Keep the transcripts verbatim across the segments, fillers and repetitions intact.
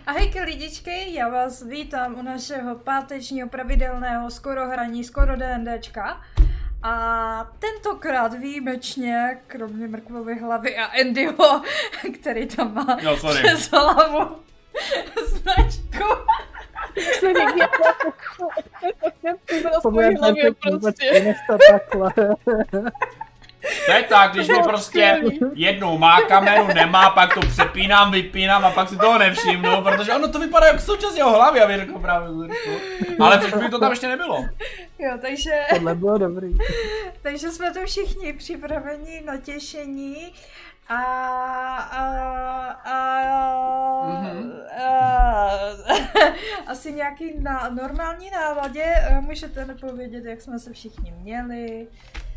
Ahojky lidičky, já vás vítám u našeho pátečního pravidelného skoro hraní, skoro DNDčka. A tentokrát výjimečně, kromě mrkvovy hlavy a Andyho, který tam má no, přes hlavu značku. To je tak, když mi prostě jednou má kameru, nemá, pak to přepínám, vypínám a pak si toho nevšimnu, protože ono to vypadá jako součást jeho hlavy, aby řekl právě. Ale předtím to tam ještě nebylo. Jo, takže... Tohle bylo dobrý. Takže jsme tu všichni připraveni na těšení a... a, a, mm-hmm. a asi nějaký na, normální náladě můžete nepovědět, jak jsme se všichni měli.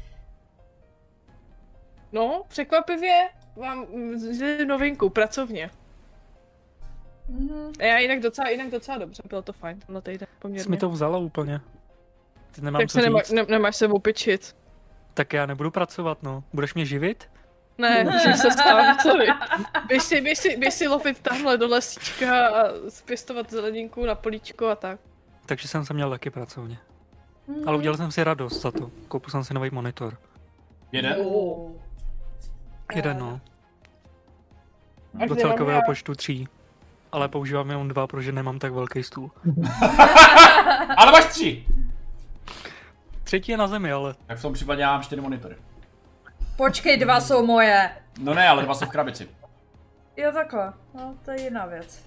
No, překvapivě mám novinku, pracovně. Mm-hmm. A já jinak docela, jinak docela dobře, bylo to fajn, tenhle týden poměrně. Jsi mi to vzala úplně. Teď nemám tak co se nemá, říct. ne, nemáš sebou pičit. Tak já nebudu pracovat, no. Budeš mě živit? Ne, můžeš se stávat, sorry. Běž si, běž si, běž si lovit tamhle do lesíčka a zpěstovat zeleninku na políčko a tak. Takže jsem se měl taky pracovně. Mm-hmm. Ale udělal jsem si radost za to. Koupil jsem si nový monitor. Jeden? Oh. Jeden, no. Až Do nemám celkového já. počtu tří. Ale používám jenom dva, protože nemám tak velký stůl. Ale máš tři! Třetí je na zemi, ale... Tak v tom případě já mám čtyři monitory. Počkej, dva jsou moje. No ne, ale dva jsou v krabici. Jo, takhle. No, to je jiná věc.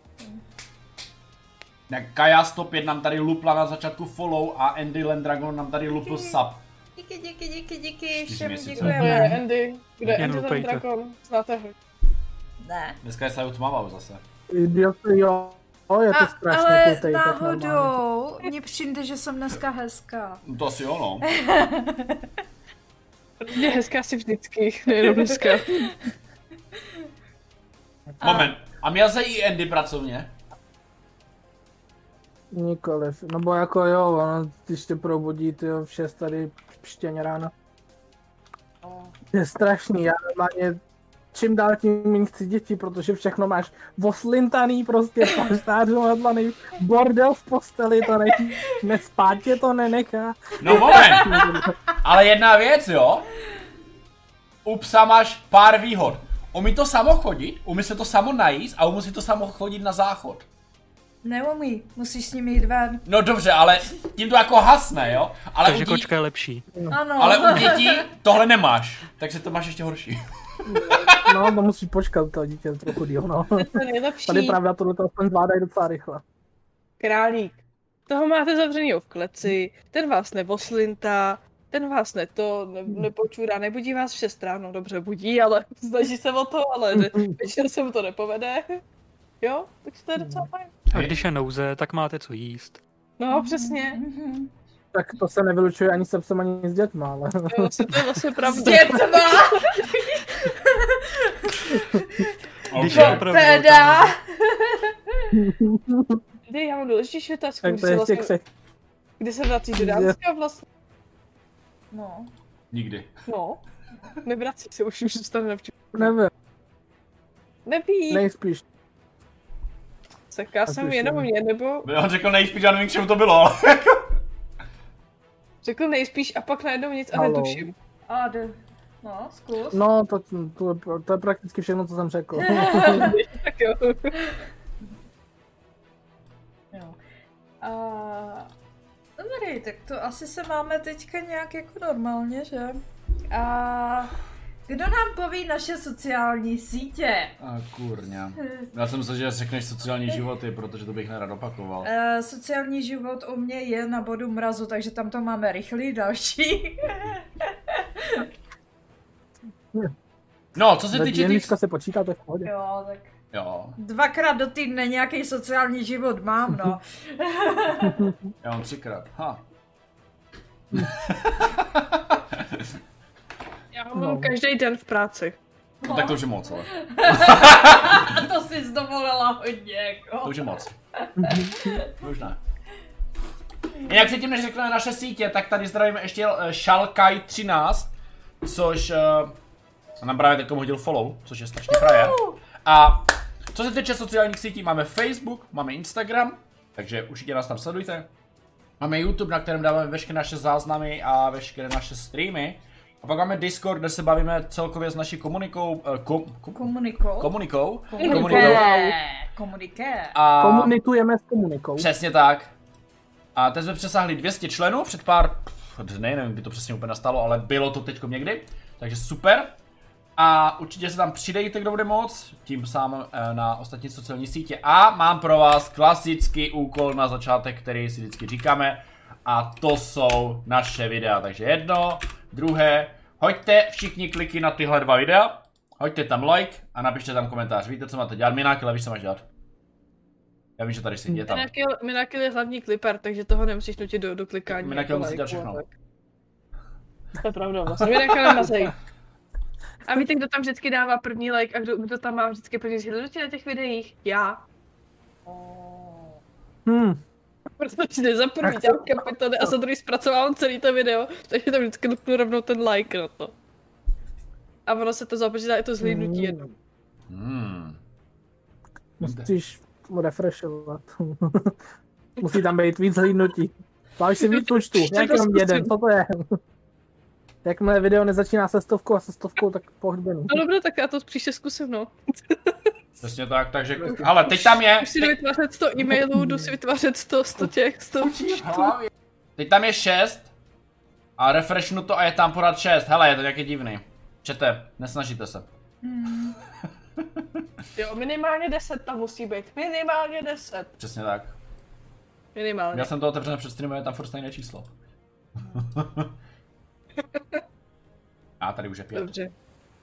Jak Kaja sto pět nám tady lupla na začátku follow a Andy Lendragon nám tady lupl sub. Díky, díky, díky, díky, Čtyři všem měsíce. To je děkujeme. Andy, kde Jen Andy ten lupejte. dragon, znáte ho. Ne. Dneska je Saju tmavá už zase. Jo, jo. O, je to A, strašně ale kultej, tak normálně. náhodou mně přijde, že jsem dneska hezká. No to asi jo, no. Je hezká si vždycky, nejenom dneska. Moment. A měl se i Andy pracovně? Nikoliv. No bo jako jo, ono, když tě probudí, ty jo, v šest tady štěně ráno. Je strašný, já normálně čím dál tím méně chci děti, protože všechno máš oslintaný, prostě paštářů nadlaný, bordel v posteli, to nechí, nespát tě to nenechá. No moment. Ale jedna věc, jo. U psa máš pár výhod. Umí to samo chodit, umí se to samo najíst a umí si to samo chodit na záchod. Neumí, musíš s ním jít ven. No dobře, ale tím to jako hasne, jo? Ale Takže u, dí... kočka je lepší. Ano. ale u dětí tohle nemáš, takže to máš ještě horší. No, to musíš počkat, to dítě trochu díl, no. To je to nejlepší. Tady pravda, tohle to aspoň zvládají docela rychle. Králík. Toho máte zavřenýho v kleci, ten vás nevoslintá, ten vás neto, ne, nepočůrá, nebudí vás v šest ráno, dobře budí, ale snaží se o to, ale ne, většinou se mu to nepovede. Jo, takže to je docela fajn. A když je nouze, tak máte co jíst. No, přesně. Tak to se nevylučuje ani se psem, ani s dětma, ale... Jo, vlastně to je vlastně S pravda. dětma! Když Okay. je opravdu Teda! Kdy, já mám důležitější otázku, Tak kdy to se, ještě vlastně, křek. kdy se vrací do Dánska vlastně. No. Nikdy. No, nevrací se, už už zůstane na vču. Nevím, Neví, nejspíš. seká Tak jsem už jenom nevím. mě, nebo On řekl nejspíš, já nevím, k čemu to bylo, ale řekl nejspíš a pak najednou nic a Haló. netuším. A jde. No, zkus. No, to, to, to je prakticky všechno, co jsem řekl. Tak jo. Jo. A... Dobrý, tak to asi se máme teďka nějak jako normálně, že? A... Kdo nám poví naše sociální sítě? A kurňa. Já jsem myslel, že řekneš sociální životy, protože to bych nerad opakoval. Uh, sociální život u mě je na bodu mrazu, takže tam to máme rychlý další. No, co se týče těch... Děnička se počítá, to je v pohodě. Jo, tak Jo, dvakrát do týdne nějaký sociální život mám, no. já mám třikrát. Ha. Já ho mám No. každý den v práci. No, tak to už je moc, ale. To jsi zdovolila hodně, jako. To už je moc. Už ne. Jinak si tím, než řekneme naše sítě, tak tady zdravíme ještě Shalkai třináct, což uh, nám právě teď hodil follow, což je strašně frajer. A Co se týče sociálních sítí, máme Facebook, máme Instagram, takže určitě nás tam sledujte. Máme YouTube, na kterém dáváme veškeré naše záznamy a veškeré naše streamy. A pak máme Discord, kde se bavíme celkově s naší komunikou. Eh, kom, kom, Komunikou. komunikou. Komuniké. Komuniké. A Komunikujeme s komunikou. přesně tak. A teď jsme přesáhli dvě stě členů před pár dny, nevím, kdy to přesně úplně nastalo, ale bylo to teď někdy. Takže super. A určitě se tam přidejte, kdo bude moc, tím sám na ostatní sociální sítě. A mám pro vás klasický úkol na začátek, který si vždycky říkáme. A to jsou naše videa. Takže jedno, druhé. Hoďte všichni kliky na tyhle dva videa. Hoďte tam like a napište tam komentář. Víte, co máte dělat? Mináky, ale víš, co máš dělat? Já vím, že tady si je tam. Minakil je hlavní klipper, takže toho nemusíš nutit do, do klikání. Minakil musí dělat všechno. To je pravda, vlastně. Minakil nemazej. A víte, kdo tam vždycky dává první like a kdo, kdo tam má vždycky první zhlédnutí na těch videích? Já. Hmm. Protože za první dělám kapitony a za druhý zpracovávám celý to video, takže tam vždycky dupnu rovnou ten like na to. A ono se to započítá i to zhlídnutí Hmm. jednou. Hmm. Musíš refreshovat. Musí tam být víc hlídnutí. Máš si víc účtu, jak jenom jeden, co to je? Jakmile video nezačíná se stovkou a se stovkou, tak pohřbenu. No dobře, tak já to příště zkusím, no. Přesně tak, takže, ale teď tam je. Už si jdu vytvářet sto e-mailů, jdu si vytvářet sto, sto těch, sto účtů. Teď tam je šest. A refreshnu to a je tam pořád šest. Hele, je to nějaký divný. Čete, nesnažíte se. Hmm. Jo, minimálně deset tam musí být. Minimálně deset. Přesně tak. Minimálně. Já jsem to otevřené před streamem, je tam furt stejné číslo. A tady už je pět. Dobře.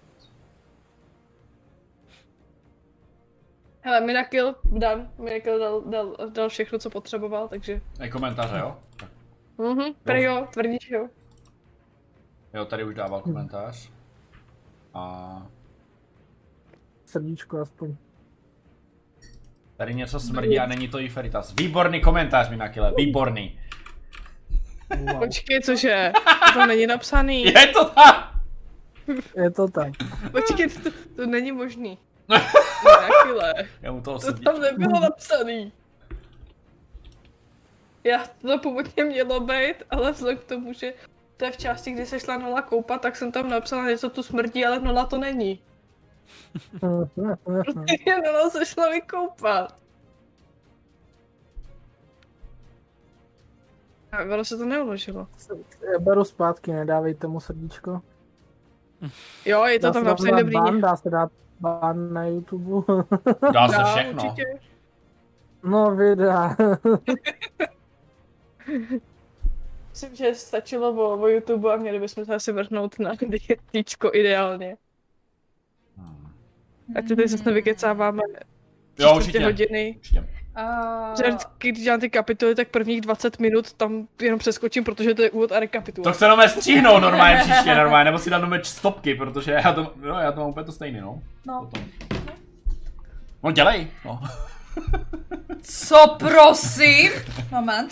Hele, Minakil dal, Minakil dal, dal, dal všechno, co potřeboval, takže... Je komentáře, jo? Tak. Mhm, prý jo, tvrdí, že jo. Jo, tady už dával komentář. A Srdíčko aspoň. tady něco smrdí a není to i Feritas. Výborný komentář, Minakile, výborný. Wow. Počkej, cože? To není napsaný. Je to tak! Je to tak. Počkej, to, to není možný. Minakile, Já mu to to osobně. tam nebylo napsaný. Já to původně mělo být, ale vzhledem k tomu, že to je v části, kdy se šla Nola koupat, tak jsem tam napsala něco tu smrdí, ale Nola to není. Protože Nola se šla vykoupat. A ono se to neuložilo. Já beru zpátky, nedávejte mu srdíčko. Jo, je to Dá tam se dát napsané dobrý. ban, dá se dát ban na YouTube. Dá se Dá, všechno. určitě. No videa. Myslím, že stačilo o, o YouTube a měli bychom se asi vrhnout na dietíčko ideálně. Hmm. Ať se tady zase nevykecáváme Jo, čtvrtě určitě. hodiny. Určitě. Uh, Že vždycky, když dělám ty kapitoly, tak prvních dvacet minut tam jenom přeskočím, protože to je úvod a To rekapitulace. chce nové stříhnout normálně příště, normálně, nebo si dát nové stopky, protože já to, jo, já to mám úplně to stejný, no. no. Potom. No dělej, no. Co prosím? Moment.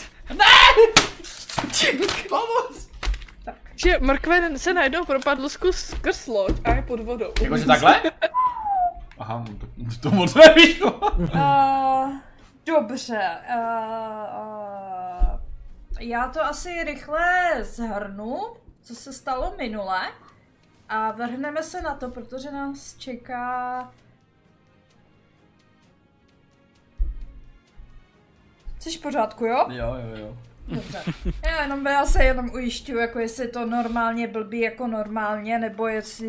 Pomoc! Že mrkve se najednou propadl zkus skrz loď a je pod vodou. Jakože takhle? Aha, to, to moc nevíš, no. Uh, dobře. Uh, uh, já to asi rychle zhrnu, co se stalo minule. A vrhneme se na to, protože nás čeká... Jsi v pořádku, jo? Jo, jo, jo. Dobře. Já jenom, já se jenom ujišťuju, jako jestli to normálně blbý jako normálně, nebo jestli...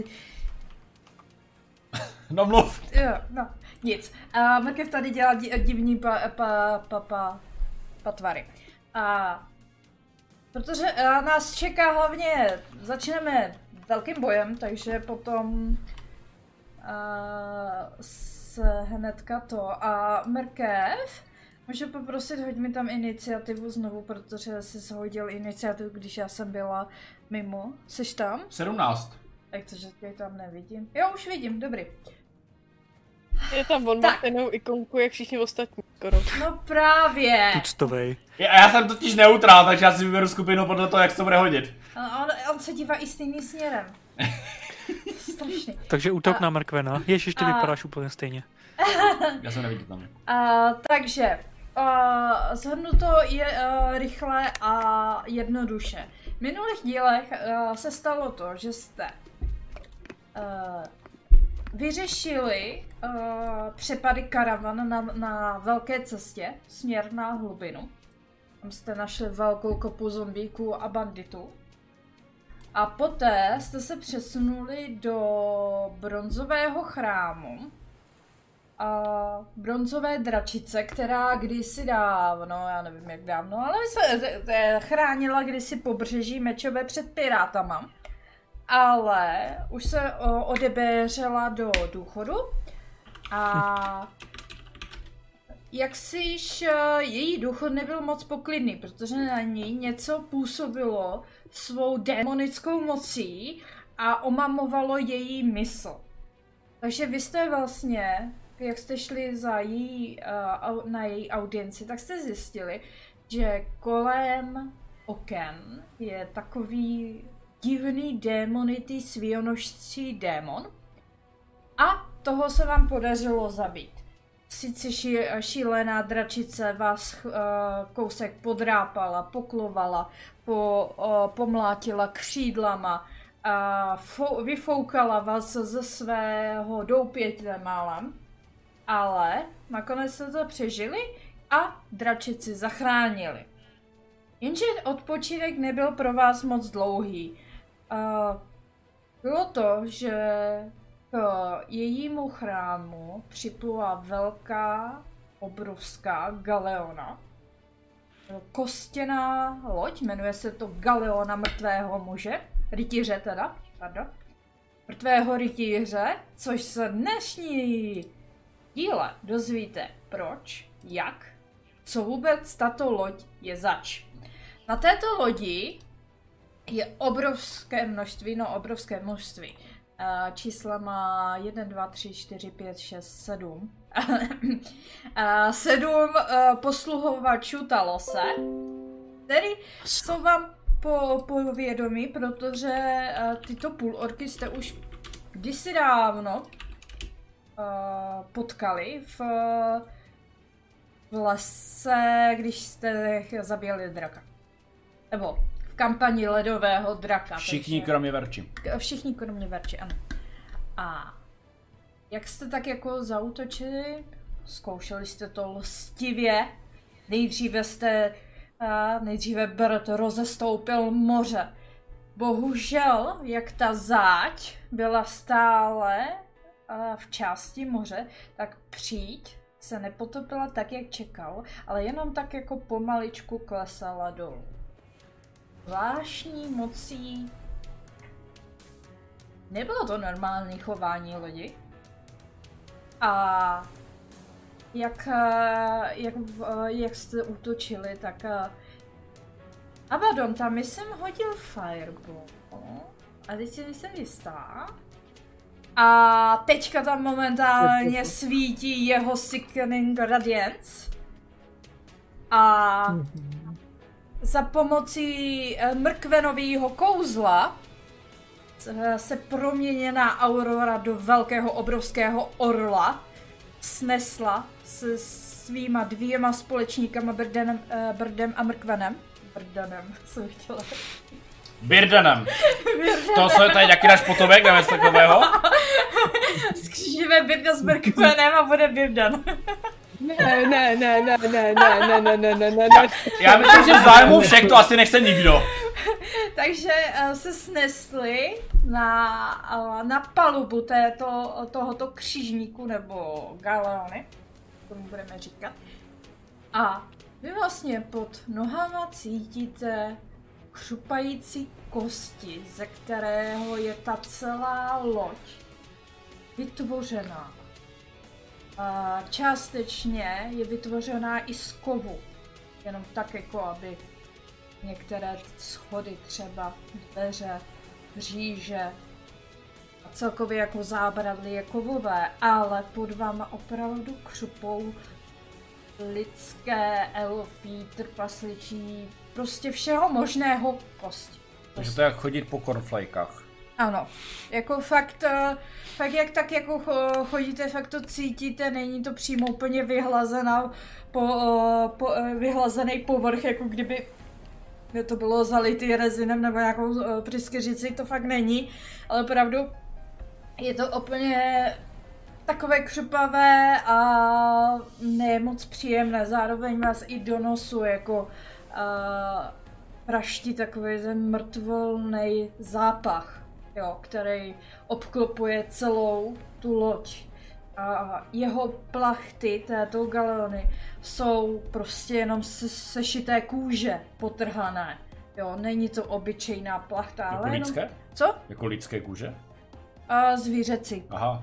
No mluv. Jo, no, nic. A Mrkev tady dělá di- divní pa, pa, pa, pa, patvary. A protože a nás čeká hlavně, začneme velkým bojem, takže potom a, s hnedka to. A Mrkev, můžu poprosit, hoď mi tam iniciativu znovu, protože jsi hodil iniciativu, když já jsem byla mimo. Jsi tam? sedmnáct. Jak to, že tě tam nevidím? Jo, už vidím, dobrý. Je tam on má stejnou ikonku, jak všichni ostatní skoro. No právě. Tuctovej. Já, já jsem totiž neutrál, takže já si vyberu skupinu podle toho, jak se to bude hodit. A on, on se dívá i stejným směrem. Strašný. Takže útok A- na mrkvena. Ježiš, ty a- vypadáš úplně stejně. Já jsem neviditelný. Uh, takže, uh, shrnuto je uh, rychle a jednoduše. V minulých dílech uh, se stalo to, že jste uh, vyřešili uh, přepady karavan na, na velké cestě, směr na hlubinu. Tam jste našli velkou kopu zombíků a banditů. A poté jste se přesunuli do bronzového chrámu. A bronzové dračice, která kdysi dávno, já nevím jak dávno, ale se chránila kdysi pobřeží Mečové před pirátama. Ale už se o, odebéřela do důchodu a jaksiž její důchod nebyl moc poklidný, protože na ní něco působilo svou démonickou mocí a omamovalo její mysl. Takže vy jste vlastně, jak jste šli za její, uh, na její audienci, tak jste zjistili, že kolem oken je takový divný démonitý svíjonožský démon a toho se vám podařilo zabít. Sice ší, šílená dračice vás uh, kousek podrápala, poklovala, po, uh, pomlátila křídlama a fou, vyfoukala vás ze svého doupěte málem, ale nakonec jste to přežili a dračici zachránili. Jenže odpočinek nebyl pro vás moc dlouhý. Uh, bylo to, že k jejímu chrámu připlula velká, obrovská galeona. Kostěná loď, jmenuje se to Galeona mrtvého muže, rytíře teda, pardon. Mrtvého rytíře, což se dnešní díle dozvíte proč, jak, co vůbec tato loď je zač. Na této lodi je obrovské množství, no obrovské množství. Uh, čísla má jedna, dva, tři, čtyři, pět, šest, sedm. uh, sedm uh, posluhovačů Talose, který jsou vám po, povědomí, protože uh, tyto půlorky jste už kdysi dávno uh, potkali v, v lese, když jste zabíjeli draka. Nebo v kampani ledového draka. Všichni takže... kromě Verči. Všichni kromě Verči, ano. A jak jste tak jako zaútočili, zkoušeli jste to lstivě, nejdříve jste, uh, nejdříve Bert rozestoupil moře. Bohužel, jak ta záď byla stále uh, v části moře, tak příď se nepotopila tak, jak čekal, ale jenom tak jako pomaličku klesala dolů. Zvláštní mocí. Nebylo to normální chování lodi. A jak, jak, jak jste útočili, tak Abaddon tam jsem hodil fireball. A teď si nejsem jistá. A teďka tam momentálně svítí jeho Sickening Radiance. A za pomocí mrkvenového kouzla se proměněná Aurora do velkého obrovského orla snesla se svýma dvěma společníkama Birdenem, uh, Birdem a Mrkvenem. Birdanem, jsem chtěla. Birdanem. To se tady taky náš potomek, nebo něco takového? Skřížíme Birda s Mrkvenem a bude Birdan. Ne, ne, ne, ne, ne, ne, ne, ne, ne, ne, ne. Já myslím, že v zájmu všech to asi nechce nikdo. Takže uh, se snesli na, uh, na palubu této, tohoto křižníku nebo galeony, tomu budeme říkat. A vy vlastně pod nohama cítíte křupající kosti, ze kterého je ta celá loď vytvořená. A částečně je vytvořená i z kovu, jenom tak jako aby některé schody, třeba dveře, říže a celkově jako zábradly je kovové, ale pod váma opravdu křupou lidské, elfí, trpasličí, prostě všeho možného kosti. Takže to je jak chodit po cornflakách. Ano, jako fakt, fakt jak tak jako chodíte, fakt to cítíte, není to přímo úplně vyhlazená, po, po, vyhlazený povrch, jako kdyby to bylo zalitý rezinem nebo nějakou pryskyřici, to fakt není, ale opravdu je to úplně takové křupavé a ne moc příjemné, zároveň vás i do nosu jako uh, praští takový ten mrtvolný zápach, jo, který obklopuje celou tu loď. A jeho plachty této galeony jsou prostě jenom sešité kůže potrhané. Jo, není to obyčejná plachta, jako ale lidské? jenom... Co? Jako lidské kůže? A zvířeci. Aha.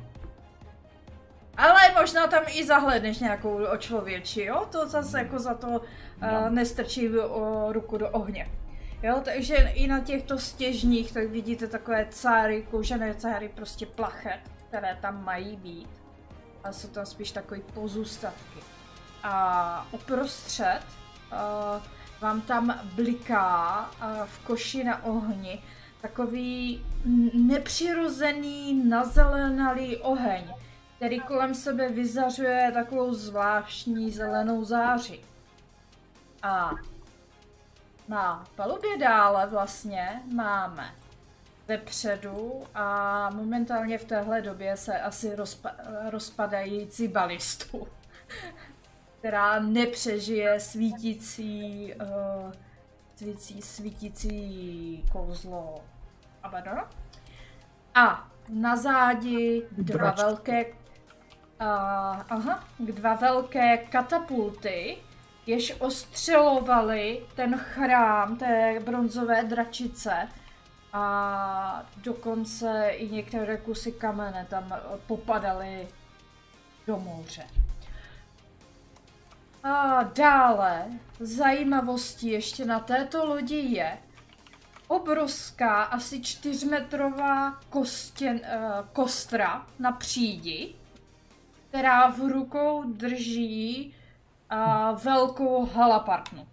Ale možná tam i zahledneš nějakou o člověči, jo? To zase jako za to uh, nestrčí uh, ruku do ohně. Jo, takže i na těchto stěžních tak vidíte takové cáry, koužené cáry, prostě plachet, které tam mají být. A jsou tam spíš takové pozůstatky. A uprostřed uh, vám tam bliká uh, v koši na ohni takový nepřirozený, nazelenalý oheň, který kolem sebe vyzařuje takovou zvláštní zelenou záři. A na palubě dále vlastně máme vepředu a momentálně v téhle době se asi rozpa rozpadající balistu, která nepřežije svítící, uh, svítící, svítící kouzlo Abaddon. A na zádi dva velké, uh, aha, dva velké katapulty, jež ostřelovaly ten chrám té bronzové dračice a dokonce i některé kusy kamene tam popadaly do moře. A dále zajímavostí ještě na této lodi je obrovská, asi čtyřmetrová kostěn, uh, kostra na přídi, která v rukou drží uh, velkou halapartnu.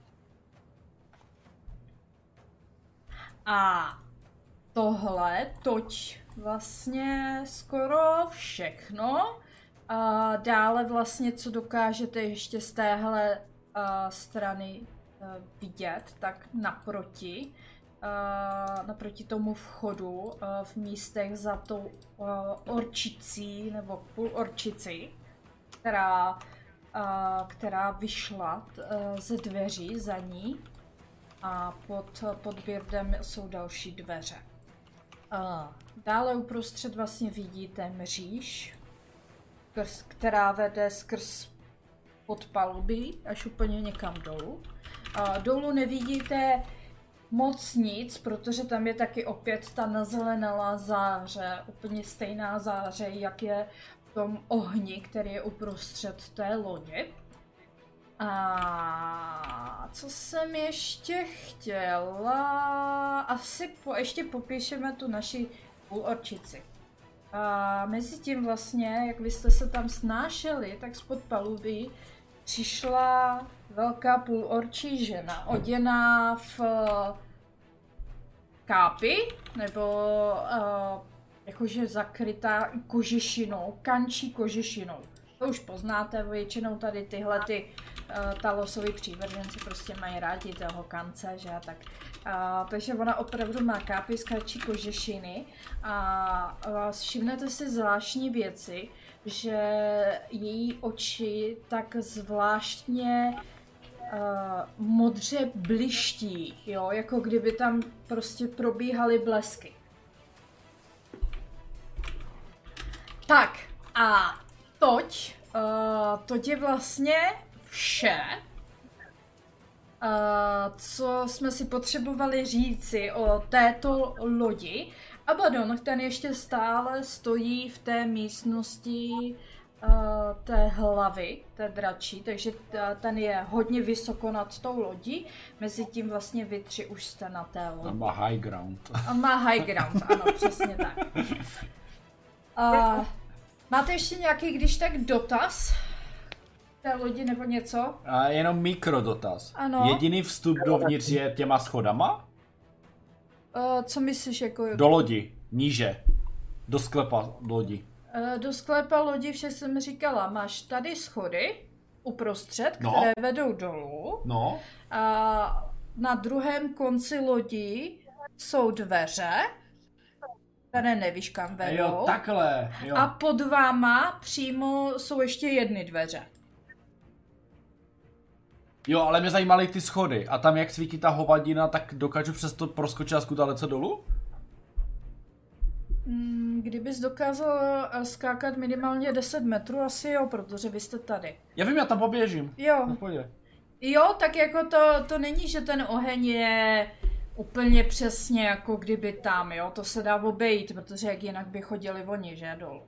A tohle toť vlastně skoro všechno. A dále vlastně, co dokážete ještě z téhle uh, strany uh, vidět, tak naproti, uh, naproti tomu vchodu, uh, v místech za tou uh, orčicí nebo půlorčicí, která, uh, která vyšla uh, ze dveří za ní. A pod, pod birdem jsou další dveře. Uh, dále uprostřed vlastně vidíte mříž, skrz, která vede skrz podpalubí až úplně někam dolů. Uh, dolů nevidíte moc nic, protože tam je taky opět ta nazelenalá záře, úplně stejná záře, jak je v tom ohni, který je uprostřed té lodi. A co jsem ještě chtěla? Asi po, ještě popíšeme tu naši půlorčici. A mezi tím vlastně, jak vy jste se tam snášeli, tak spod palubí přišla velká půlorčí žena, oděná v kápi, nebo uh, jakože zakrytá kožešinou, kančí kožešinou. To už poznáte, většinou tady tyhle ty uh, talosový přívrženci prostě mají rádi toho kance, že tak. Uh, takže ona opravdu má kápy z kančí kožešiny a uh, všimnete si zvláštní věci, že její oči tak zvláštně uh, modře bliští, jo, jako kdyby tam prostě probíhaly blesky. Tak a toť, uh, toť je vlastně vše, uh, co jsme si potřebovali říci o této lodi. Abaddon, ten ještě stále stojí v té místnosti uh, té hlavy, té dračí, takže ten je hodně vysoko nad tou lodí. Mezitím vlastně vy tři už jste na té lodi. On má high ground. On má high ground, ano, přesně tak. Uh, máte ještě nějaký, když tak, dotaz té lodi nebo něco? A jenom mikrodotaz. Ano. Jediný vstup dovnitř je těma schodama? Uh, co myslíš jako... Do lodi. Níže. Do sklepa lodi. Uh, do sklepa lodi vše jsem říkala, máš tady schody uprostřed, No. které vedou dolů. No. A na druhém konci lodi jsou dveře, které nevíš kam vedou. Jo, takhle. Jo. A pod váma přímo jsou ještě jedny dveře. Jo, ale mě zajímaly ty schody. A tam jak svítí ta hovadina, tak dokážu přes to proskočit a skutat co dolů? Mm, Kdybys dokázal eh, skákat minimálně deset metrů, asi jo, protože vy jste tady. Já vím, já tam poběžím. Jo, No, pojď. jo, tak jako to, to není, že ten oheň je úplně přesně jako kdyby tam, jo, to se dá obejít, protože jak jinak by chodili oni, že, dolů.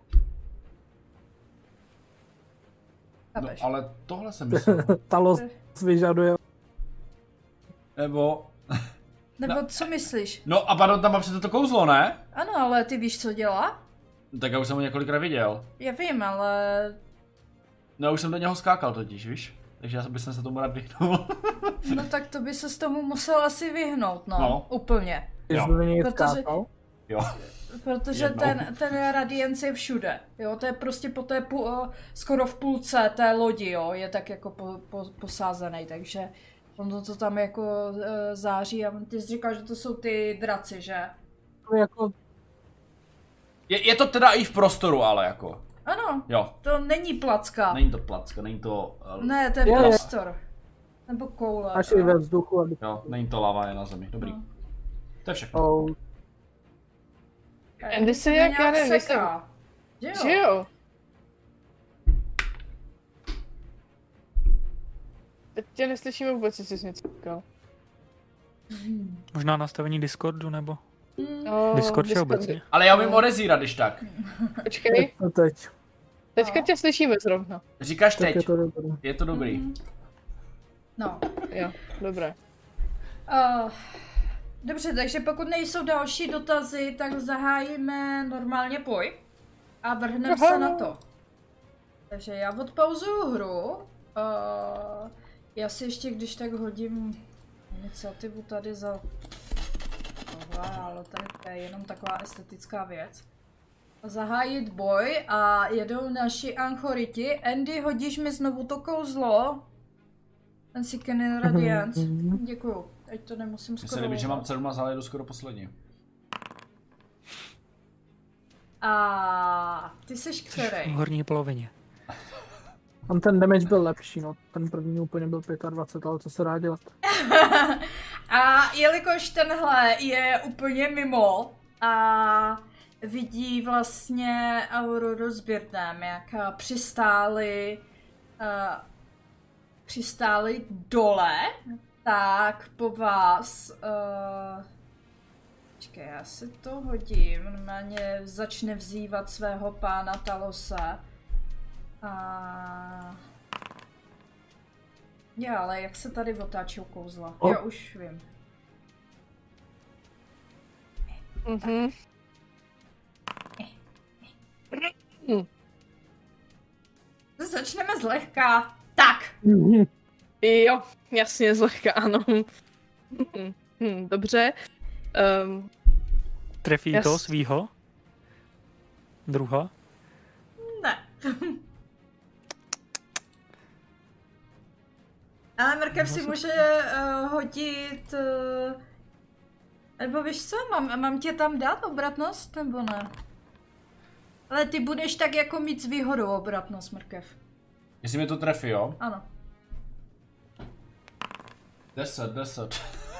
No, Chápeš? ale tohle jsem myslel. Talos vyžaduje. Nebo... Nebo co myslíš? No a pardon, tam má přece to kouzlo, ne? Ano, ale ty víš, co dělá? Tak já už jsem ho několikrát viděl. Já vím, ale... No já už jsem do něho skákal totiž, víš? Takže já bych se tomu rád vyhnul. No tak to by se z tomu musel asi vyhnout, no. No. Úplně. Ty Jo. jsi do něj Protože- skákal. Jo. Protože Jednou. ten, ten radiance je všude, jo, to je prostě po té půl, skoro v půlce té lodi, jo, je tak jako po, po, posázený, takže ono to tam jako uh, září a ty jsi říkal, že to jsou ty draci, že? To jako, Je, je to teda i v prostoru, ale jako. Ano, Jo. to není placka. Není to placka, není to... Uh, Ne, to je Je, je. prostor. Nebo koule. až jo. i ve vzduchu, aby... Jo, není to lava, je na zemi. Dobrý. No. To je všechno. Oh, Andy se To jak, já nějak nevím, seká. Že jo? Že jo? Teď tě neslyšíme vůbec, jestli jsi něco říkal. Možná nastavení Discordu nebo Mm. No, Discord Discord. obecně. Ale já umím odezírat, když tak. Počkej, to teď. teďka No. tě slyšíme zrovna. Říkáš Tak teď. je to dobré. Je to dobrý. Mhm. No. Jo, dobré. Uh, dobře, takže pokud nejsou další dotazy, tak zahájíme normálně boj a vrhneme se na to. Takže já odpauzuju hru. Uh, já si ještě když tak hodím iniciativu tady za tohle, ale tady to je jenom taková estetická věc. Zahájit boj a jedou naši anchoriti. Andy, hodíš mi znovu to kouzlo? Ten Seeking Radiance. Děkuju. Ať to nemusím Mně se skoro. líbí, že mám sedmnáct, ale jedu skoro poslední. A ty seš V který? horní polovině. Tam ten damage byl lepší, no. Ten první úplně byl dvacet pět, ale co se dá dělat? A jelikož tenhle je úplně mimo a vidí vlastně Auroru s Birtem, jak eh, přistáli, uh, přistáli dole, tak po vás, uh, počkej, já si to hodím, normálně začne vzývat svého pána Talose. A... Jo, ale jak se tady otáčí kouzla? O. Jo, už vím. Mhm. Začneme zlehka. Tak. Jo, jasně, zlehka, ano. Hm, hm, dobře. Um, Trefí Jas- to svýho? Druha? Ne. Ale mrkev si může uh, hodit... Uh, nebo víš co, mám, mám tě tam dát obratnost, nebo ne? Ale ty budeš tak jako mít s výhodou obratnost, mrkev. Jestli mě to trefí, jo? Ano. deset, deset.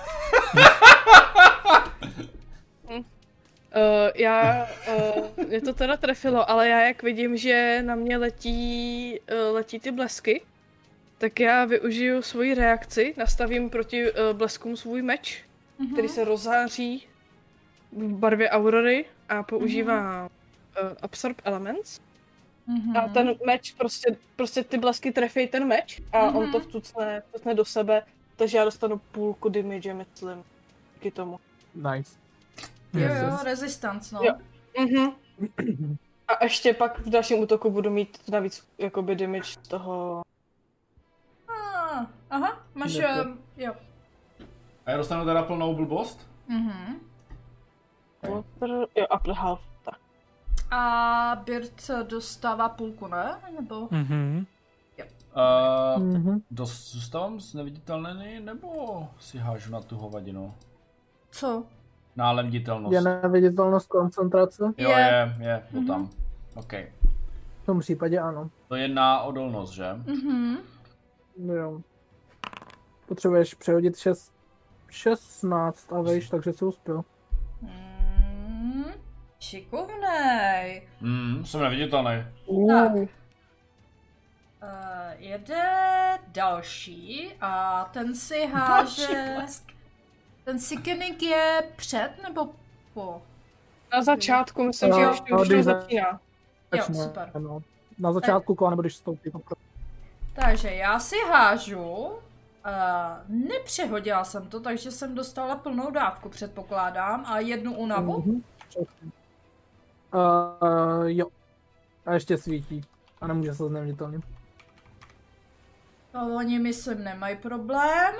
Uh, já, uh, mě to teda trefilo, ale já jak vidím, že na mě letí, uh, letí ty blesky, tak já využiju svoji reakci, nastavím proti uh, bleskům svůj meč, Mhm. který se rozzáří v barvě aurory a používá uh, Absorb Elements. Mhm. A ten meč, prostě, prostě ty blesky trefí ten meč a Mhm. on to vtucne, vtucne do sebe, takže já dostanu půlku damage, myslím, díky tomu. Nice. Jo, Yes, jo, yes. resistance, no. Jo. Mhm. A ještě pak v dalším útoku budu mít navíc jakoby damage z toho. Ah, aha, máš, Děkuji. um, jo. A já dostanu teda plnou blbost? Mhm. Water, jo, upper half, tak. A Bird dostává půlku, ne? Nebo? Mhm. Uh, Mhm. dost zůstávám zneviditelný, nebo si hážu na tu hovadinu? Co? Nále viditelnost. Je neviditelnost koncentrace? Jo, Je. je, je, to Mhm. tam. OK. V tom případě ano. To je na odolnost, že? Mhm. Jo. Potřebuješ přehodit šest, šestnáct a vejš, takže jsi uspěl. Mm, šikovnej. Hmm, jsem neviditelný. Tak. Uh, jede další a ten si háže... Ten Sikenik je před nebo po? Na začátku, myslím, No, že už, no, už když to za- začíná. Jo, Začne, super. No. Na začátku kola, nebo když stoupí. Takže já si hážu. Uh, nepřehodila jsem to, takže jsem dostala plnou dávku, předpokládám, a jednu únavu. Mhm. Přesně. Uh, jo. A ještě svítí. A nemůže se zneviditelnit. To oni, myslím, nemají problém.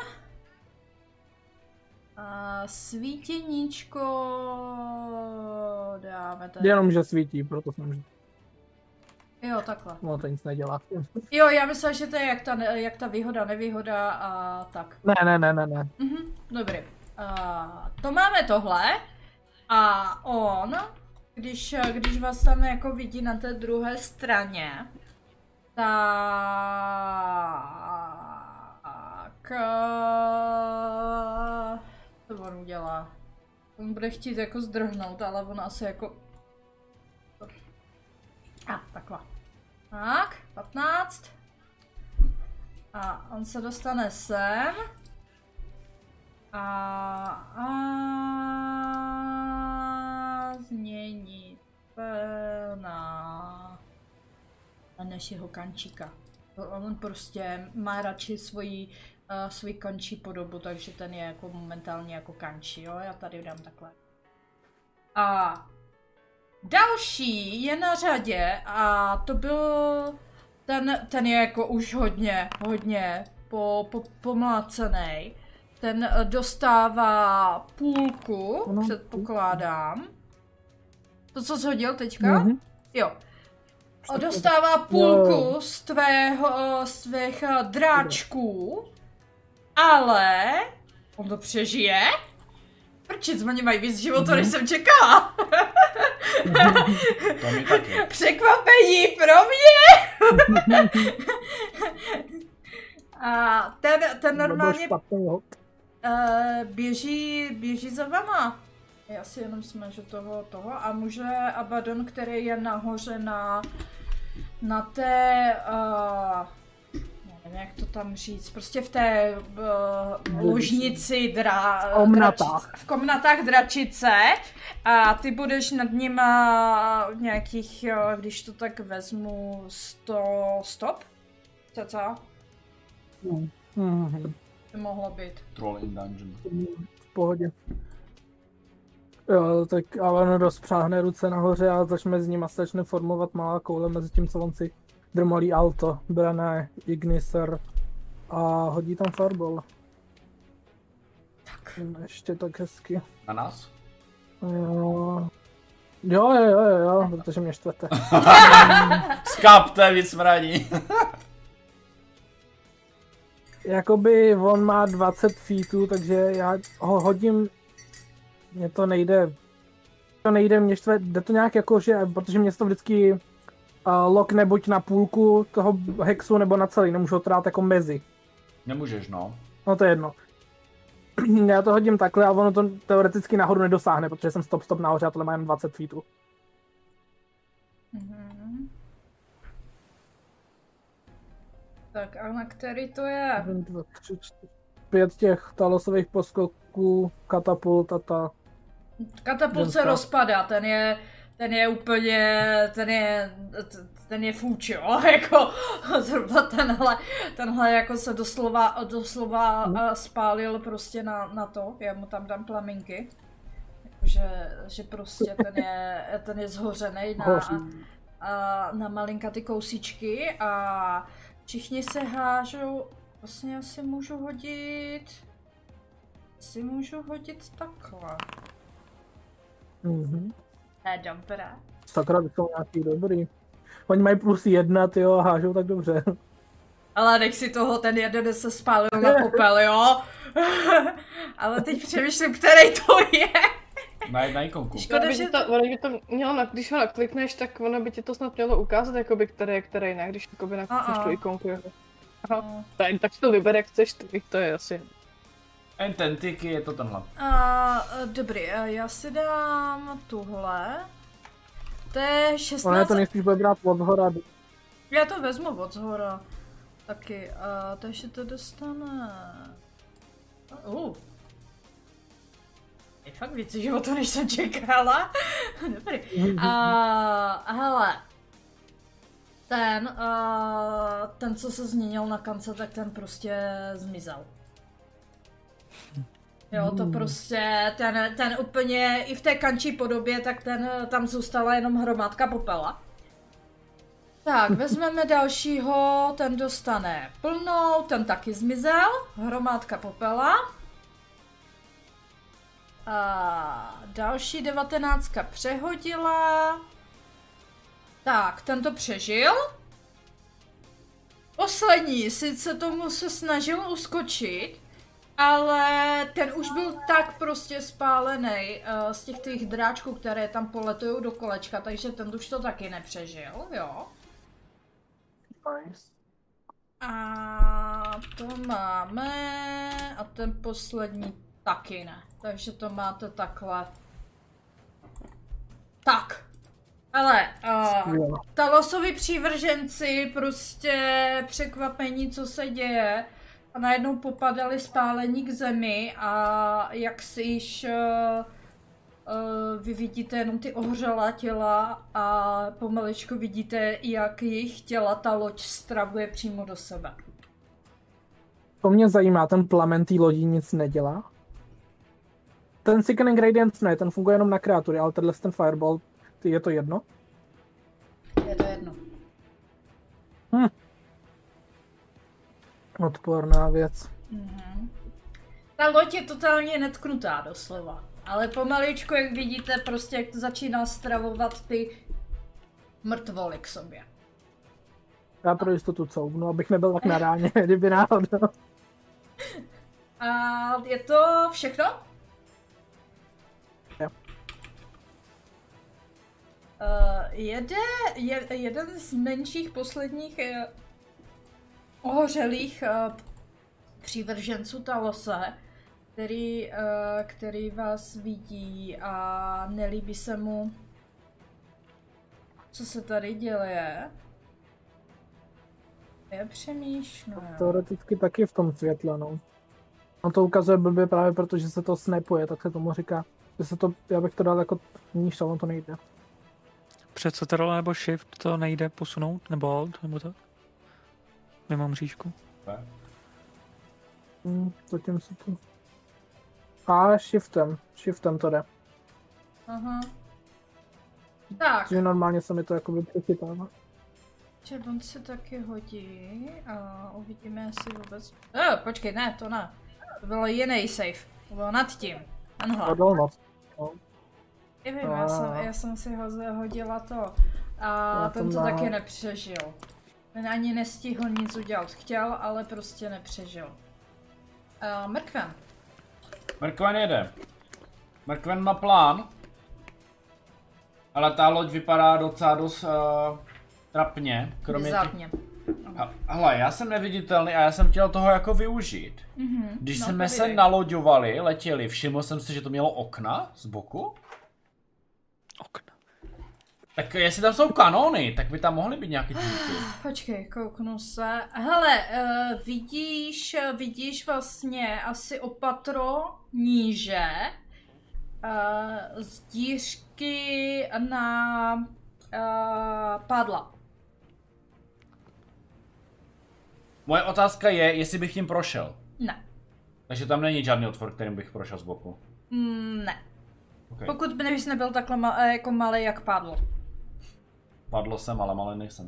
A svítěníčko dáme tady. Jenom, že svítí, proto jsem že... Jo, takhle. No to nic nedělá. Jo, já myslela, že to je jak ta, jak ta výhoda, nevýhoda a tak. Ne, ne, ne, ne, ne. Mhm, dobrý. A to máme tohle. A on, když, když vás tam jako vidí na té druhé straně, tak... eh, to on udělá. On bude chtít jako zdrhnout, ale on asi jako... A, ah, takhle. Tak, patnáct. A on se dostane sem. A, a změní na, na našeho kančíka. On prostě má radši svoji, uh, svoji kančí podobu, takže ten je jako momentálně jako kančí, jo? Já tady dám takhle. A další je na řadě a to byl, ten, ten je jako už hodně, hodně po, po, pomlácenej. Ten dostává půlku, Ano. předpokládám. To, co jsi hodil teďka? Mhm. Jo. A dostává půlku z tvého, z tvých eh, dráčků, ale on to přežije. Prčic, oni mají víc života, než jsem čekala. To mi taky. Překvapení pro mě. A ten, ten normálně Špatný, jo. Uh, běží, běží za vama. Já si jenom smažu toho, toho a může Abaddon, který je nahoře na, na té, uh, nevím jak to tam říct, prostě v té uh, ložnici dra, Komnatách. dračic, v komnatách dračice a ty budeš nad nima nějakých, uh, když to tak vezmu, sto stop? Cca? Mhm. By mohlo být. Troll in dungeon. V pohodě. Jo, tak Alan rozpřáhne ruce nahoře a začne s ním a začne formovat malá koule mezi tím, co on si drmolí alto, brané, igniser a hodí tam fireball. Tak. Ještě tak hezky. Na nás? Jo, jo, jo, jo, jo protože mě štvete. Skap, to je víc smradí. Jakoby on má dvacet feetů, takže já ho hodím, mně to nejde, to nejde, mě štve, jde to nějak jako, že, protože mě se to vždycky uh, lokne buď na půlku toho hexu, nebo na celý, nemůžu ho trát jako mezi. Nemůžeš, no. No to je jedno. Já to hodím takhle a ono to teoreticky nahoru nedosáhne, protože jsem stop stop nahoře a tohle má jen dvacet feetů. Mhm. Tak a na který to je? Jeden, dva, tři, čtyři, pět těch talosových poskoků, katapult a ta... Katapult se Ženská. rozpadá, ten je, ten je úplně, ten je, ten je fuč, jo, jako zhruba tenhle, tenhle jako se doslova, doslova Hmm. uh, spálil prostě na, na to, já mu tam dám plamínky, že, že prostě ten je, ten je zhořenej na, Hoří. a, na malinkatý kousíčky a všichni se hážou, vlastně asi můžu hodit, asi můžu hodit takhle. Mhm. Je dobré. Sakra, ty jsou nějaký dobrý. Oni mají plus jedna, tyjo, a hážou tak dobře. Ale nech si toho, ten jeden se spálil na popel, jo? Ale teď přemýšlím, který to je. Na, na ikonku. Škoda, Ono by, že ti to, ono by to mělo, na, když ho naklikneš, tak ono by ti to snad mělo ukázat, jakoby, který je který ne, když jakoby naklikneš A-a. tu ikonku. Jako. Aha, tak, tak si to vyber, jak chceš, to, to je asi. Jen ten tyky je to tenhle. A, dobrý, a já si dám tuhle. To je Ono je šestnáct... to nejspíš bude brát od hora. Já to vezmu od zhora. Taky, a takže to dostane... Uh. Je fakt víc životu, než jsem čekala. Dobrý. A hele. Ten, a, ten, co se změnil na kance, tak ten prostě zmizel. Jo, to prostě, ten, ten úplně, i v té kančí podobě, tak ten, tam zůstala jenom hromádka popela. Tak, vezmeme dalšího, ten dostane plnou, ten taky zmizel, hromádka popela. A další devatenáctka přehodila. Tak, ten to přežil. Poslední, sice tomu se snažil uskočit, ale ten už byl tak prostě spálený uh, z těch těch dráčků, které tam poletují do kolečka, takže ten už to taky nepřežil, jo. Nice. A to máme, a ten poslední taky ne, takže to máte takhle. Tak, ale uh, Talosovi přívrženci prostě překvapení, co se děje, a najednou popadali spálení k zemi a jak si již uh, uh, vy vidíte jenom ty ohřelá těla a pomaličku vidíte, jak jejich těla ta loď stravuje přímo do sebe. To mě zajímá, ten plamen té lodí nic nedělá? Ten Sickening Radiance ne, ten funguje jenom na kreatury, ale tenhle ten Fireball, ty je to jedno? Je to jedno. Hm. Odporná věc. Mhm. Ta loď je totálně netknutá doslova, ale pomaličku, jak vidíte, prostě jak to začíná stravovat ty mrtvoly k sobě. Já pro jistotu couvnu, abych nebyl tak na ráně, kdyby náhodou. A je to všechno? Jo. Uh, jede, je, jeden z menších posledních uh, ohořelých uh, přívrženců Talose, který, uh, který vás vidí a nelíbí se mu, co se tady děje. Já přemýšlím. Teoreticky taky v tom světle, no. No to ukazuje blbě právě protože se to snapuje, tak se tomu říká. Že se to, já bych to dal jako níž, ale to nejde. Před Ctrl nebo Shift to nejde posunout, nebo Alt, nebo tak? Mimo mřížku. Ne. Hmm, zatím se to... A shiftem, shiftem to jde. Aha. Tak. Takže normálně se mi to jakoby přechytává. Červon se taky hodí a uvidíme, jestli vůbec... Oh, počkej, ne, to ne. To bylo jiný save. To bylo nad tím. Tenhle. Odolnost. No. Nevím, já jsem, já jsem si ho hodila to. A Já ten to to má- taky nepřežil. Ten ani nestihl nic udělat. Chtěl, ale prostě nepřežil. Uh, Mrkven. Mrkven jede. Mrkven má plán. Ale ta loď vypadá docela dost uh, trapně. Kromě těch... Bizarně. A- Hele, já jsem neviditelný a já jsem chtěl toho jako využít. Mhm, Když no, jsme se povídej. naloďovali, letěli, všiml jsem si, že to mělo okna z boku. Okna. Tak jestli tam jsou kanóny, tak by tam mohly být nějaké díky. Počkej, kouknu se. Hele, uh, vidíš, vidíš vlastně asi o patro níže uh, z dířky na uh, padla. Moje otázka je, jestli bych tím prošel. Ne. Takže tam není žádný otvor, kterým bych prošel z boku. Mm, ne. Okay. Pokud by nebys nebyl takhle ma- jako malý jak padlo. Padlo jsem, ale malý nejsem.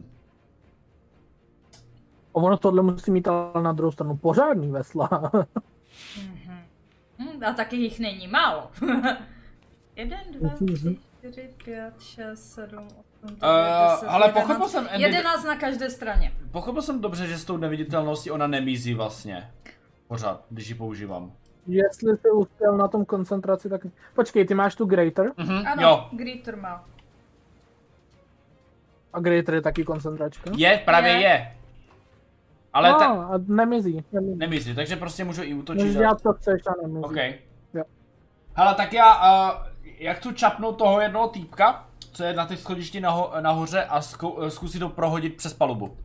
A ono tohle musí mít ale na druhou stranu pořádný vesla. Mhm. Hm, a taky jich není málo. Jeden, dva, tři, čtyři, pět, šest, sedm, osm, devět, Uh, deset, ale jedenáct. pochopil jsem, Andy, Jedenáct na každé straně. pochopil jsem dobře, že s tou neviditelností ona nemizí vlastně. Pořád, když ji používám. Jestli jsi uspěl na tom koncentraci, tak... Počkej, ty máš tu Greater Mhm, Ano, jo, Greeter má. a Greater je taky koncentračka. je, právě Je. je. Ale no, ta... a nemizí. nemizí. Nemizí, takže prostě můžu i útočit. Můžeš a- dělat, co chceš a nemizí. OK. Jo. Hele, tak já, uh, já chci čapnout toho jednoho týpka, co je na těch schodišti naho nahoře a zku zkusit to prohodit přes palubu.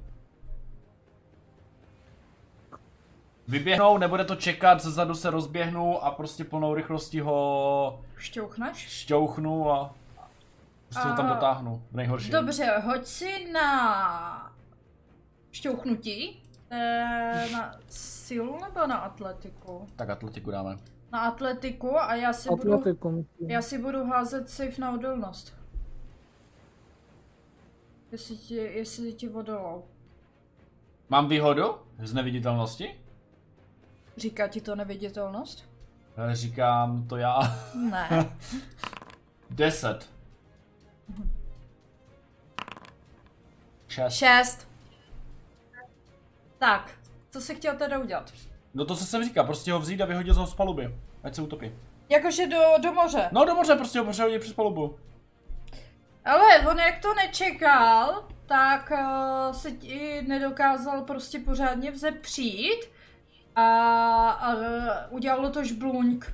Vyběhnou, nebude to čekat, zezadu se rozběhnu a prostě plnou rychlostí ho Šťouchneš? šťouchnu a prostě ho tam A- dotáhnu, v nejhorším. Dobře, hoď si na šťouchnutí. Eh, na sílu nebo na atletiku? Tak atletiku dáme. Na atletiku a já si budu, Atletiku, myslím. já si budu házet save na odolnost. Jestli ti, jestli ti odolou. Mám výhodu z neviditelnosti? Říká ti to neviditelnost? Eh, Říkám to já. Ne. deset. šest. Šest. Tak, co jsi chtěl teda udělat? No to, co jsem říkal, prostě ho vzít a vyhodit ho z paluby. Ať se utopí. Jakože do, do moře. No do moře, prostě ho přehodit přes palubu. Ale on jak to nečekal, tak uh, se ti nedokázal prostě pořádně vzepřít a, a udělalo to žbluňk.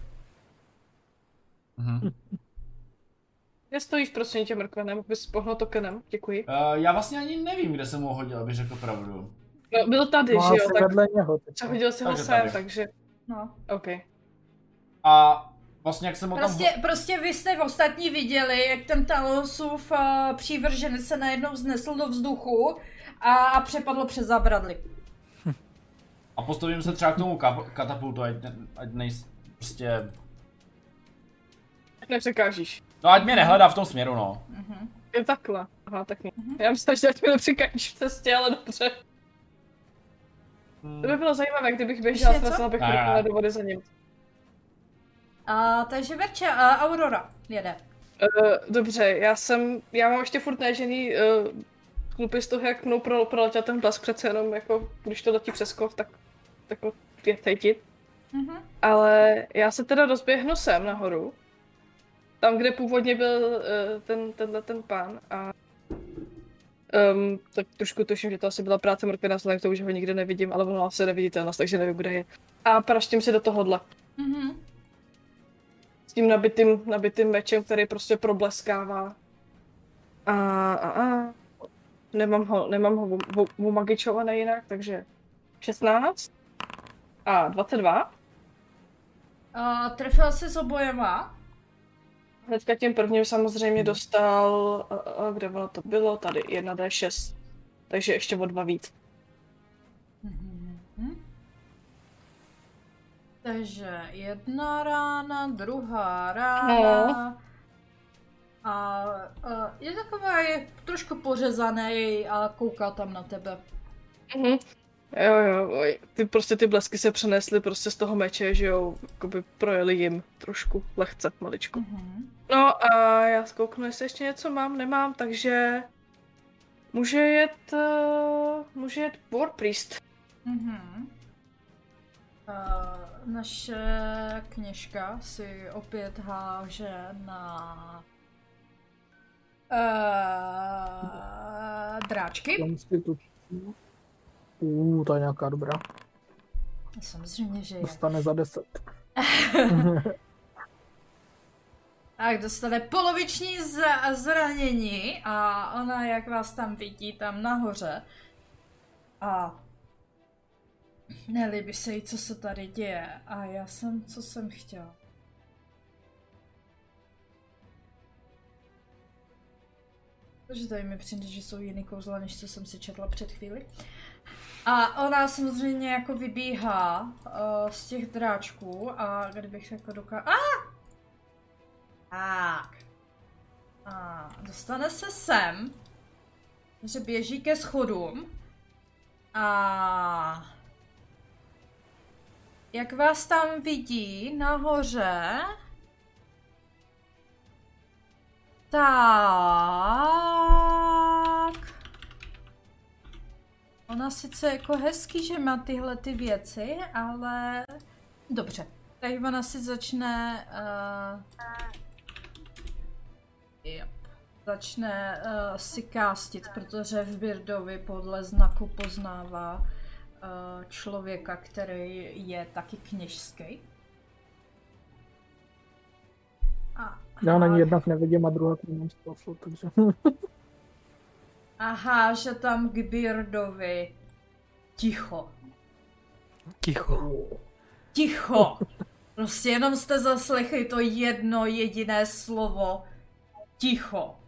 Mhm. Kde stojíš, prosím tě, mrkve, mohl bys pohnout tokenem? Děkuji. Uh, já vlastně ani nevím, kde jsem ho hodil, abych řekl pravdu. No, byl tady, No, že jo, asi tak vedle něho. teďka. hodil si ho Takže sem, tady. takže, No. OK. A vlastně jak jsem ho tam... Prostě, prostě vy jste ostatní viděli, jak ten Talosův uh, přívrženec se najednou vznesl do vzduchu a, a přepadl přes zábradlí. A postavím se třeba k tomu ka- katapultu, ať, ne- ať nejs... prostě... Nepřekážíš. No ať mě nehledá v tom směru, no. Mhm. Je takhle. Aha, tak ne. Já myslím, že ať mi nepřekážíš v cestě, ale dobře. To by bylo zajímavé, kdybych běžela, Ještě něco? ztratila bych Ne, ne, mrkve ne. do vody za ním. A takže Verče, a Aurora jede. Uh, dobře, já jsem, já mám ještě furt nežený uh, klupy z toho, jak mnou pro, proletěl ten blask, přece jenom jako, když to letí přes kov, tak jako je cítit. Mhm. Ale já se teda rozběhnu sem nahoru, tam, kde původně byl uh, ten, tenhle ten pán a um, tak trošku tuším, že to asi byla práce mrkvina, vzhledem k tomu, že ho nikde nevidím, ale ono asi neviditelnost, takže nevím, kde je. A praštím si do tohohle. Mhm. S tím nabitým, nabitým mečem, který prostě probleskává. A, a, a. Nemám ho, nemám ho umagičované jinak, takže šestnáct a dvacet dva. A trefil se s obojema. Hnedka tím prvním samozřejmě dostal, a, a, kde ono to bylo, tady jedna dé šest. Takže ještě o dva víc. Mhm. Takže jedna rána, druhá rána. A, a je takový trošku pořezaný a kouká tam na tebe. Mhm. Jo, jo, oj. Ty prostě ty blesky se přenesly prostě z toho meče, že jo, jakoby projeli jim trošku, lehce, maličko. Mhm. No a já zkouknu, jestli ještě něco mám, nemám, takže může jet, uh, může jet War Priest. Mhm. A naše kněžka si opět háže na uh, dráčky. Konstituční. Uh, to je nějaká dobrá. Samozřejmě, že je. Dostane za deset. Tak dostane poloviční z- zranění a ona, jak vás tam vidí, tam nahoře. A nelíbí se jí, co se tady děje. A já jsem, co jsem chtěla. Takže tady mi přijde, že jsou jiný kouzla, než co jsem si četla před chvíli. A ona samozřejmě jako vybíhá uh, z těch dráčků a kdybych jako dokázala... Ah! Tak. A dostane se sem, že běží ke schodům a jak vás tam vidí nahoře, Tak. Ona sice jako hezký, že má tyhle ty věci, ale dobře. Tak ona si začne uh... yep. začne uh, si kástit, protože v Birdovi podle znaku poznává uh, člověka, který je taky kněžský. A, Já na ní jednak nevidím a druhá to nemám splaslo, takže... Aha, že tam k Birdovi. Ticho. Ticho. Ticho. Prostě jenom jste zaslechli to jedno jediné slovo. Ticho.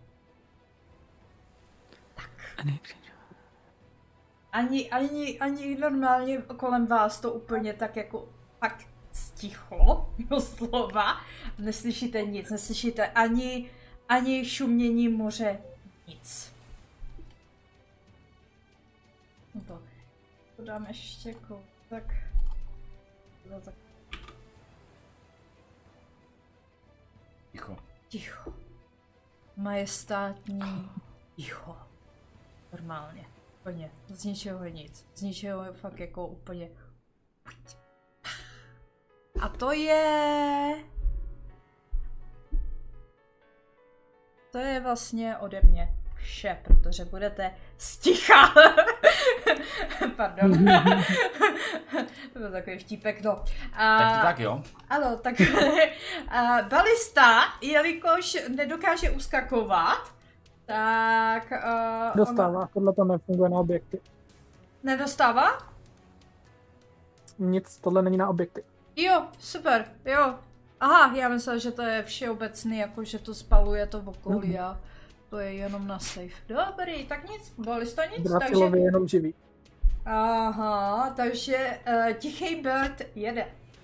Ani, ani, ani normálně kolem vás to úplně tak jako fakt stichlo, doslova. Neslyšíte nic, neslyšíte ani, ani šumění moře, nic. No to, to dám ještě jako, tak, no tak. Ticho. Ticho. Majestátní ticho. Normálně. Úplně. Z ničeho nic. Z ničeho je fakt jako úplně... A to je... To je vlastně ode mě vše, protože budete sticha. Pardon. To byl takový vtípek, no. A, Tak to tak jo. ano, tak a, balista, jelikož nedokáže uskakovat, tak... Uh, Dostává, ona... tohle to nefunguje na objekty. Nedostává? Nic, tohle není na objekty. Jo, super, jo. Aha, já myslel, že to je všeobecný, jako že to spaluje to v okolí mm. a to je jenom na safe. Dobrý, tak nic, balista nic, Dracilovi takže... jenom živý. Aha, takže uh, tichý Bird jede.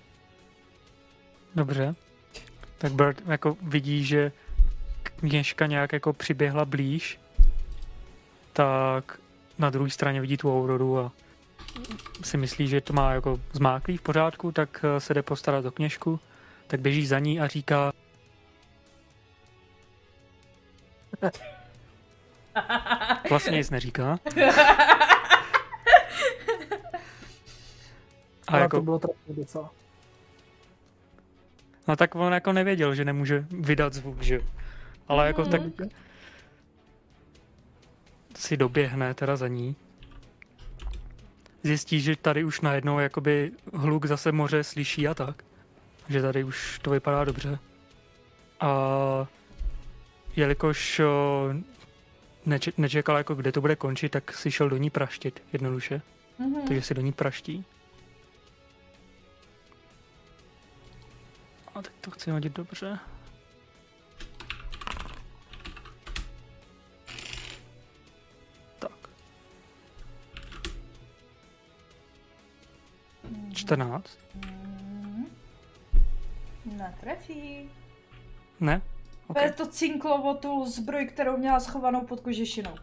Dobře. Tak Bird jako vidí, že kněžka nějak jako přiběhla blíž, tak na druhé straně vidí tu Auroru a si myslí, že to má jako zmáklý v pořádku, tak se jde postarat o kněžku, tak běží za ní a říká vlastně nic neříká. A Ale jako, to bylo trapné docela. no tak on jako nevěděl, že nemůže vydat zvuk, že jo. Ale jako Mm. tak si doběhne teda za ní. Zjistí, že tady už najednou jakoby hluk zase moře slyší a tak. Že tady už to vypadá dobře. A jelikož o, neče- nečekal jako kde to bude končit, tak si šel do ní praštit jednoduše. Mm-hmm. Takže si do ní praští. A teď to chci hodit dobře. Tak. čtrnáct. Mm. Netrefí. Ne? Okay. To je Okay. to cinklovo tu zbroj, kterou měla schovanou pod kožešinou.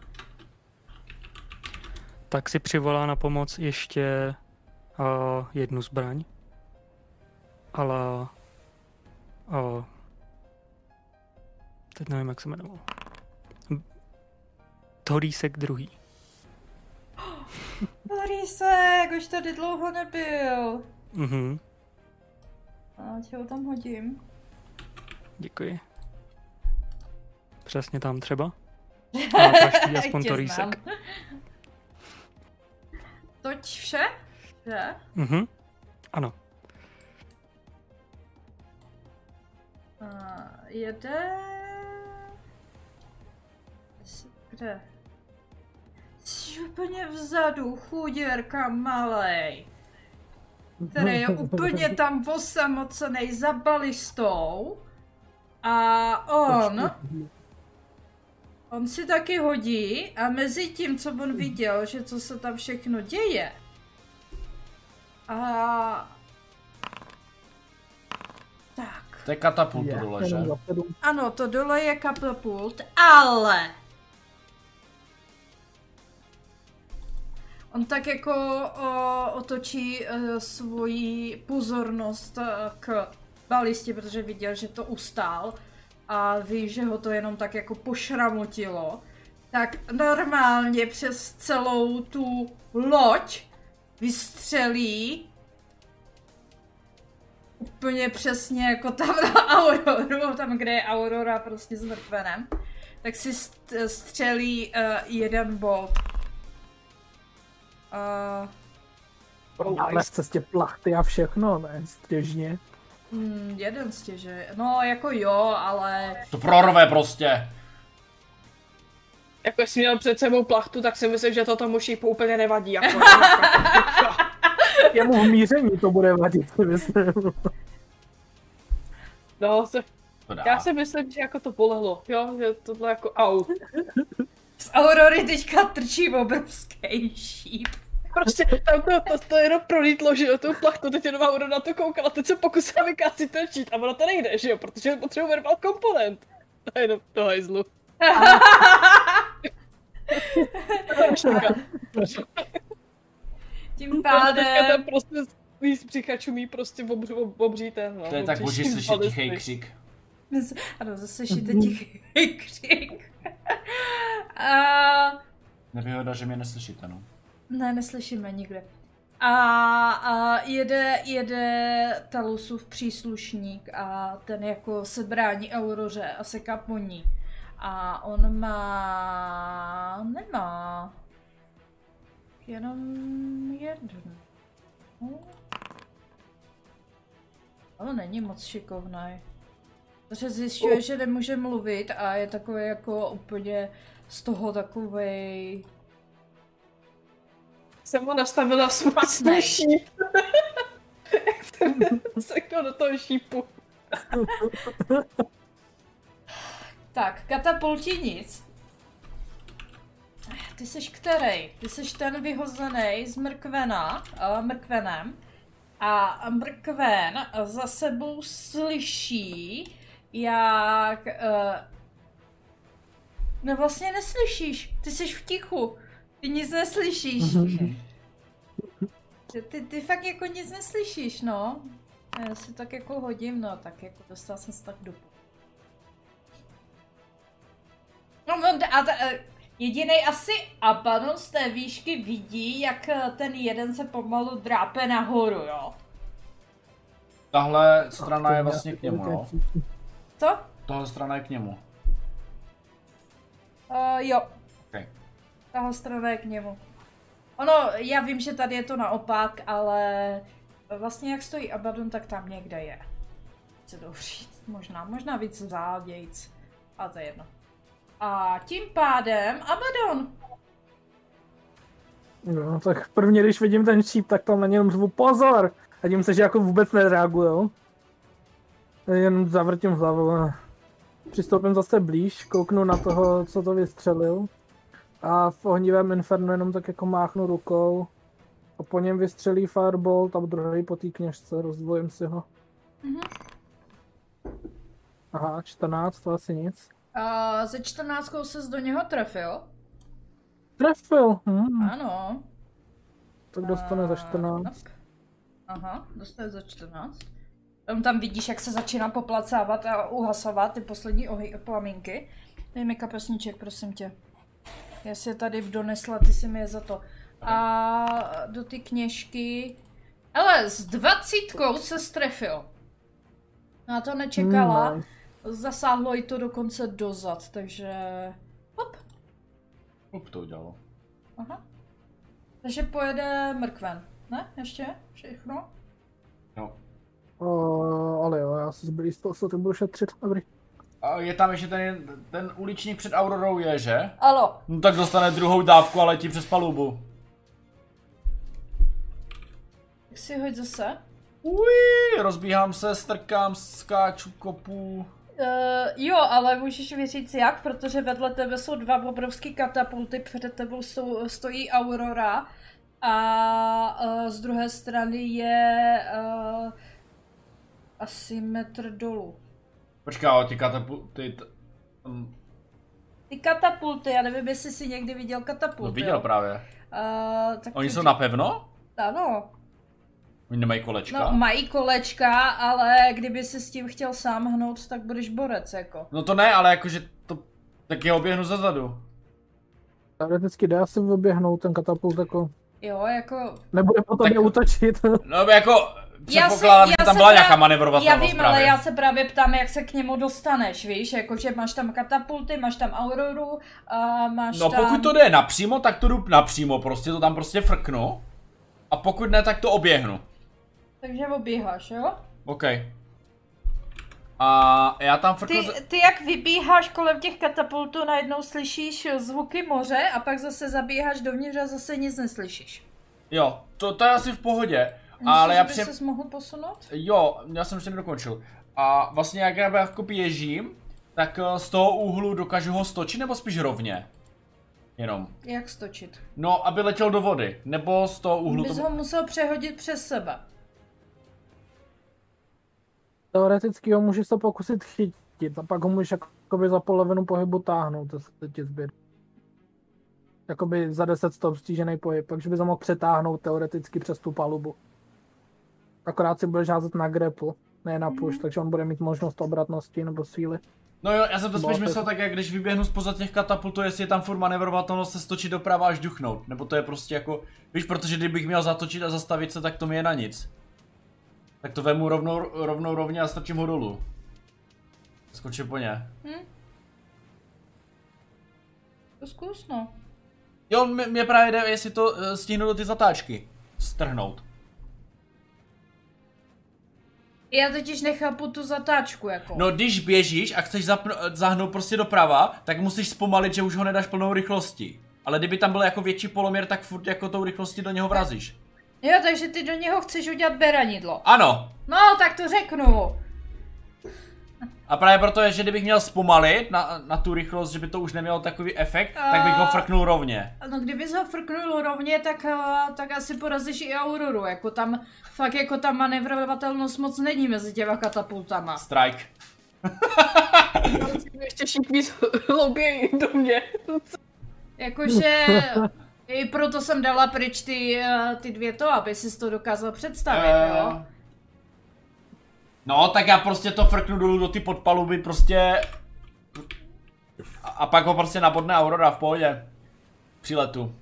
Tak si přivolá na pomoc ještě uh, jednu zbraň. Ale... Uh, teď nevím, jak se jmenoval. Thodísek druhý. Rýsek, už tady dlouho nebyl. Mhm, A tě ho tam hodím. děkuji. Přesně tam třeba. A praští aspoň Tě to znám. rýsek. Toť vše? Že? Mhm, ano. A jede... Kde? Jsi úplně vzadu, chuděrka malej. Který je úplně tam osamocenej za balistou. A on... On si taky hodí a mezi tím, co on viděl, že co se tam všechno děje. A... Tak. To je katapult Je, dole, že? jenom za sedm. Ano, to dole je katapult, ale... On tak jako o, otočí uh, svoji pozornost uh, k balistě, protože viděl, že to ustál. a ví, že ho to jenom tak jako pošramotilo, tak normálně přes celou tu loď vystřelí úplně přesně jako tam na Auroru, tam kde je Aurora prostě s mrtvenem, tak si st střelí uh, jeden bolt. Uh, Ale v cestě plachty a všechno, ne? Stěžně. mm, jeden stěže, no jako jo, ale... To prorve prostě. Jako jestli měl před sebou plachtu, tak si myslím, že to tomu šípu úplně nevadí. Jako, Jemu v míření to bude vadit, si myslím. no, se, To dá. já si myslím, že jako to bolelo, jo, že tohle jako au. Z Aurory teďka trčí obrovský šíp. Prostě tam to, to, to jenom prolítlo, že jo, tou plachtu, teď jenom Aurora na to koukala, teď se pokusila vykásit ten šít a ono to nejde, že jo, protože potřebuje verbal komponent. A jenom do hajzlu. Tím A teďka tam pádem... prostě z břicha čumí prostě obří, obří ten, no. To je tak obří boží šíp slyšet balistry. tichý křik. Ano, zase šíte tichý křik. A... Nevýhoda, že mě neslyšíte, no. Ne, neslyšíme nikde. A, a jede, jede Talusův příslušník a ten jako se brání Auroře a seká po ní. A on má... nemá... jenom jeden. No. Ale není moc šikovný. Takže zjišťuje, že nemůže mluvit a je takový jako úplně z toho takovej... Jsem ho nastavila smacný šíp. Jak jsem seknul do toho šípu. Tak, katapulti nic. Ty seš který? Ty seš ten vyhozený z mrkvena, uh, mrkvenem. A mrkven za sebou slyší, jak... Uh, no vlastně neslyšíš, ty seš v tichu. Ty nic neslyšíš. Ty, ty, ty fakt jako nic neslyšíš, no. Já si tak jako hodím, no, tak jako dostal jsem se tak do... No, no a ta, jedinej asi Abaddon z té výšky vidí, jak ten jeden se pomalu drápe nahoru, jo. Tahle strana je vlastně k němu, no. Co? Tahle strana je k němu. Uh, jo. Okay. Tahle strana je k němu. Ono, já vím, že tady je to naopak, ale vlastně jak stojí Abaddon, tak tam někde je. Co to říct? Možná, možná víc zádějc. A to je jedno. A tím pádem Abaddon. No, tak prvně, když vidím ten šíp, tak tam na něm řvu pozor! A tím se, že jako vůbec nereagujou. Jen zavrtím hlavu a přistoupím zase blíž, kouknu na toho, co to vystřelil. A v ohnivém infernu jenom tak jako máchnu rukou. A po něm vystřelí firebolt a druhý po té kněžce, rozdvojím si ho. Mhm. Aha, čtrnáct, to asi nic. A ze čtrnáctkou ses do něho trefil. Trefil! Hmm. Ano. Tak dostane za čtrnáct. Aha, dostane za čtrnáct. Tam, tam vidíš, jak se začíná poplacávat a uhasovat ty poslední ohy, plamínky. Dej mi kapesníček, prosím tě. Já si je tady donesla, ty si mi je za to. A do ty kněžky... Ale s dvacítkou se strefil. Na to nečekala. Hmm, Zasáhlo jí to dokonce dozad, takže... Hop. Up to udělalo. Aha. Takže pojede mrkven. Ne? Ještě? Všechno? Jo. O, ale jo, já si zbylý spoustu, tak budu šetřit, dobrý. A je tam ještě ten, ten uličník před Aurorou je, že? Alo. No tak dostane druhou dávku a letí přes palubu. Tak si hoď zase. Uj, rozbíhám se, strkám, skáču, kopu. Uh, jo, ale můžeš mi říct jak, protože vedle tebe jsou dva obrovský katapulty, před tebou sto, stojí Aurora a uh, z druhé strany je uh, asi metr dolů. Počkej, ale ty katapulty... T... Um, Ty katapulty, já nevím, jestli jsi někdy viděl katapulty. no viděl jo? právě. Uh, tak Oni ty- jsou napevno? Ano. Oni nemají kolečka? No, mají kolečka, ale kdyby si s tím chtěl sám hnout, tak budeš borec, jako. No to ne, ale jakože to... Tak je oběhnu zezadu. Teoreticky dá se oběhnout ten katapult jako... Jo, jako... Nebude po tobě Tak- útočit. No jako... Já se- Předpokládám, že já tam se byla pra- nějaká manevrovatelnost Já vím, právě. ale já se právě ptám, jak se k němu dostaneš, víš? Jakože máš tam katapulty, máš tam auroru, a máš No tam... pokud to jde napřímo, tak to jdu napřímo, prostě to tam prostě frknu. A pokud ne, tak to oběhnu. Takže obíháš, jo? OK. A já tam frknu... Ty, ty jak vybíháš kolem těch katapultů, najednou slyšíš zvuky moře a pak zase zabíháš dovnitř a zase nic neslyšíš. Jo, to, to je asi v pohodě. Myslíš, Ale já že by při... ses mohl posunout? Jo, já jsem ještě nedokončil. A vlastně jak já jako běžím, tak eh, z toho úhlu dokážu ho stočit nebo spíš rovně? Jenom. Jak stočit? No, aby letěl do vody. Nebo z toho úhlu Bys to... ho musel přehodit přes sebe. Teoreticky ho můžeš se pokusit chytit a pak ho můžeš jakoby za polovinu pohybu táhnout, to se ti zbyt. Jakoby za deset stop stížený pohyb, takže bys ho mohl přetáhnout teoreticky přes tu palubu. Akorát si budeš házet na grapple, ne na push, mm. takže on bude mít možnost obratnosti nebo síly. No jo, já jsem to spíš Bylo to- myslel tak, jak když vyběhnu spoza těch katapultů, jestli je tam furt manevrovatelnost se stočit doprava až duchnout. Nebo to je prostě jako, víš, protože kdybych měl zatočit a zastavit se, tak to mi je na nic. Tak to vemu rovnou, rovnou rovně a strčím ho dolů. Skočím po ně. Hm? To zkus, no. Jo, mě, mě právě jde, jestli to uh, stihnu do ty zatáčky. Strhnout. Já totiž nechápu tu zatáčku, jako. No když běžíš a chceš zapno- zahnout prostě doprava, tak musíš zpomalit, že už ho nedáš plnou rychlostí. Ale kdyby tam byl jako větší poloměr, tak furt jako tou rychlostí do něho vrazíš. Jo, takže ty do něho chceš udělat beranidlo. Ano. No, tak to řeknu. A právě proto je, že kdybych měl zpomalit na, na tu rychlost, že by to už nemělo takový efekt, A- tak bych ho frknul rovně. No, kdybys ho frknul rovně, tak, eh, tak asi porazíš i Auroru. Jako tam, fakt jako ta manevrovatelnost moc není mezi těma katapultama. Strike. Ještě šípní logej do mě. Jakože i proto jsem dala pryč ty, eh, ty dvě to, aby si to dokázal představit, Eh, jo? No, tak já prostě to frknu dolů do ty podpaluby, prostě... A, a pak ho prostě nabodne Aurora v pohodě. Při letu.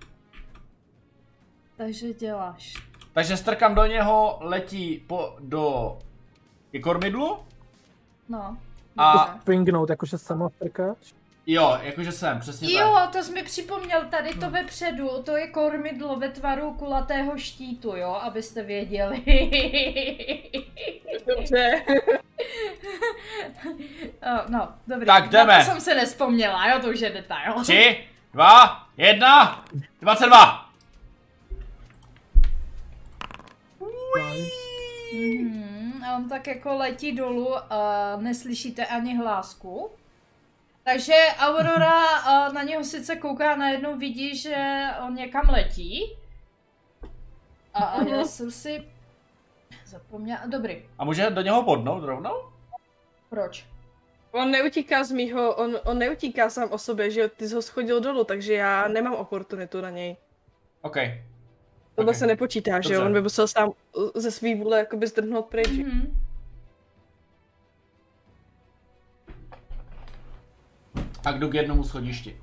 Takže děláš. Takže strkám do něho, letí po, do... ke kormidlu? No. A- dobře. Pingnout, jakože sama strkáš. Jo, jakože jsem, přesně tak. Jo, to jsi mi připomněl, tady to vepředu, to je kormidlo ve tvaru kulatého štítu, jo, abyste věděli. Dobře. Oh, no, dobrý. Tak jdeme. Na to jsem se nespomněla, jo, to už je detail. Tři, dva, jedna, dvacet dva. Mhm, a on tak jako letí dolů a neslyšíte ani hlásku. Takže Aurora a, na něho sice kouká, najednou vidí, že on někam letí. A, a já jsem si zapomněla, dobrý, A může do něho bodnout rovnou? proč? On neutíká z mýho, on, on neutíká sám o sobě, že jo, ty jsi ho schodil dolů, takže já nemám oportunitu na něj. OK. Tohle Ok. se nepočítá, že jo, Dobře. on by musel sám uh, ze svý vůle jakoby zdrhnout pryč. Mhm. A jdu k jednomu schodišti.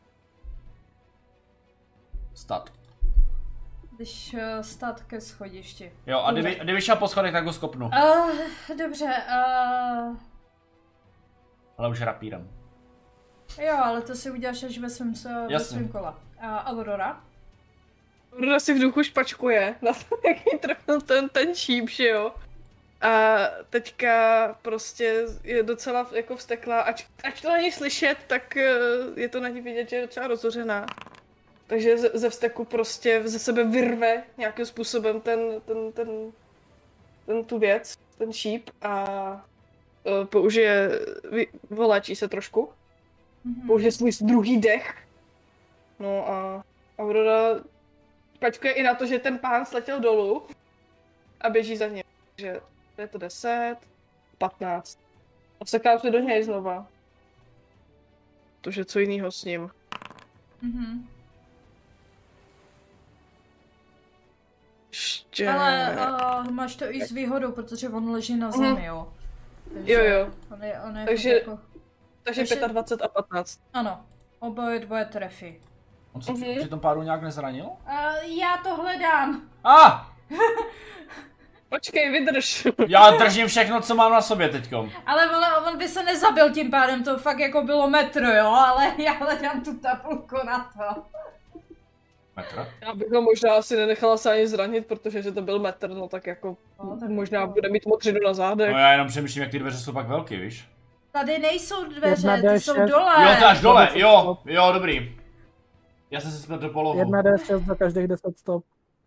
Stat. Když uh, stát ke schodišti. Jo, a kdyby, kdyby šel po schodech, tak ho skopnu. Uh, dobře, uh, Ale už rapírem. jo, ale to si uděláš až ve svém, ve Jasně. svém kola. Uh, Aurora? Ruda si v duchu špačkuje, na to, jak jí trefil ten, ten šíp, že jo. A teďka prostě je docela jako vzteklá, ač, ač to není slyšet, tak eh, je to na ní vidět, že je docela rozhořená. Takže ze, ze vzteku prostě ze sebe vyrve nějakým způsobem ten, ten, ten, ten tu věc, ten šíp a uh, použije, vy, voláčí se trošku, Mhm. použije svůj druhý dech. No a Aurora pačkuje i na to, že ten pán sletěl dolů a běží za ním. Takže je to deset, patnáct. A seká se do něj znova. Protože co jiného s ním. Mhm. ještě... Ale uh, máš to i s výhodou, protože on leží na zemi, mm. jo. Takže jo, jo. On je, on je takže, jako... takže dvacet pět a patnáct. Ano, oboje dvoje trefy. On se Mhm. při tom pádu nějak nezranil? Uh, já to hledám. A! Ah! Počkej, vydrž. Já držím všechno, co mám na sobě teďkom. Ale on, on by se nezabil tím pádem, to fakt jako bylo metr, jo, ale já hledám tu tabulku na to. Metr? Já bych ho možná asi nenechala se ani zranit, protože že to byl metr, no tak jako No, tak možná jako- bude mít modřinu na zádech. No já jenom přemýšlím, jak ty dveře jsou pak velký, víš? Tady nejsou dveře, Jedna ty D jsou šest. dole. Jo, to až dole, jo, jo, dobrý. Já jsem si spěl do polohu. Jedna D šest za každých deset stop.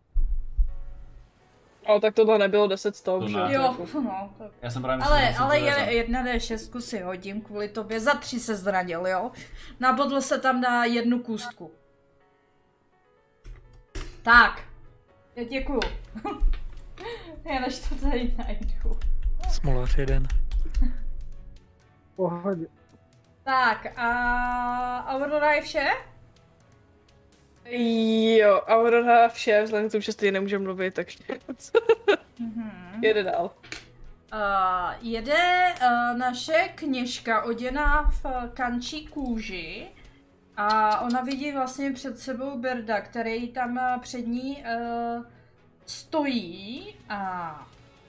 Ale tak tohle nebylo deset stop, To že? ne. Jo, no, tak. Já jsem právě myslel, Ale, že jsou ale ty dveře. je, jedna D šest si hodím kvůli tobě, za tři se zranil, jo? Nabodl se tam na jednu kůstku. Tak, já děkuju. Já než to tady najdu. Smolař jeden. Pohodě. Tak, a Aurora je vše? Jo, Aurora vše, vzhledem k tomu, že stejně nemůže mluvit, takže Mhm. jede dál. Uh, jede uh, naše kněžka oděná v uh, kančí kůži a ona vidí vlastně před sebou Berda, který tam uh, před ní uh, stojí a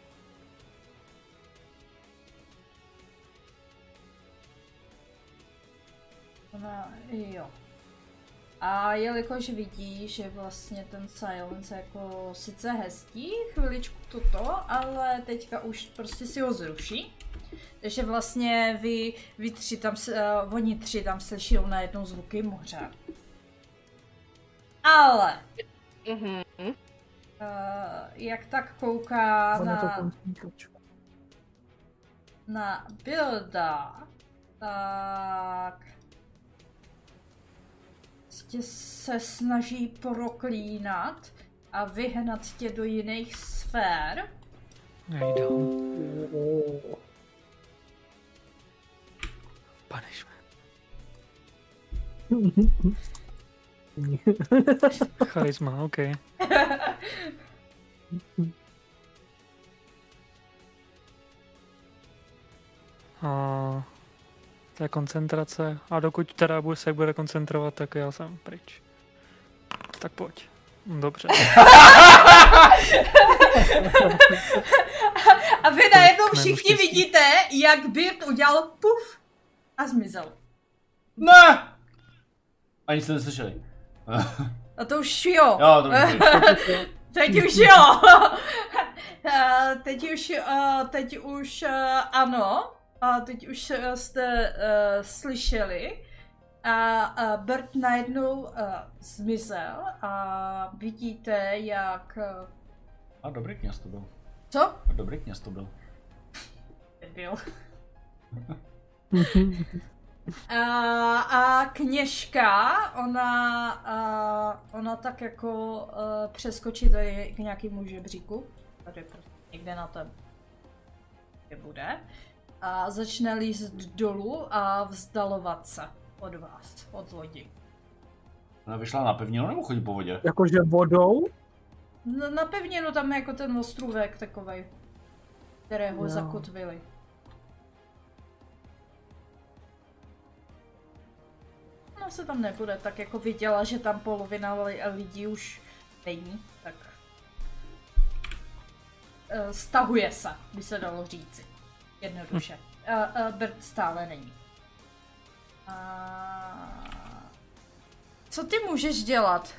ona, jo. A jelikož vidí, že vlastně ten silence jako sice hezký, chviličku toto, ale teďka už prostě si ho zruší. Takže vlastně vy, vy tři tam, uh, oni tři tam slyší najednou zvuky moře. Ale, Mhm. uh, jak tak kouká On je to na, koncentračka. na Bilda, tak tě se snaží proklínat a vyhnat tě do jiných sfér. Nejdám. Punishment. Charisma, OK. A to je koncentrace. A dokud teda bude se bude koncentrovat, tak já jsem pryč. Tak pojď. Dobře. A vy najednou Mému všichni štěstí. vidíte, jak Bird udělal puf a zmizel. Ne! Ani jste neslyšeli. A to už jo. Jo, to už Teď už jo. A teď už, a teď už a, ano. A teď už a, jste uh, slyšeli. A, a Bird najednou uh, zmizel a vidíte, jak... Uh, A dobrý kněz to byl. co? A dobrý kněz to byl. Byl. A, a kněžka, ona, a, ona tak jako a, přeskočí tady k nějakému žebříku, tady prostě někde na tom, kde bude, a začne lízt dolů a vzdalovat se od vás, od lodi. Ona vyšla na pevninu nebo chodí po vodě? Jakože vodou? No, na pevninu tam je jako ten ostrůvek takovej, kterého Jo. zakotvili. No se tam nebude, tak jako viděla, že tam polovina li- lidí už není, tak uh, stahuje se, by se dalo říci. Jednoduše. Uh, uh, Bird stále není. Uh, co ty můžeš dělat?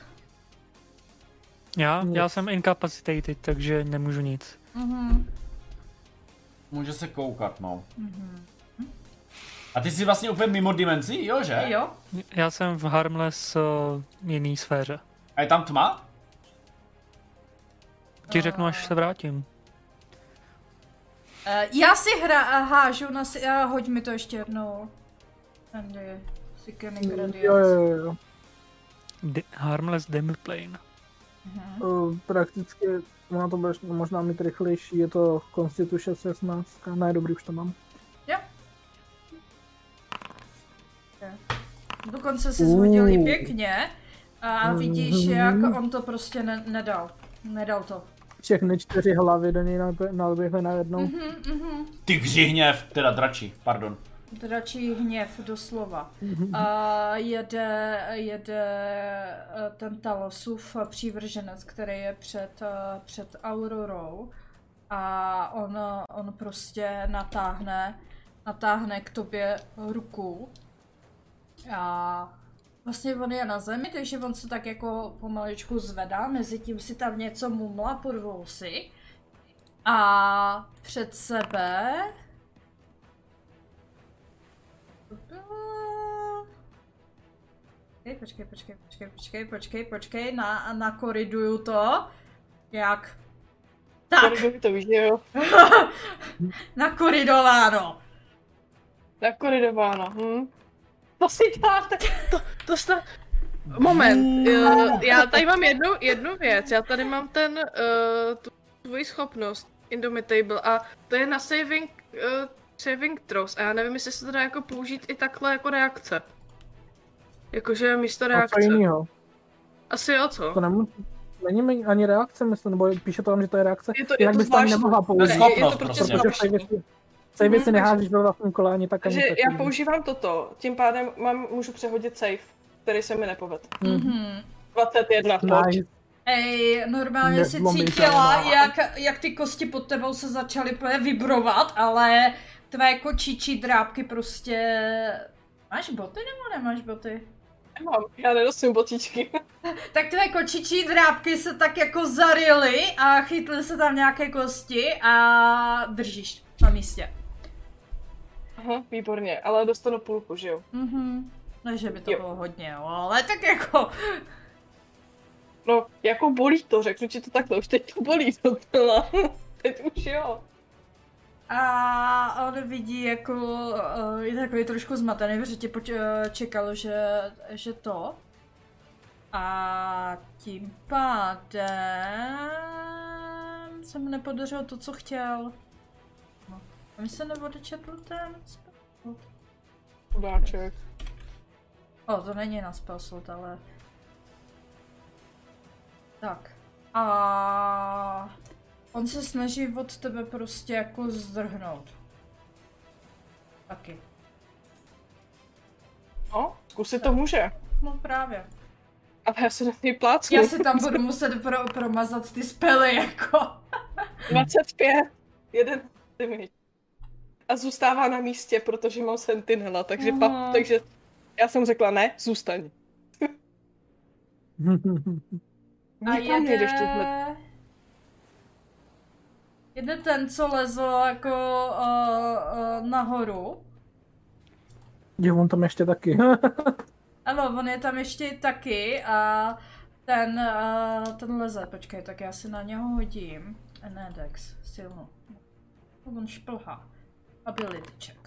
Já, já Nic. jsem incapacitated, takže nemůžu nic. Mhm. Může se koukat, no. Mhm. A ty jsi vlastně úplně mimo dimenzi, jo, že? Jo? Já jsem v Harmless uh, jiný sféře. A je tam tma? Ti řeknu, až se vrátím. Uh, já si hra, uh, hážu na si, uh, hoď mi to ještě jednou. Andy, Sickening Jo, Radiance. jo, jo. De- Harmless Demiplane. Mhm. Uh, Prakticky, ona to bude možná mít rychlejší, je to Constitution šestnáct. Ne, dobrý, už to mám. Dokonce si zhodil i Uh. pěkně a vidíš, Mhm. jak on to prostě ne- nedal. Nedal to. všechny čtyři hlavy do něj naběhly najednou. Mhm, mhm. Ty hřihněv, teda dračí, pardon. Dračí hněv, doslova. A jede, jede ten Talosův přívrženec, který je před, před Aurorou. A on, on prostě natáhne, natáhne k tobě ruku. A vlastně on je na zemi, takže on se tak jako pomaličku zvedá, mezi tím si tam něco mumla pod vousy. A před sebe... Počkej, počkej, počkej, počkej, počkej, počkej, na, nakoriduju to. Jak? Tak! Koriduj to, víš, jo? Nakoridováno! Nakoridováno, hm. To si dáte, to, to snad... Moment, uh, já tady mám jednu, jednu věc, já tady mám ten, uh, tu tvoji schopnost, Indomitable, a to je na saving, uh, saving throws, a já nevím, jestli se to dá jako použít i takhle jako reakce. Jakože místo reakce. A co jinýho? Asi jo, co? To nemů- není ani reakce, myslím, nebo píše to tam, že to je reakce, Je to, je jinak to bys tam zvláštní. nemohla použít. To je schopnost je to prostě prostě. Protože zvláštní. ty věci, ty věci Mhm, nehážeš ve vlastním kole ani tak, ani Takže tak. já používám toto, tím pádem mám, můžu přehodit save, který se mi nepovedl. Mhm. dvacet jedna, pojď. Nice. Ej, normálně si Nezlomitelná. cítila, jak, jak ty kosti pod tebou se začaly úplně vibrovat, ale tvé kočičí drápky prostě... Máš boty nebo nemáš boty? Nemám, já nenosím botičky. Tak tvé kočičí drápky se tak jako zarily a chytly se tam nějaké kosti a držíš na místě. Aha, výborně, ale dostanu půlku, že jo? Mhm. Ne, že by to Jo. bylo hodně, jo, ale tak jako... No, jako bolí to, řeknu ti to takhle, už teď to bolí docela. Teď už jo. A on vidí jako, uh, je takový trošku zmatený, protože tě poč- uh, čekalo, že, že to. A tím pádem se mu nepodařilo to, co chtěl. No. A mi se neodečetl ten spell. Chudáček. O, to není na spell slot, ale... Tak. A on se snaží od tebe prostě jako zdrhnout. Taky. No, zkusit to může. No právě. Ale já se na něj plácnu. Já si tam budu muset pro, promazat ty spely jako. dvacet pět. Jeden damage. A zůstává na místě, protože mám sentinela, takže, Aha. pa, takže já jsem řekla ne, zůstaň. A Nikam nejdeš, ty jsme... jede... Jede ten, co lezl jako uh, uh, nahoru. Je on tam ještě taky. Ano, on je tam ještě taky a ten, uh, ten leze, počkej, tak já si na něho hodím. Ne, Dex, silno. On šplhá. Ability check.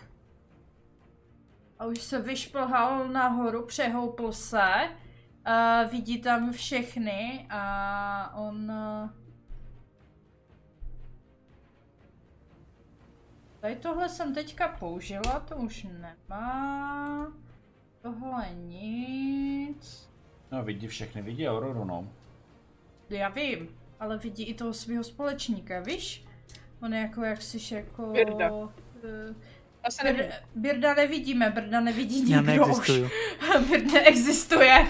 A už se vyšplhal nahoru, přehoupl se. Uh, vidí tam všechny a on... Uh... Tady tohle jsem teďka použila, to už nemá. Tohle nic. No vidí všechny, vidí Auroru, no. Já vím, ale vidí i toho svého společníka, víš? On je jako, jak jsi jako... Birda. Uh, Asi nevím. Bir, Birda nevidíme, Birda nevidí Já nikdo neexistuju. už. Bird neexistuje.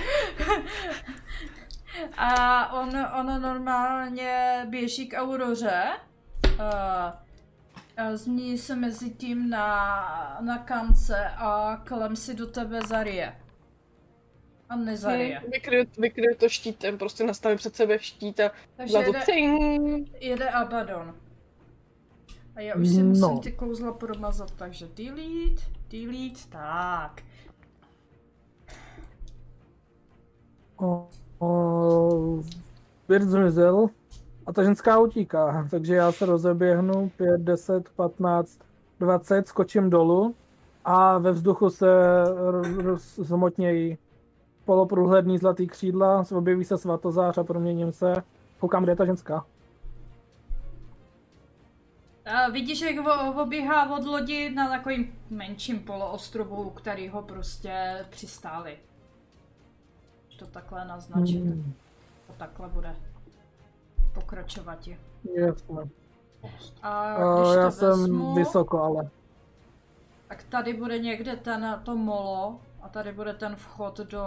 A on, on normálně běží k Auroře. Uh, Změní se mezi tím na, na kance a kolem si do tebe zarije. A nezarije. Hmm, vykryju, vykryju to štítem, prostě nastavím před sebe štít a Takže za to jede, cing. jede Abaddon. A já už si No. musím ty kouzla promazat, takže delete, delete, tak. O, o, Bird zmizel a ta ženská utíká, takže já se rozeběhnu pět, deset, patnáct, dvacet, skočím dolů a ve vzduchu se zhmotnějí poloprůhledný zlatý křídla, objeví se svatozář a proměním se. Koukám, kde je ta ženská. A vidíš, jak vo- obíhá od lodi na takovým menším poloostrovu, který ho prostě přistáli. Když to takhle naznačit, Hmm. to takhle bude pokračovat. Jasně. A Uh, když já to jsem vezmu, vysoko, ale. tak tady bude někde ten, to molo a tady bude ten vchod do,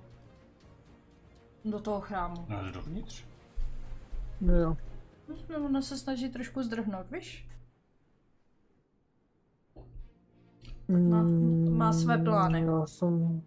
do toho chrámu. No, dovnitř. Jo. Ona se snaží trošku zdrhnout, víš? Má, má své plány. Já jsem...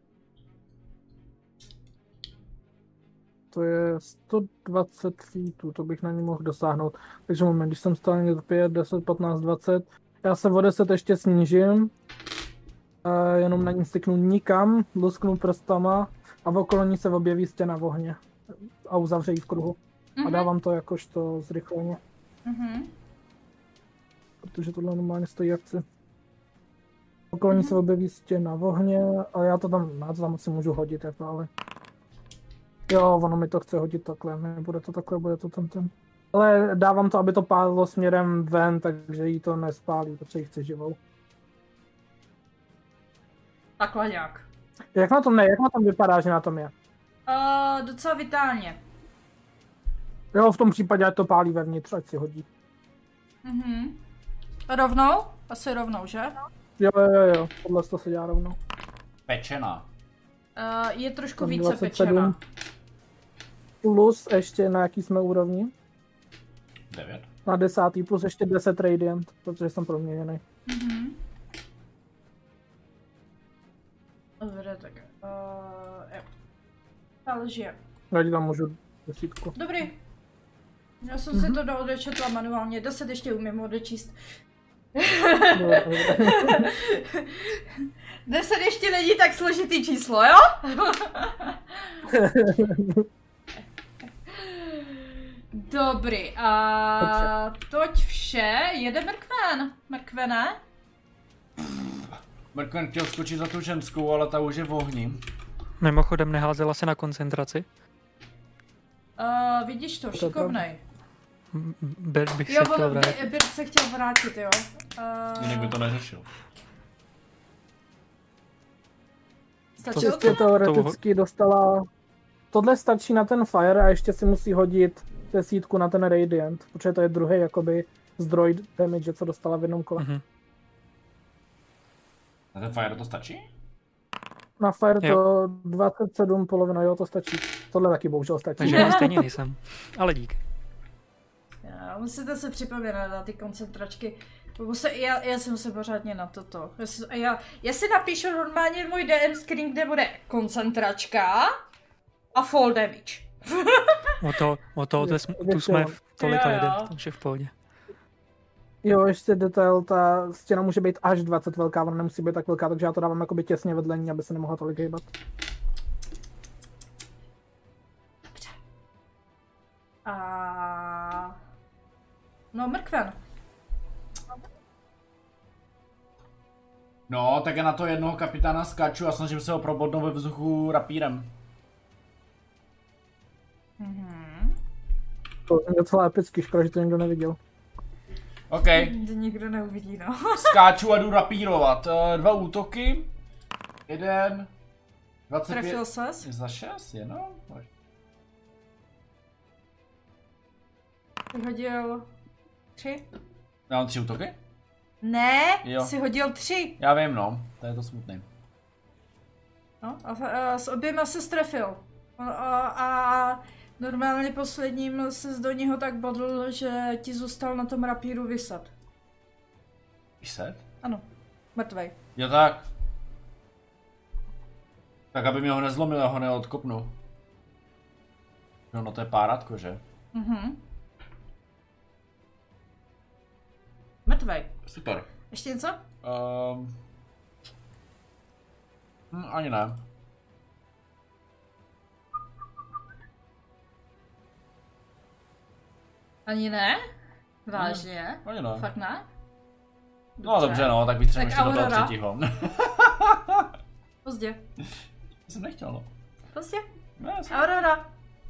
To je sto dvacet feetů, to bych na ní mohl dosáhnout. Takže moment, když jsem stál někde pět, deset, patnáct, dvacet, já se o deset ještě snížím. A jenom na ní styknu nikam, lusknu prstama a v okolo ní se objeví stěna v ohně. A uzavře ji v kruhu. Mhm. A dávám to jakožto zrychlení. Mhm. Protože tohle normálně stojí akci. Okolo ní se objeví stěna v ohně a já to tam, já to tam si můžu hodit, jako, ale... Jo, ono mi to chce hodit takhle, nebude to takhle, bude to ten ten. Ale dávám to, aby to pálilo směrem ven, takže jí to nespálí, protože ji chce živou. Takhle nějak. Jak na tom ne, jak na tom vypadá, že na tom je? Uh, docela vitálně. Jo, v tom případě, ať to pálí vevnitř, ať si hodí. Mhm. Rovnou? Asi rovnou, že? Jo, jo, jo, podle toho se dělá rovnou. Pečená. Uh, je trošku Tam více dvacet sedm. pečená. Plus ještě na jaký jsme úrovni? devět. Na desátý, plus ještě deset radiant, protože jsem proměněný. Mhm. Dobře, tak. Uh, jo. Ale žije. Já ti tam můžu desítku. Dobrý. Já jsem si to odečetla manuálně, deset ještě umím odečíst. deset ještě není tak složitý číslo, jo? Dobrý, a toť vše, jede mrkven, mrkvene? Mrkven chtěl skočit za tu ženskou, ale ta už je v ohni. Mimochodem neházela se na koncentraci? Uh, vidíš to, šikovnej. M- Bert bych Jo, se chtěl on vrátit. Bert se chtěl vrátit, jo. Uh, Jinak by to neřešil. Stačilo Čistě to? teoreticky dostala... Tohle stačí na ten fire a ještě si musí hodit desítku na ten radiant, protože to je druhý jakoby zdroj damage, co dostala v jednom kole. Mhm. Na ten fire to stačí? Na fire Jo. to dvacet sedm polovina, jo, to stačí. Tohle taky bohužel stačí. Takže já stejně nejsem. Ale dík. Já, musíte se připomínat na ty koncentračky. Se, já, já jsem se pořádně na toto. Já, si- já, já si napíšu normálně můj D M screen, kde bude koncentračka a fall damage. O to, o to, to jsme, tu jsme v tolika Jo, jo. lidem, takže v pohodě. Jo, ještě detail, ta stěna může být až dvacet velká, ona nemusí být tak velká, takže já to dávám jakoby těsně vedle ní, aby se nemohla tolik hejbat. A... No, mrkven. No, tak já na to jednoho kapitána skáču a snažím se ho probodnout ve vzduchu rapírem. Mhm. To je docela epický, škoda, že to nikdo neviděl. OK, To nikdo neuvidí, no. skáču a jdu rapírovat. Eh, Dva útoky. Jeden. dvacet pět. Trefil ses? Za šest, jenom? Vyhodil tři? Já mám tři útoky? Ne, Jo. jsi hodil tři. Já vím, no. To je to smutný. No, a, a s oběma se strefil. A, a, a normálně posledním se do něho tak bodl, že ti zůstal na tom rapíru vysat. Set? Ano, mrtvej. Jo tak. Tak aby mi ho nezlomil, já ho neodkopnu. No, no to je párátko, že? Mhm. Mrtvej. Super. Ještě něco? Um... Hm, ani ne. Ani ne? Vážně? Ani ne. Fakt ne? No dobře, no, tak vytřeme Tak ještě do toho Aurora. třetího. Pozdě. Já jsem nechtěl, no. Pozdě. Ne, já jsem... Aurora.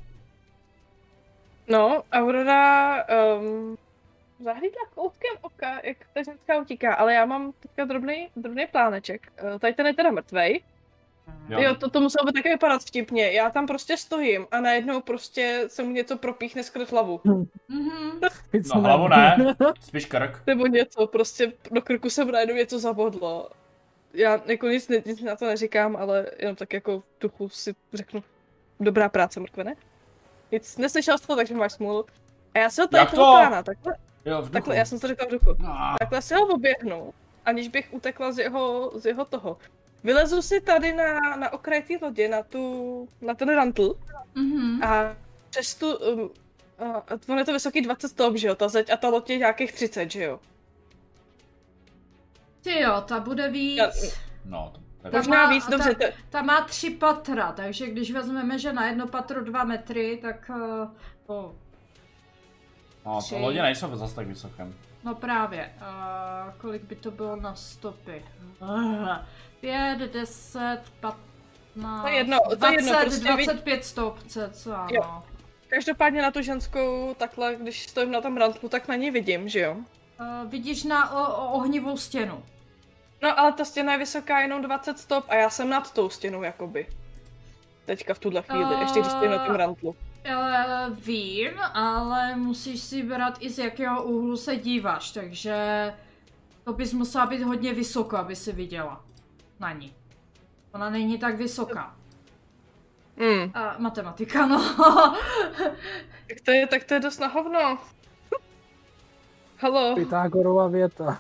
No, Aurora um, zahlídla koutkem oka, jak ta ženská utíká, ale já mám teďka drobný, drobný pláneček. Uh, tady ten je teda mrtvej. Jo. Jo, to, to muselo by také vypadat vtipně. Já tam prostě stojím a najednou prostě se mu něco propíchne skrz hlavu. Mhm. No hlavu ne, spíš krk. Nebo něco, prostě do krku se najednou něco zabodlo. Já jako nic, nic na to neříkám, ale jenom tak jako v duchu si řeknu, dobrá práce, mrkve, ne? Nic, neslyšel jsi to, takže máš smůlu. A já si ho tady Jak to? toho pána, takhle, Jo, v duchu. takhle, já jsem to řekla v duchu. No. Takhle si ho oběhnu, aniž bych utekla z jeho, z jeho toho. Vylezu si tady na, na okraj té lodě, na tu, na ten rantl Mhm. a přes tu, um, a, on je to vysoký dvacet stop, že jo, ta zeď a ta loď je nějakých třicet, že jo. Ty jo, ta bude víc. Já- No, to, to je Ta Možná má- víc, dobře, ta, to, ta má tři patra, takže když vezmeme, že na jedno patro dva metry, tak... Uh, oh, no, tři. to lodě nejsou zase tak vysokém. no právě, uh, kolik by to bylo na stopy? Uh, pět, deset, patnáct, To je jedno, to je jedno, dvacet, prostě vy- dvacet pět stop, cca, Jo. no. každopádně na tu ženskou, takhle, když stojím na tom rantlu, tak na ní vidím, že jo. Uh, vidíš na o, o, ohnivou stěnu. No ale ta stěna je vysoká jenom dvacet stop a já jsem nad tou stěnou, jakoby. Teďka v tuhle chvíli, ještě když stojím na tom rantlu. Uh, vím, ale musíš si brát i z jakého úhlu se díváš, takže to bys musela být hodně vysoko, aby si viděla na ní. Ona není tak vysoká. Hmm, A matematika, no. tak to je, tak to je dost na hovno. Halo. Pythagorova věta.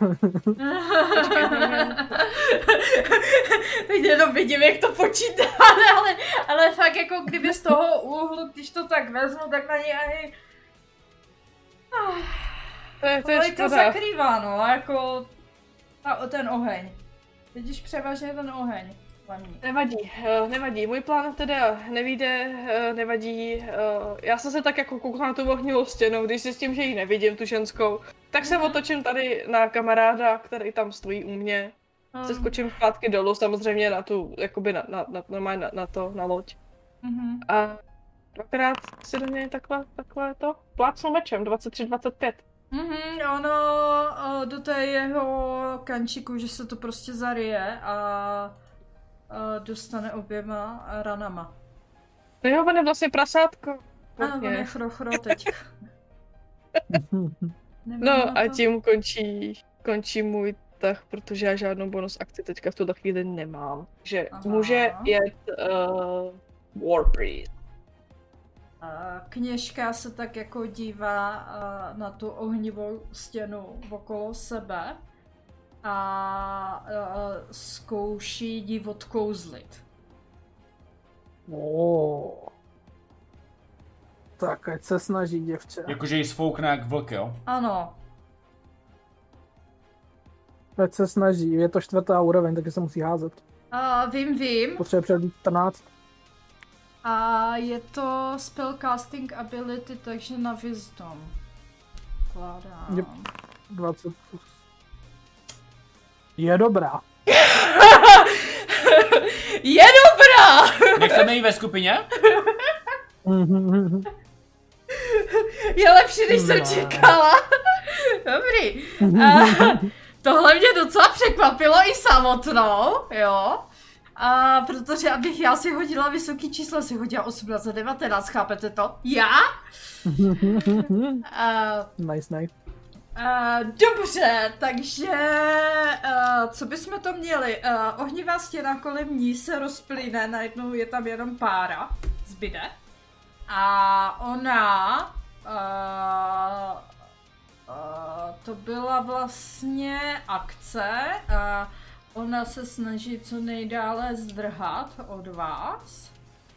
Teď jenom vidím, jak to počítá, ale, ale fakt jako kdyby z toho úhlu, když to tak vezmu, tak na ní ani... To je, to je Ale to škoda. zakrývá, no, jako ta, ten oheň. Vidíš převážně ten oheň hlavní. Nevadí, eh, nevadí. Můj plán teda nevyjde, eh, nevadí. eh, Já jsem se tak jako koukla na tu ohnivou stěnu, když si s tím, že ji nevidím, tu ženskou, tak se otočím tady na kamaráda, který tam stojí u mě. Se skočím zpátky dolů, samozřejmě na tu, jakoby na, na, na, normálně na, na to, na loď. Mhm. A dvakrát si do něj takhle, takhle to plácnu mečem, dvacet tři dvacet pět. Mhm, ono o, do té jeho kančiku, že se to prostě zaryje a, a dostane oběma ranama. No jo, on je vlastně prasátko. Ano, on je chrochro teď. No a tím končí, končí můj tah, protože já žádnou bonus akci teďka v tuhle chvíli nemám. Takže Aha. může jet uh, Warpriest. A Kněžka se tak jako dívá a, na tu ohnivou stěnu okolo sebe a, a zkouší ji odkouzlit. Oh. Tak ať se snaží, děvče. Jakože jí sfoukne jak vlk, jo? Ano, Ať se snaží, je to čtvrtá úroveň, takže se musí házet. a vím, vím. Potřebuje přebít čtrnáct. A je to spellcasting ability, takže na wisdom. Kládám. Yep. dvacet plus. Je dobrá. Je dobrá! Nechceme jí ve skupině? Je lepší, než jsem Ne. čekala. Dobrý. A tohle mě docela překvapilo i samotnou, jo. A protože abych já si hodila vysoký číslo, si hodila osmnáct a devatenáct, chápete to? Já? A, Nice, nice. a, dobře, takže a, co bychom to měli? A, ohnivá stěna kolem ní se rozplyne, najednou je tam jenom pára, zbyde. A ona... A, a, to byla vlastně akce a ona se snaží co nejdále zdrhat od vás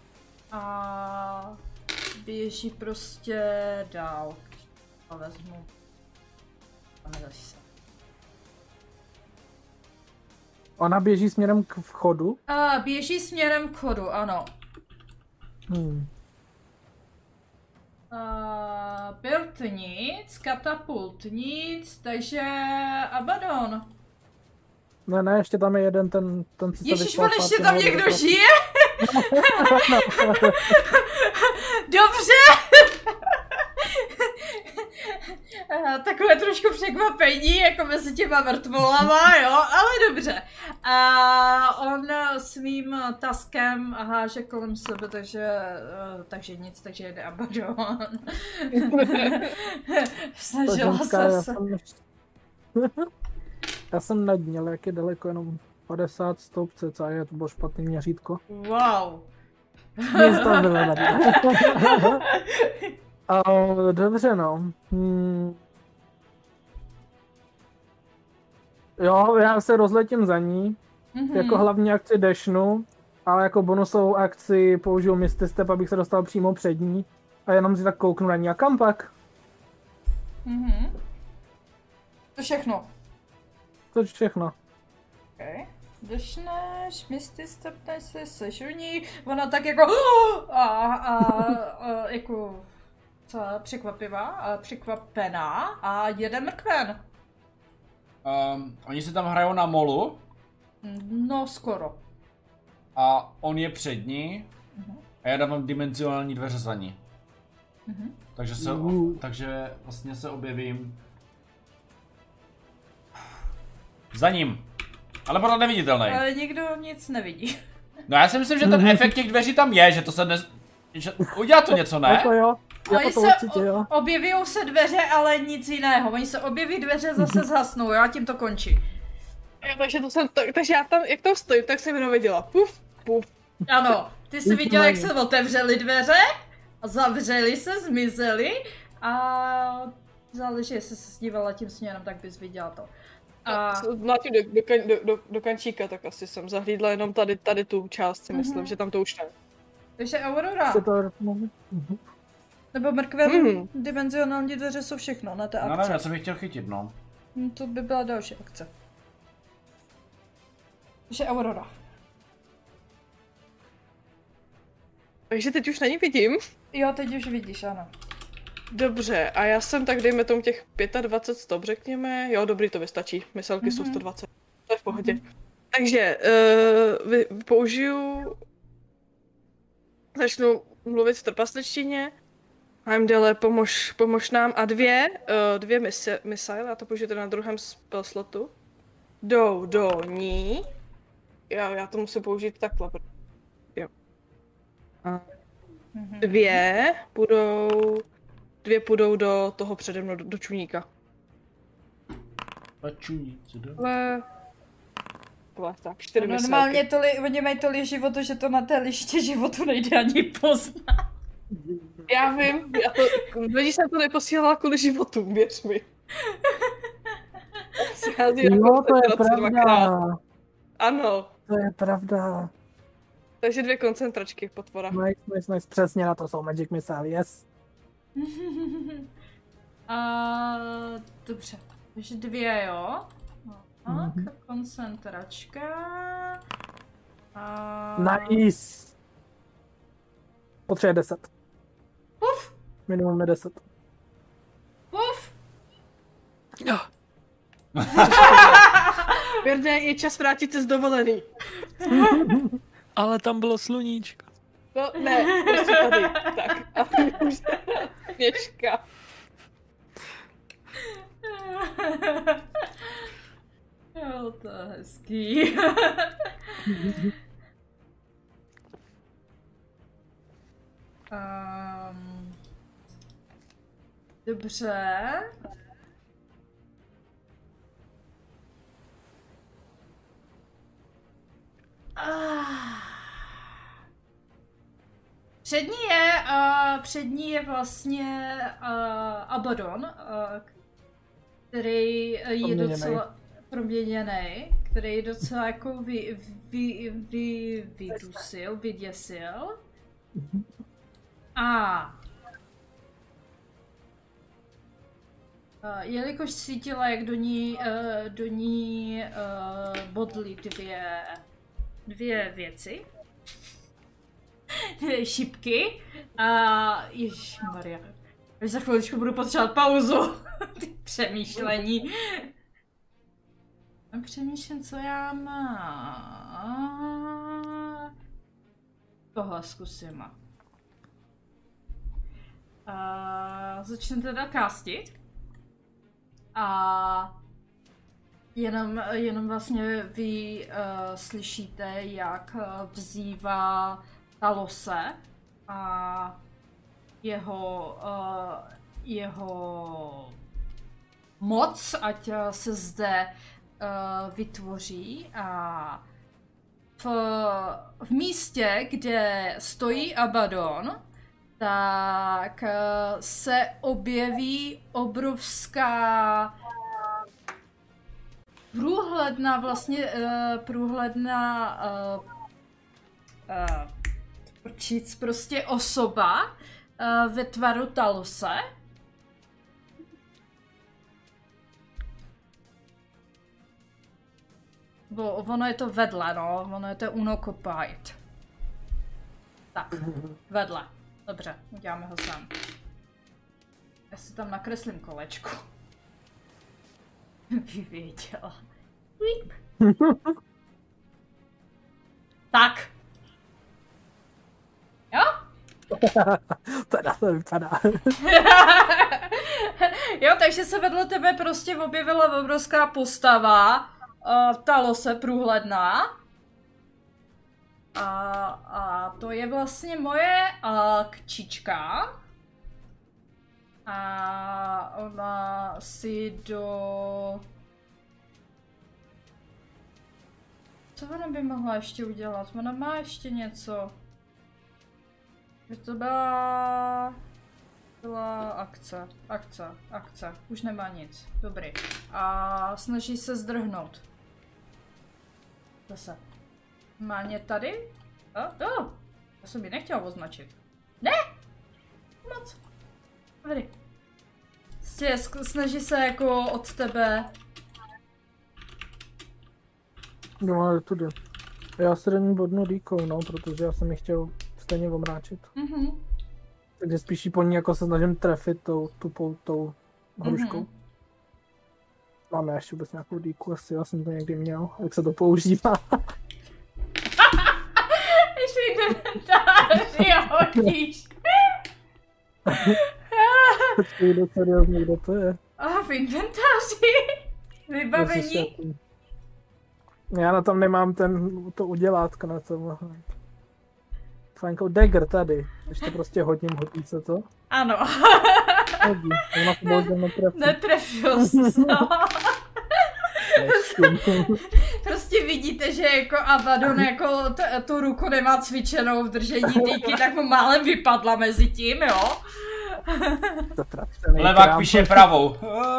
a běží prostě dál. A vezmu. A nedaří se. Ona běží směrem k vchodu. A běží směrem k chodu, ano. Hmm. Uh, Birt nic, katapult nic, takže Abaddon. Ne, ne, ještě tam je jeden ten, ten co se Ježiš, vyspal on ještě zpátky tam na někdo vodu. žije? Dobře. Uh, takové trošku překvapení, jako mezi těma mrtvolama, jo, ale dobře. Uh, on svým taskem háže kolem sebe, takže, uh, takže nic, takže jde Abaddon. Snažila se já se. jsem, já jsem nad ní, ale jak je daleko, jenom padesát stop cca, je to bylo špatný měřítko. Wow. Nic tam bylo uh, dobře no. Hmm. Jo, já se rozletím za ní, Mm-hmm. jako hlavní akci dashnu, ale jako bonusovou akci použiju Misty Step, abych se dostal přímo před ní a jenom si tak kouknu na ní a kam pak. Mm-hmm. To všechno. To všechno. Okay. Došneš, Misty stepneš se, seš u ní, ona tak jako a, a, a jako co, překvapivá, a překvapená a jede mrkven. Um, oni si tam hrajou na molu No skoro. a on je před ní Uh-huh. a já dávám dimenzionální dveře za ní. Uh-huh. Takže se, Uh. takže vlastně se objevím za ním. Ale pořád neviditelný. Ale nikdo nic nevidí. No já si myslím, že ten efekt těch dveří tam je, že to se ne... Že... Udělá to něco, ne? Jako jo, Oni jako to se určitě jo. o- objeví se dveře, ale nic jiného. Oni se objeví dveře, zase zhasnou, jo, a tím to končí. Jo, takže, to jsem, tak, takže já tam, jak tam stojím, tak jsem jenom viděla puf, puf. Ano, ty jsi viděl, jak se otevřely dveře, zavřely se, zmizely a záleží, jestli se dívala tím směrem, tak bys viděla to. A Mlátím do, do, kan- do, do, do kančíka, tak asi jsem zahlídla jenom tady, tady tu část, si myslím, Mhm. že tam to už ne. takže Aurora, Se to... Mhm. nebo mrkven, Mhm. dimenzionální dveře jsou všechno na té No nevím, akci. já jsem ji chtěl chytit, no. Hm, to by byla další akce. Takže Aurora. Takže teď už na ní vidím. Jo, teď už vidíš, ano. Dobře, a já jsem tak dejme tomu těch dvacet pět stop, řekněme. Jo, dobrý, to vystačí. Myselky jsou Mhm. sto dvacet. To je v pohodě. Takže uh, vy, použiju... Začnu mluvit v trpasličtině. Heimdale, pomož, pomož nám. A dvě, uh, dvě misi, missile, já to použiju teda na druhém spell slotu. Jdou do ní. Já, já to musím použít takhle. Jo. A Mhm. dvě budou... Dvě půjdou do toho přede mnou, do, do čuníka. Pačuní, co do... Ale... Ale tak, čtyři No, miselky. normálně toli, oni mají tolik životu, že to na té liště životu nejde ani poznat. Já vím, já to... Lidi jsem to neposílala kvůli životům, věř mi. Schází na Jo, to je koncentraci dvakrát. pravda. Ano, To je pravda. takže dvě koncentračky potvora. Nice, nice, nice. Přesně na to jsou Magic Missile, yes. A dobře, takže dvě, jo? No, tak, Mhm. koncentračka. A... Nice. Potřebuje deset. Puf, Minimum je deset. puf. Jo. Věrně, je čas vrátit se z dovolený. Ale tam bylo sluníčko. No, ne, prostě tady. Tak, a už Měčka. Jo, to je hezký. um, dobře. Ah. Přední je, uh, přední je vlastně uh, Abaddon, uh, který je Proměněnej. docela proměněný, který docela jako vy, vy, vy, vydusil, vyděsil. A uh, jelikož cítila, jak do ní, uh, do ní uh, bodly dvě, dvě věci, šipky a ježišmarja, až za chviličku budu potřebovat pauzu. Ty přemýšlení. A přemýšlím, co já mám. Tohle zkusím. A začnu teda castit. A jenom, jenom vlastně vy uh, slyšíte, jak uh, vzývá Talose a jeho, uh, jeho moc, ať uh, se zde uh, vytvoří a v, v místě, kde stojí Abaddon, tak uh, se objeví obrovská průhledná vlastně, uh, průhledná uh, uh, prčic, prostě osoba uh, ve tvaru Talose. Bo ono je to vedle, no, ono je to unoccupied. Tak, vedle. Dobře, uděláme ho sem. Já si tam nakreslím kolečko. By věděla. Tak. Jo? Teda to vypadá. Jo, takže se vedle tebe prostě objevila obrovská postava. Uh, Talose průhledná. A, a to je vlastně moje uh, kčička. A ona si do... Co ona by mohla ještě udělat? Ona má ještě něco. Že to byla... Byla akce, akce, akce. Už nemá nic. Dobrý. A snaží se zdrhnout. Zase. Má ně tady? Oh, oh. Já jsem ji nechtěla označit. Ne! Moc. Dobrý. Prostě snaží se jako od tebe. No ale tudy. Já se do ní bodnu dýkou, no, protože já jsem ji chtěl stejně omráčit. Mhm. Takže spíš jí po ní jako se snažím trefit tou tupou tou hruškou. Mm-hmm. Máme ještě vůbec nějakou dýku, asi já jsem to někdy měl, jak se to používá. Ještě inventáři a hodíš. Počkej, do seriózně, kde to je? A v inventáři? Vybavení? Já na tom nemám ten, to udělátko na tom. Fajnko, dagger tady. Když to prostě hodím, hodí se to? Ano. Hodí, ona to bohužel netrefí. Netrefil jsi, no. Prostě vidíte, že jako Abaddon jako t- tu ruku nemá cvičenou v držení dýky, tak mu málem vypadla mezi tím, jo? Levák píše pravou.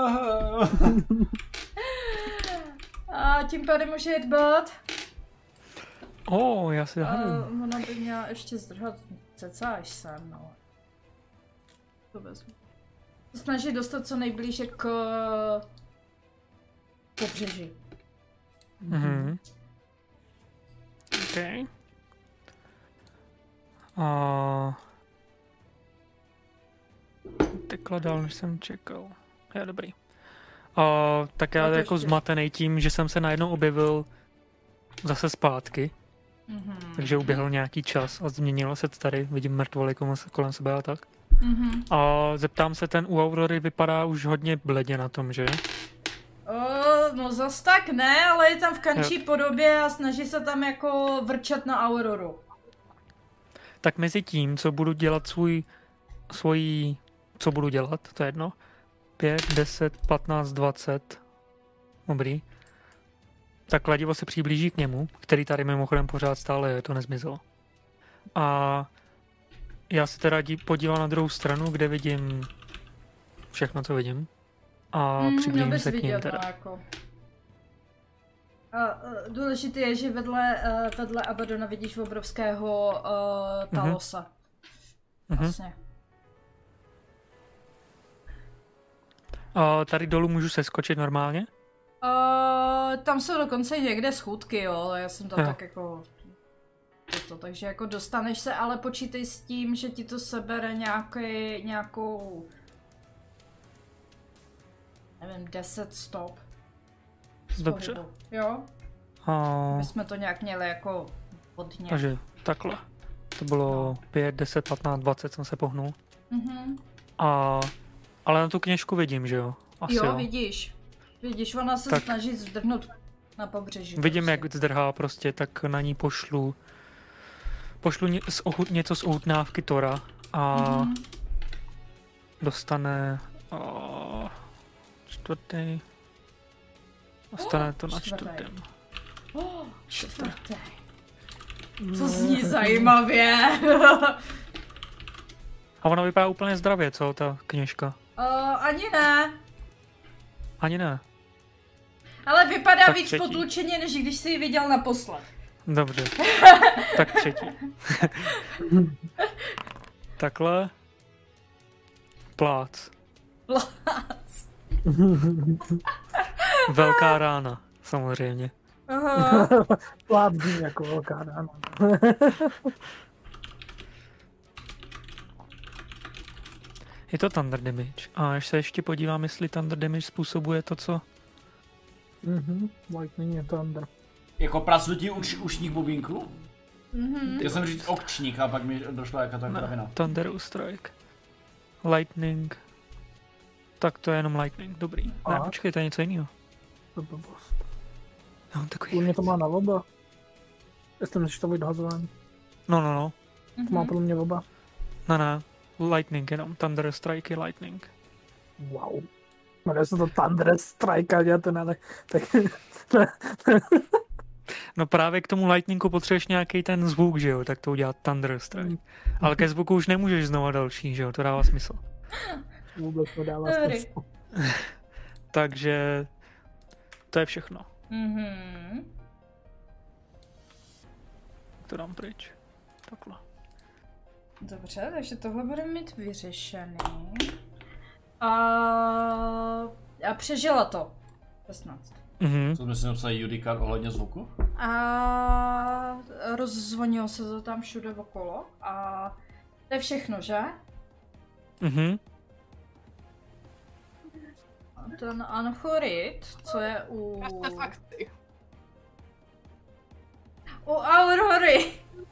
A tím pádem může jít bod. O, oh, já si zahraju. Uh, ona by měla ještě zdrhat ceca až sem, no. To vezmu. Snaží dostat co nejblíže k pobřeží. Mhm. OK. A... Tekla dál, než jsem čekal. Je dobrý. A tak já No to jako ještě. zmatený tím, že jsem se najednou objevil zase zpátky. Mm-hmm. Takže uběhl nějaký čas a změnilo se to tady, vidím mrtvoly kolem sebe a tak. Mm-hmm. A zeptám se, ten u Aurory vypadá už hodně bledě na tom, že? Uh, no zas tak ne, ale je tam v kančí podobě a snaží se tam jako vrčet na Auroru. Tak mezi tím, co budu dělat svůj, svojí, co budu dělat, to je jedno, pět, deset, patnáct, dvacet, dobrý. Tak kladivo se přiblíží k němu, který tady mimochodem pořád stále je, to nezmizelo. A já se teda dí, podívám na druhou stranu, kde vidím všechno, co vidím. A Mm, přiblížím se k ním vidět, teda. no, jako. A uh, důležité je, že vedle, uh, vedle Abaddona vidíš obrovského uh, Talosa. Mhm. Vlastně. A tady dolů můžu seskočit normálně? Uh, tam jsou dokonce někde schůdky, jo, já jsem tam Jo. tak jako... To, takže jako dostaneš se, ale počítej s tím, že ti to sebere nějaký, nějakou... Nevím, deset stop. z Dobře. pohybu, jo? A... My jsme to nějak měli jako hodně. Takže takhle. To bylo pět, deset, patnáct, dvacet jsem se pohnul. Mhm. A... Ale na tu kněžku vidím, že jo? Asi jo, jo. vidíš. Vidíš, ona se Tak. snaží zdrhnout na pobřeží. Vidím, prostě. jak zdrhá prostě, tak na ní pošlu pošlu ně, z ochu, něco z ochutnávky Tora a Mhm. dostane o, čtvrtý. Dostane to na čtvrtý. čtvrtém. Oh, čtvrtý. To zní zajímavě. A ona vypadá úplně zdravě, co, ta kněžka? uh, ani ne. Ani ne. Ale vypadá Tak víc třetí. potlučeně, než když jsi ji viděl naposled. Dobře. Tak třetí. Takhle. Plác. Plác. Velká rána, samozřejmě. Aha. Plábří jako velká rána. Je to Thunder Damage. A až se ještě podívám, jestli Thunder Damage způsobuje to, co... Mhm, Lightning je thunder. Jako prasnutí uš, ušních bubínků? Mhm. Já jsem říct okčník a pak mi došla jaká ta kravina. Ne, Thunder Strike. Lightning. Tak to je jenom Lightning, dobrý. Ne, A? počkej, to je něco jiného. To je blbost. Já mám takový... U mě to má na oba. Jestli myslíš to vyhazování. No, no, no. To má pro mě oba. Ne, ne. Lightning jenom. Thunder Strike je Lightning. Wow. Jmenuje se to Thunder Strike, já to ne, tak... No právě k tomu Lightningu potřebuješ nějaký ten zvuk, že jo? Tak to udělat Thunder Strike. Ale ke zvuku už nemůžeš znova další, že jo? To dává smysl. Vůbec nedává Dobrý. smysl. Takže... To je všechno. Mhm. To dám pryč. Takhle. Dobře, takže tohle budeme mít vyřešený. A, a přežila to. šestnáct. Mhm. Co jsme si napsali judikát ohledně zvuku? A rozzvonilo se to tam všude okolo. A to je všechno, že? Mhm. A ten Anchorit, co je u... Artefakty. U Aurory.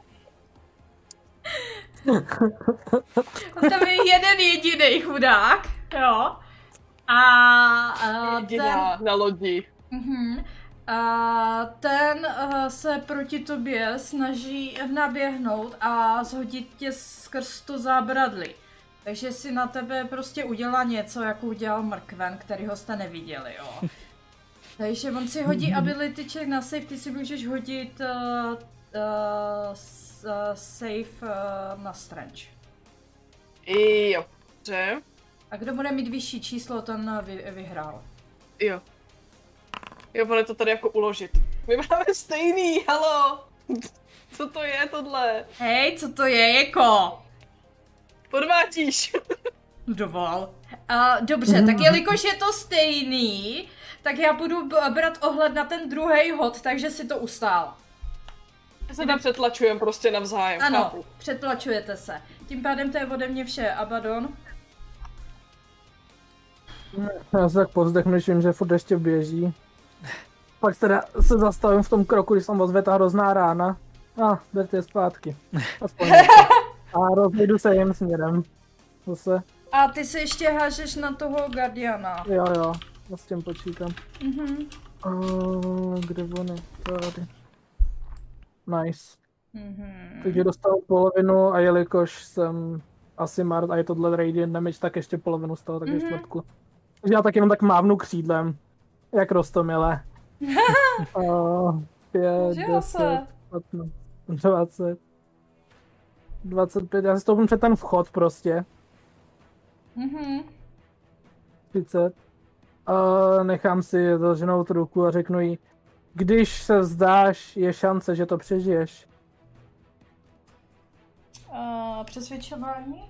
Tam je jeden jediný chudák, jo. A, a ten, Jediná na lodi. uh-huh, a ten uh, se proti tobě snaží naběhnout a zhodit tě skrz to zábradlí. Takže si na tebe prostě udělá něco, jako udělal mrkven, kterýho jste neviděli, jo. Takže on si hodí ability check na save, ty si můžeš hodit uh, uh, s, uh, save uh, na strange. Jo. Dobře. A kdo bude mít vyšší číslo, ten vy, vyhrál. Jo. Jo, bude to tady jako uložit. My máme stejný, halo! Co to je tohle? Hej, co to je, jako? Podvádíš. Dovol. Uh, dobře, tak jelikož je to stejný, tak já budu b- brát ohled na ten druhý hod, takže si to ustál. Já se tam přetlačujem prostě navzájem, Ano, chápu. přetlačujete se. Tím pádem to je ode mě vše. Abaddon? Já se tak povzdechnu, že vím, že furt ještě běží. Pak teda se zastavím v tom kroku, když jsem ozve ta hrozná rána. A, ah, berte je zpátky. Aspoň něco. A rozjdu se jim směrem. Zase, A ty se ještě hážeš na toho Guardiana. jo jo, já s tím počítám. Mhm. Uh, kde on je? Tady. Nice. Mhm. Takže dostal polovinu a jelikož jsem asi Mart a je tohle Radiant Damage, tak ještě polovinu z toho, takže Mhm. čtvrtku. Takže já tak jenom tak mávnu křídlem. Jak Rostomile. uh, pět, Žil se. deset, patnáct, dvacet, dvacet pět, já si stoupnu před ten vchod prostě. Mhm. třicet. Uh, nechám si zaženout ruku a řeknu jí, když se vzdáš, je šance, že to přežiješ. A přesvědčování?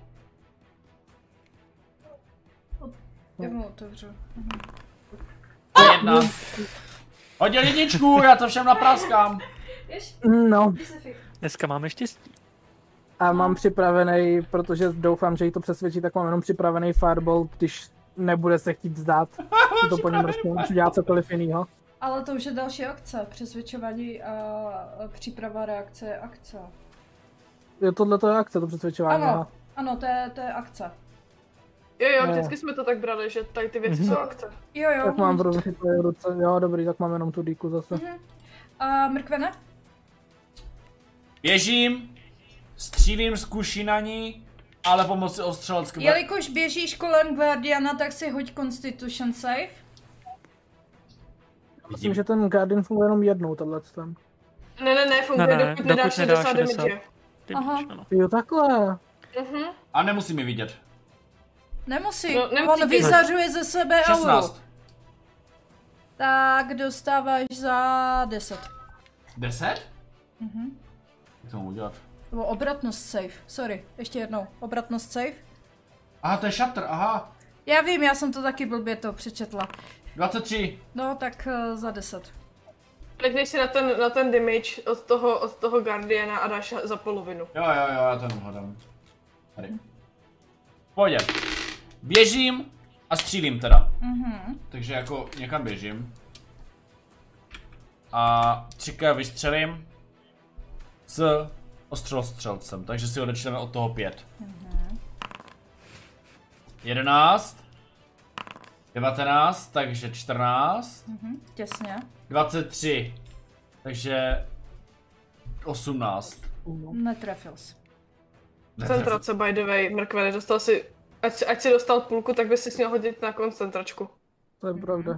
Já mu otevřu. Jedna. Hodil jedničku, já to všem napraskám. No, Dneska máme štěstí. a mám připravený, protože doufám, že jí to přesvědčí, tak mám jenom připravený fireball, když nebude se chtít zdát. Že to po něm prostě můžu dělat cokoliv jinýho. Ale to už je další akce. Přesvědčování a a příprava reakce je akce. Jo, tohle to je akce, to přesvědčování. Ano, aha. ano, to je, to je akce. Jo, jo, Jo. vždycky jsme to tak brali, že tady ty věci jsou akce. Jo, jo. Tak mám v rozhodnuté ruce. Jo, dobrý, tak mám jenom tu díku zase. Mhm. A mrkvene? Běžím, střílím z kuší na ní, ale pomocí ostřelecké. Jelikož běžíš kolem Guardiana, tak si hoď Constitution save. Myslím, že ten Guardian funguje jenom jednou, tenhle ten. Ne, ne, ne, funguje, Ne, ne, dokud dokud nedáš nedáš šedesát šedesát. damage. Aha. Ano. Jo, takhle. Mhm. A nemusí mi vidět. Nemusí, No, nemusí on být. vyzařuje ze sebe auru. šestnáct. Tak dostáváš za deset. deset? Mhm. Jak to mám udělat? Nebo obratnost save, sorry, ještě jednou, obratnost save. Aha, to je shutter, aha. Já vím, já jsem to taky blbě to přečetla. dvacet tři. No, tak uh, za deset. Klikneš si na ten, na ten damage od toho, od toho Guardiana a dáš za polovinu. Jo, jo, jo, já to jenom hledám. Tady. Pojď. Běžím a střílím teda. Mhm. Takže jako někam běžím. A třikrát vystřelím s ostřelostřelcem, takže si odečteme od toho pět. Mhm. jedenáct. devatenáct, takže čtrnáct. Mhm. Těsně. dvacet tři. Takže osmnáct. Netrefil jsi. Koncentrace, by the way, mrkve, dostal si, ať, ať si dostal půlku, tak bys si měl hodit na koncentračku. To je pravda.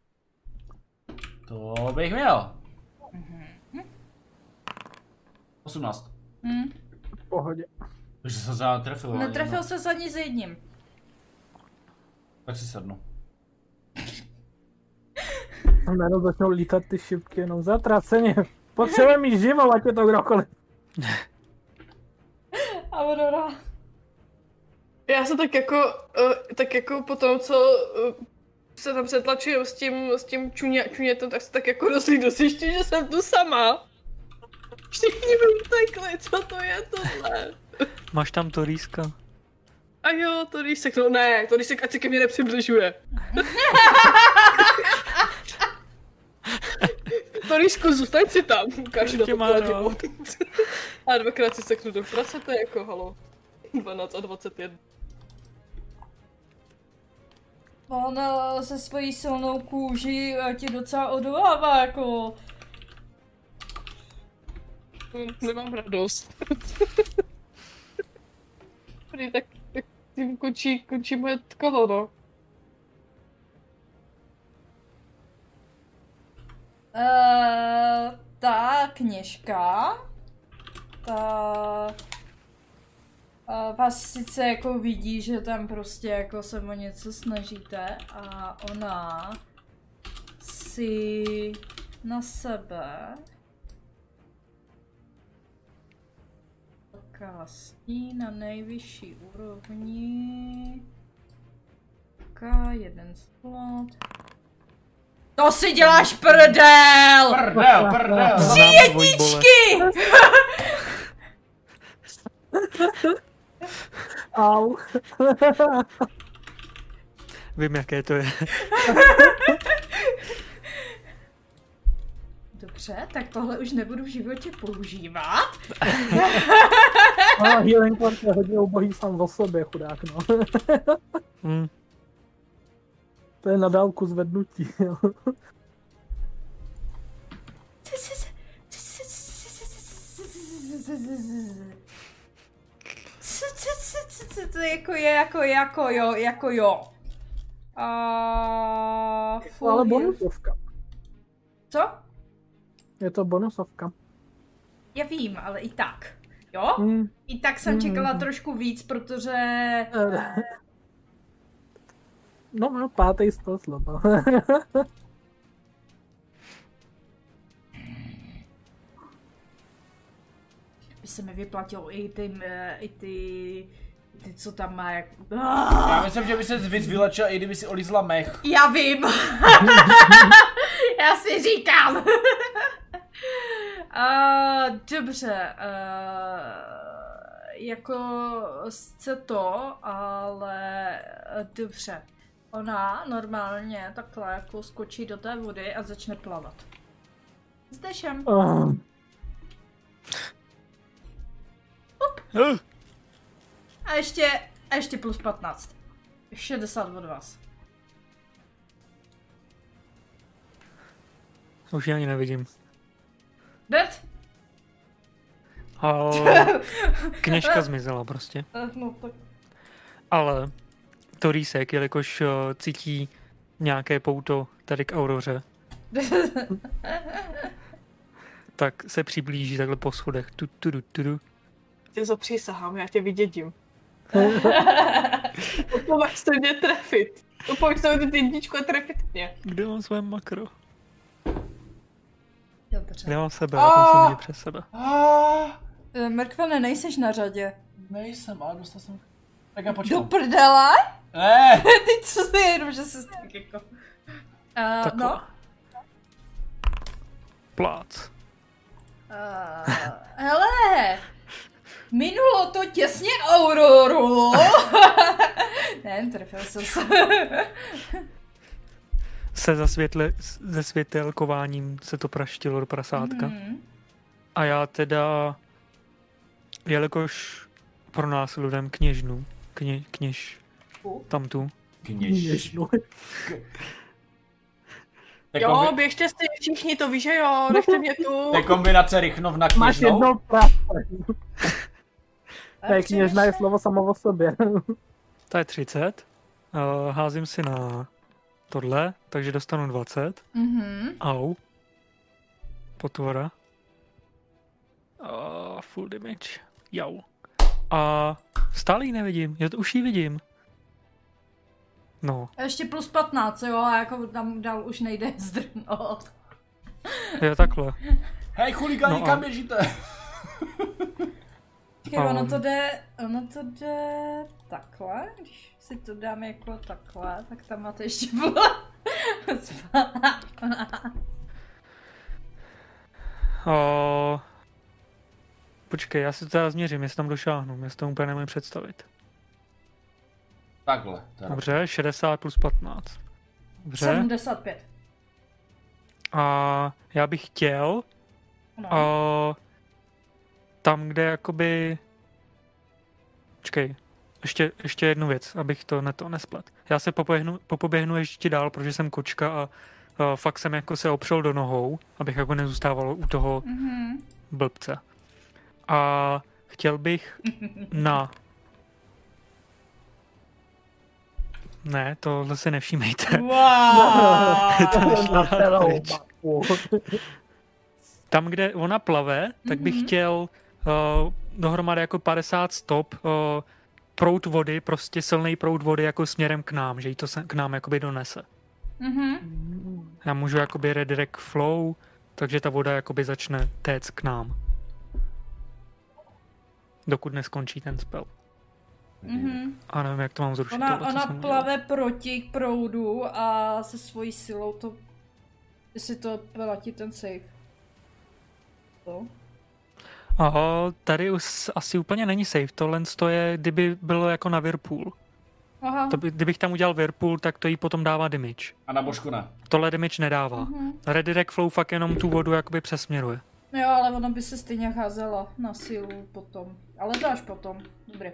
To bych měl. osmnáct. Hm. V pohodě. Takže jsem se netrefil. ani Netrefil jedno. se ani s jedním. Tak si sednu. Jméno začnou lítat ty šipky jenom zatraceně. Potřebujeme mít živou, ať je to kdokoliv. Aurora. Já se tak jako, uh, tak jako po tom, co uh, se tam přetlačuju s tím, s tím čuně, čunětem, tak se tak jako dozvídu zjišťuji, že jsem tu sama. Všichni mi utekli, co to je tohle? Máš tam Toríska. A jo, to Rýsek, no ne, to Rýsek ať se ke mně nepřibližuje. To Rýsku, zůstaň si tam, ukáži na Tě to má kladivo. rád. A dvakrát si seknu do pracete, jako halo. dvanáct a dvacet jedna. On eh, se svojí silnou kůží eh, ti docela odolává, jako... Hm, Nemám radost. Prý, tak, tak tím končí, končí moje kolo, no. Uh, ta kněžka, ta uh, vás sice jako vidí, že tam prostě jako se o něco snažíte a ona si na sebe kastí na nejvyšší úrovni K jeden slot. To si děláš prdel! Prdel, prdel. Tři Jedničky! Au. Vím, jaké to je. Dobře, tak tohle už nebudu v životě používat. A Healing Word je hodně ubohý sám o sobě, chudák, no. Hm. To je na dálku zvednutí, jo. To jako je, jako, jako jo, jako jo. A Ale bonusovka. Co? Je to bonusovka. Já vím, ale i tak. Jo? Hmm. I tak jsem čekala trošku víc, protože... No, má pátý sto slot, no. by se mi vyplatilo i ty, eh, i ty, ty co tam má jak... Já myslím, že by se víc vylečila, i kdyby si olízla mech. Já vím. Já si říkám. uh, dobře. Uh, jako chce to, ale dobře. Ona normálně takhle jako skočí do té vody a začne plavat. S dešem. Oh. A ještě, a ještě plus patnáct. šedesát od vás. Už ji ani nevidím. Dead? Ale kněžka zmizela prostě. No tak. Ale to rýsek, jelikož uh, cítí nějaké pouto tady k Auroře, tak se přiblíží takhle po schodech. Tu, tu, tu, tu, tu. Tě zapřísahám, já tě vydědím. Pomož se mě trefit. Pomož se mě jedničku a trefit mě. Kde mám své makro? Dobře. Kde mám sebe, já tam jsem vidět přes sebe. Ah, Mrkvene, nejseš na řadě. nejsem, ale dostal jsem... Tak já Do počkám. prdele? Ne, Ty co si jenom, že jsi tak jako... Uh, Takhle. no. Plác. Uh, hele, minulo to těsně Auroru. Ne, trefil jsem se. Se zasvětle, se světelkováním se to praštilo do prasátka. Mm. A já teda, jelikož pronásledujeme kněžnu, kně, kněž, tamtu, kněž. No. To je Jo, kombi- běžte si všichni, to víš, že jo, nechte mě tu. to je kombinace Rychnov na Máš kněžnou. jednou práce. A To je kněžna je přemýšlím- slovo samo o sobě. to je třicet, uh, házím si na tohle, takže dostanu dvacet, Mhm. au, potvora, uh, full damage, jau. A stále ji nevidím, já to už ji vidím. No, A ještě plus patnáct, jo, a jako tam dál už nejde zdrhnout. je takhle. Hej, chuligáni, No a- kam běžíte? Počkej, Um. ono to jde, ono to jde takhle, když si to dáme jako takhle, tak tam máte ještě Uh, počkej, já si to teda změřím, jestli tam došáhnu, já si to úplně nemůžu představit. Takhle. Teda. Dobře, šedesát plus patnáct. Dobře, sedmdesát pět. a já bych chtěl No. uh, tam, kde jakoby... Počkej, ještě, ještě jednu věc, abych to, ne, to nesplet. Já se popoběhnu, popoběhnu ještě dál, protože jsem kočka a uh, fakt jsem jako se opřel do nohou, abych jako nezůstával u toho Mhm. blbce. A chtěl bych na... Ne, tohle si nevšímejte. Wow. To nešlo Na celou pryč. mapu. Tam, kde ona plave, tak bych Mhm. chtěl uh, dohromady jako padesát stop uh, proud vody, prostě silný proud vody jako směrem k nám, že jí to se, k nám jakoby donese. Mhm. Já můžu jakoby redirect flow, takže ta voda jakoby začne téct k nám. Dokud neskončí ten spell. Mhm. A nevím, jak to mám zrušit. Ona, tohle, co ona jsem udělal. plave proti k proudu a se svojí silou to... Jestli to platí ten save. To? Aha, tady už asi úplně není safe. Tohle je, kdyby bylo jako na Whirlpool. Aha. To by, kdybych tam udělal Whirlpool, tak to jí potom dává damage. A na božku ne. Tohle damage nedává. Mhm. Redirect flow fakt jenom tu vodu jakoby přesměruje. Jo, ale ona by se stejně házela na sílu potom. Ale to až potom. Dobrý.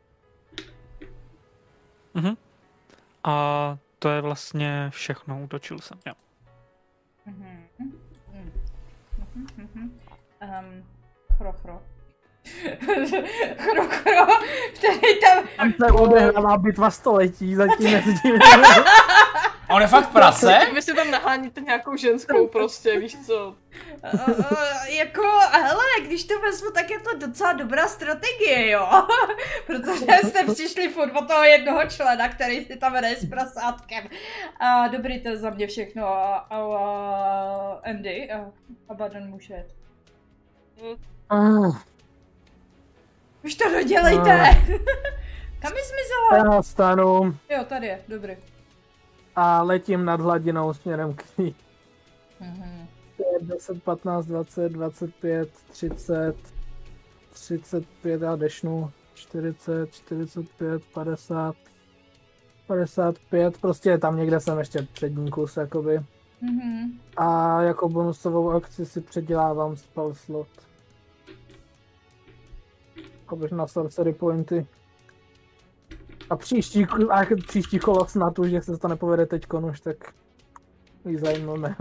Mhm. A to je vlastně všechno, útočil jsem, jo. Mhm. Mhm. Mhm. Mhm. Um, chro, chro. chro, chro, který tam... Tam se odehrává bitva století, zatím mezi tím. A on je fakt v prase? Vy si tam naháníte nějakou ženskou prostě, víš co. Uh, uh, jako, hele, když to vezmu, tak je to docela dobrá strategie, jo? Protože jste přišli furt o toho jednoho člena, který si tam hraje s prasátkem. A dobrý, to je za mě všechno. A, a, a Andy a, a Baden může jet. Ah, Už to dodělejte! Kam jsi zmizela? Já stanu Jo, tady je, dobrý. a letím nad hladinou směrem k ní. Mhm. deset, patnáct, dvacet, dvacet pět, třicet, třicet pět, já dešnu, čtyřicet, čtyřicet pět, padesát, padesát pět, prostě tam někde jsem ještě přední kus, jakoby. Mhm. A jako bonusovou akci si předělávám spell slot. Jakobyž na sorcery pointy. A příští, a příští kolo snad už, jak se to nepovede teďko, už tak jí zajímáme.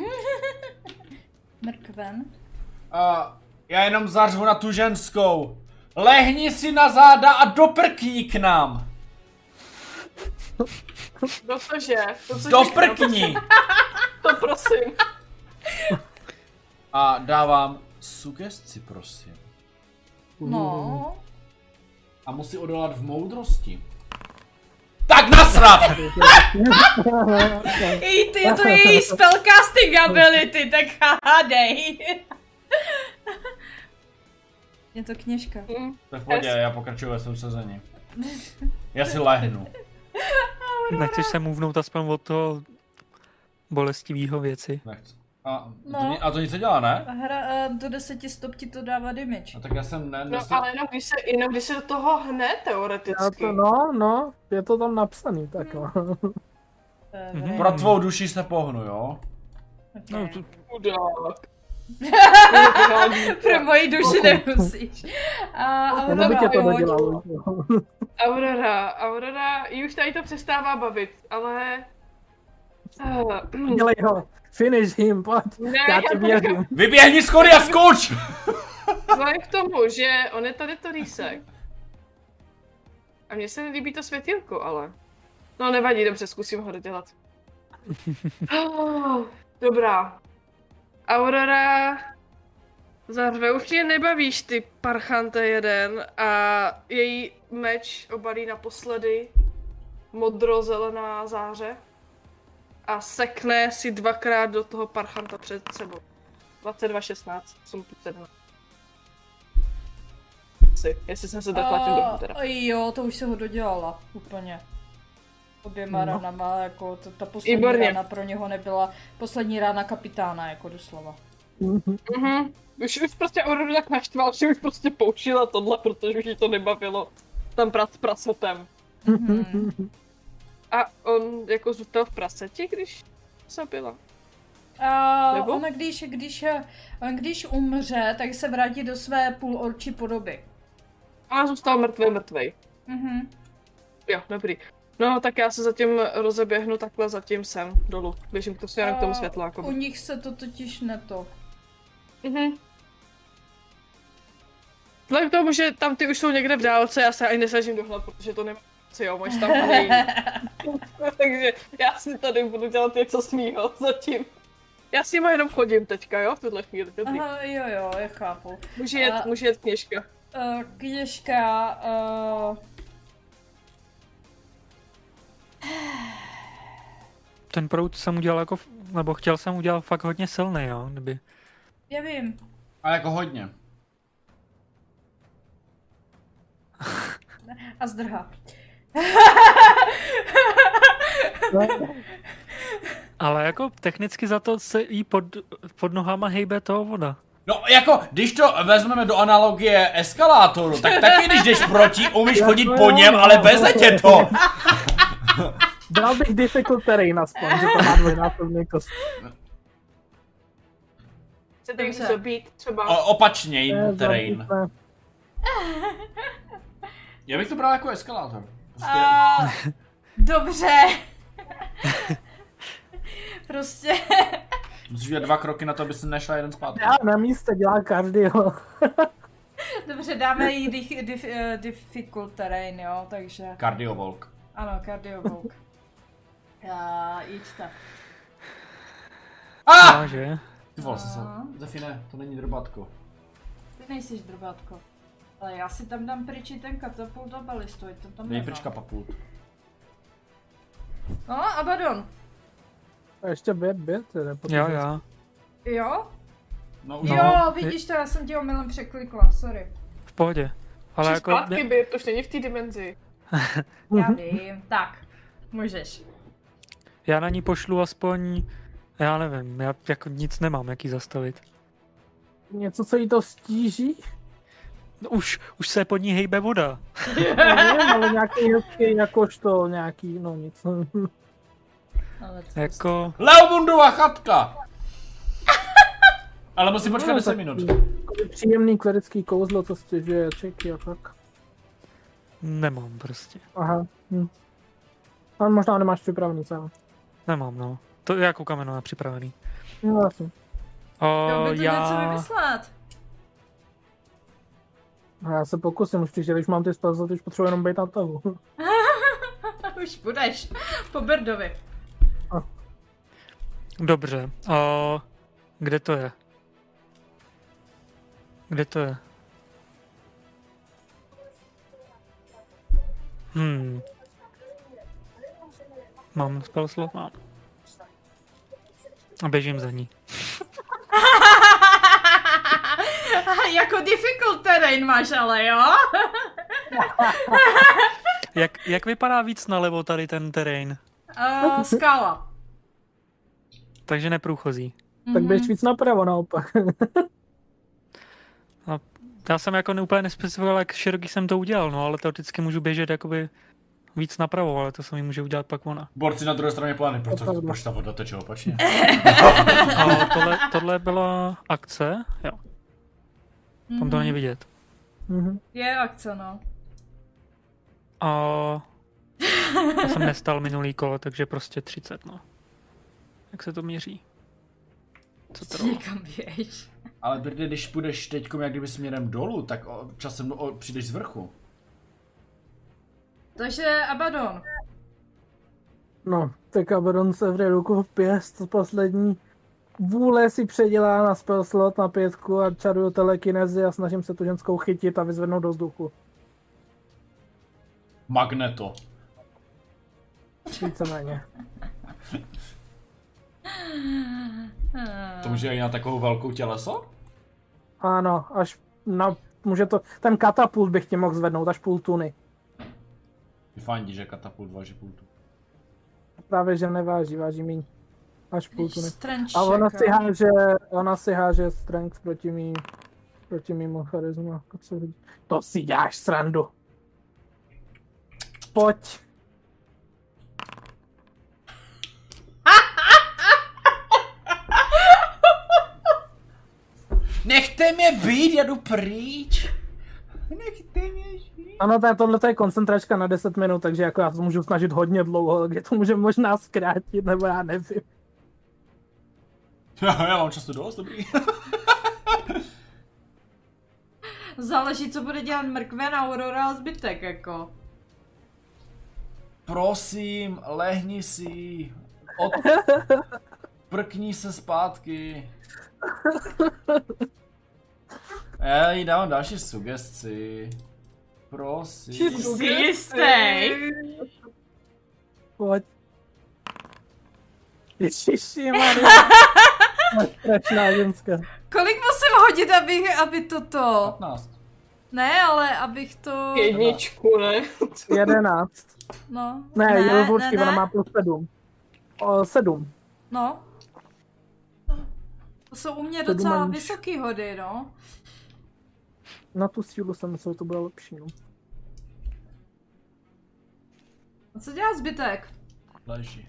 Mrkven. Uh, já jenom zařvu na tu ženskou. Lehni si na záda a doprkni k nám. No cože? To, co Doprkni. To prosím. A dávám sugestci, prosím. No. A musí odolat v moudrosti. Tak nasrat! Ej, ty, je to její spellcasting ability, tak haha, dej. Je to kněžka. Mm. To je v pohodě, já pokračuju ve svém sezení. Já si lehnu. Nechceš se movenout aspoň od toho bolestivýho věci? Nechci. A, No. to, ni- a to nic nedělá, ne? Hra uh, do deseti stop ti to dává damage. A tak já jsem ne... No nesl- ale jenom když se, jenom když se do toho hne Já teoreticky. to, no, no, je to tam napsaný, tak no. Mhm. Pro tvou duši se pohnu, jo? No, to, Chudák. Pro moji duši nemusíš. A Ono by tě to Aurora, nedělalo. Aurora, Aurora, jí už tady to přestává bavit, ale... Uh, Dělej ho, finish him, pojď, Ne, já ti já to věřím. Vyběhni schody a skoč! vzhledem k tomu, že on je tady to rýsek. A mně se nelíbí to světýlko, ale... No nevadí, dobře, zkusím ho dodělat. Oh, dobrá. Aurora... Zařve, už mě nebavíš ty parchante jeden a její meč obalí naposledy modro-zelená záře a sekne si dvakrát do toho parchanta před sebou. dvacet dva šestnáct, jsem tu sedm. Si, jestli jsem se dotkla tím dobu teda. A jo, to už se ho dodělala, úplně. Oběma No. ranama, jako to, ta poslední Výborně. rána pro něho nebyla, poslední rána kapitána, jako doslova. Mhm. Už, už prostě Aurora tak naštval, že už prostě poušila tohle, protože už jí to nebavilo. Tam prát s prasotem. Mhm. A on jako zůstal v praseti, když zabila. A Nebo? ona když, když, on když umře, tak se vrátí do své půlorčí podoby. A zůstal mrtvý, mrtvej. Mhm. Jo, dobrý. No, tak já se zatím rozeběhnu takhle zatím sem, dolů. Běžím k to směrem k tomu světlu, jako. U nich se to totiž neto. Mhm. Vzhledem k tomu, že tam ty už jsou někde v dálce, já se ani nesnažím dohnat, protože to nemá co jo, máš tam nejít. Takže já si tady budu dělat něco smýho zatím. Já s nima jenom chodím teďka, jo, v tuhle chvíli, dobrý. Aha, jo, jo, já chápu. Může jet, A- může jet kněžka. Uh, kněžka, uh, ten proud jsem udělal jako, f- nebo chtěl jsem udělat fakt hodně silný, jo, kdyby. já vím. A jako hodně. A zdrhá. Ale jako technicky za to se jí pod, pod nohama hejbe toho voda. No jako, když to vezmeme do analogie eskalátoru, tak taky když jdeš proti, umíš chodit po něm, ale veze tě to. Dal bych difficult terrain aspoň, že to má dvojnásobný kost. Chcete jich Dobře. zabít třeba? O, opačně Eh, jim terrain. zabít, Já bych to bral jako eskalátor. Prostě, A, dobře. Prostě. musíš udělat dva kroky na to, aby si nešla jeden zpátky. Já na místě dělá každýho. Dobře, dáme jí dif, dif, uh, difficult terrain, jo, takže. Kardiovolk. Ano, kardiovolk. Já, jíďte. Ah! Ah! Že? Ty vole, jsem se... Aha. Zefine, to není drbatko. Ty nejsiš drobátko. Ale já si tam dám pryč i ten katapult a balistu, ať to tam Dej nemám. pryč kapapult. No, Abaddon. A ještě bět, bět, ne? Protože- Jo, já. Jo? No už. No. Jo, vidíš to, já jsem tě omylem překlikla, sorry. V pohodě. Ale Ale jako, zpátky ne, by, to už není v té dimenzi. Já vím. Tak, můžeš. já na ní pošlu aspoň, já nevím, já jako nic nemám, jak ji zastavit. Něco, co jí to stíží? No, už, už se pod ní hejbe voda. Nevím, ale nějaký hezký, jakožto nějaký, no nic. Ale co Jako, Leomundova chatka! Ale musím počkat No, deset tak- minut. Takový příjemný klerický kouzlo, co stěžuje čeky a tak. nemám prostě. Aha, Hm. Ale možná nemáš připravený sám. Nemám, no. To já koukám jenom na připravený. No jasně. O, by to já... něco vymyslet. A já se pokusím, už příště, když mám ty spelzot, už potřebuji jenom být na tahu. Už budeš. Po Birdovi. Dobře. O, kde to je? Kde to je? Hmm. Mám spell slot? Mám. A běžím za ní. Jako difficult terrain máš ale, jo? Jak, jak vypadá víc nalevo tady ten terén? Uh, skala. Takže neprůchozí. Tak běž víc napravo naopak. A já jsem jako úplně nespecifikoval, jak široký jsem to udělal, no ale teoreticky můžu běžet jakoby víc napravo, ale to sami může udělat pak ona. Borci na druhé straně plány, proto, proč ta voda teče opačně? A tohle, tohle byla akce, jo. Tam to není vidět. Mhm. Je akce, no. A já jsem nestal minulý kolo, takže prostě třicet, no. Jak se to měří? Co to bylo? Někam běž. Ale Birde, když půjdeš teďkom jak kdyby směrem dolů, tak o, časem o, přijdeš z vrchu. Takže Abaddon. No, tak Abaddon se vře ruku v pěst, poslední vůle si předělá na spell slot na pětku a čaruju telekinezi a snažím se tu ženskou chytit a vyzvednout do vzduchu. Magneto. Víceméně. To může i na takovou velkou těleso? Ano, až na, může to, ten katapult bych ti mohl zvednout, až půl tuny. Fandí, že katapult váží půl tuny. Právě, že neváží, váží míň. Až půl tuny. Strength A ona check, si jo. háže, ona si háže strength proti mým, proti mýmu charisma. To si děláš srandu. Pojď. Nechte mě být, já jdu pryč. Nechte mě být. Ano, to je, tohle je koncentračka na deset minut, takže jako já to můžu snažit hodně dlouho, takže to může možná zkrátit, nebo já nevím. Já, já mám často dost, dobrý. Záleží, co bude dělat mrkve na Aurora a zbytek, jako. Prosím, lehni si. Od... Prkni se zpátky. Já jí dávám další sugesci. Prosím. Jsi jistý? Pojď. Ježišimarja. Strašná ženská. Kolik musím hodit, abych, aby toto... patnáct. Ne, ale abych to... Jedničku, ne? Jedenáct. No. Ne, ne, ne, počkej, ne, ona ne. má plus sedm. O, sedm. No. To jsou u mě Sedm docela a níž. vysoký hody, no. Na tu sílu jsem myslel, že to bude lepší, no. A co dělá zbytek? Leží.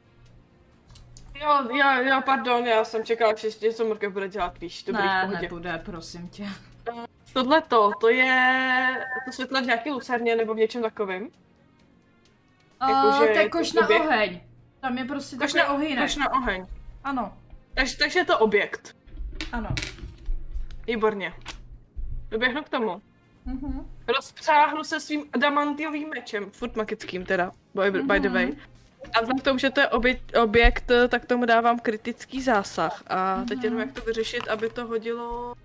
Jo, já, já, pardon, já jsem čekala, že ještě něco mrkev bude dělat, víš, dobrý, v Ne, pohodě. nebude, prosím tě. Tohleto, to je to světlo v nějaký lucerně nebo v něčem takovým? Jako, Uh, že to je je to koš na objekt? oheň. Tam je prostě Kož takový na, ohýnek. kož na oheň. Ano, Takže, takže je to objekt. ano. Výborně. Doběhnu k tomu. Mhm. Rozpřáhnu se svým adamantiovým mečem, furt magickým teda, by, by the Mhm. way. A vzhledem k tomu, že to je objekt, objekt, tak tomu dávám kritický zásah. A teď jenom jak to vyřešit, aby to hodilo...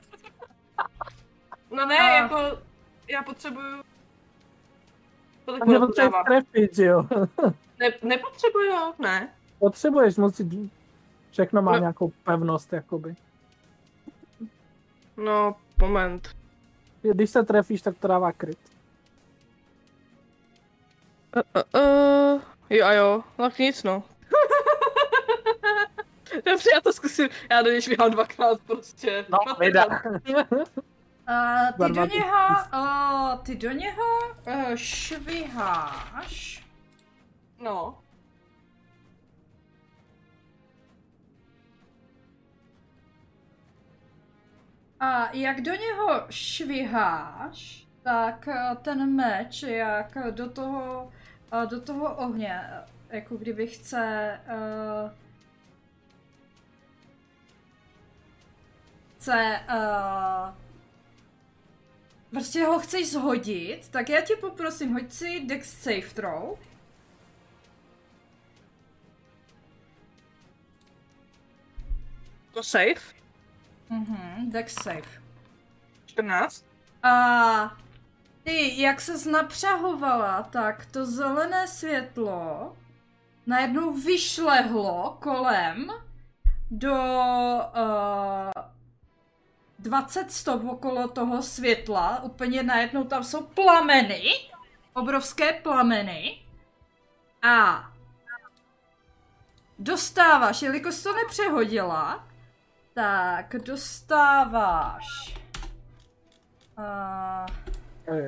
No ne, A- jako... Já potřebuju... Kolik A nebo bonusu to je dává? trefit, že jo? Ne, nepotřebuju, ne. Potřebuješ, musí... Všechno má No. nějakou pevnost, jakoby. No, moment. Když se trefíš, tak to dává kryt. Uh, uh, uh, jo a jo, no tak nic no. Dobře, já to zkusím, já do něj švihám dvakrát prostě. No, Dvakrát. vida. Uh, ty do Barvatu. něho, uh, ty do něho uh, šviháš. No. A jak do něho šviháš, tak uh, ten meč, jak do toho uh, do toho ohně, jako kdyby chce... Uh, chce... Uh, prostě ho chceš zhodit, tak já tě poprosím, hoď si Dex Save Throw. To save? Mhm, Dex Save. čtrnáct. A ty, jak ses napřahovala, tak to zelené světlo najednou vyšlehlo kolem do uh, dvacet stop okolo toho světla. Úplně najednou tam jsou plameny, obrovské plameny. A dostáváš, jelikož to nepřehodila, tak dostáváš... Uh,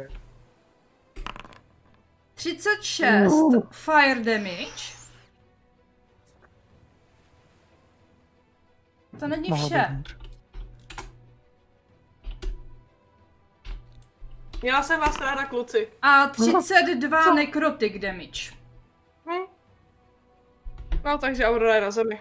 třicet šest uh. fire damage. To není vše. Měla jsem vás ráda, kluci. A třicet dva necrotic damage. Hm. No, takže Aurora je na zemi.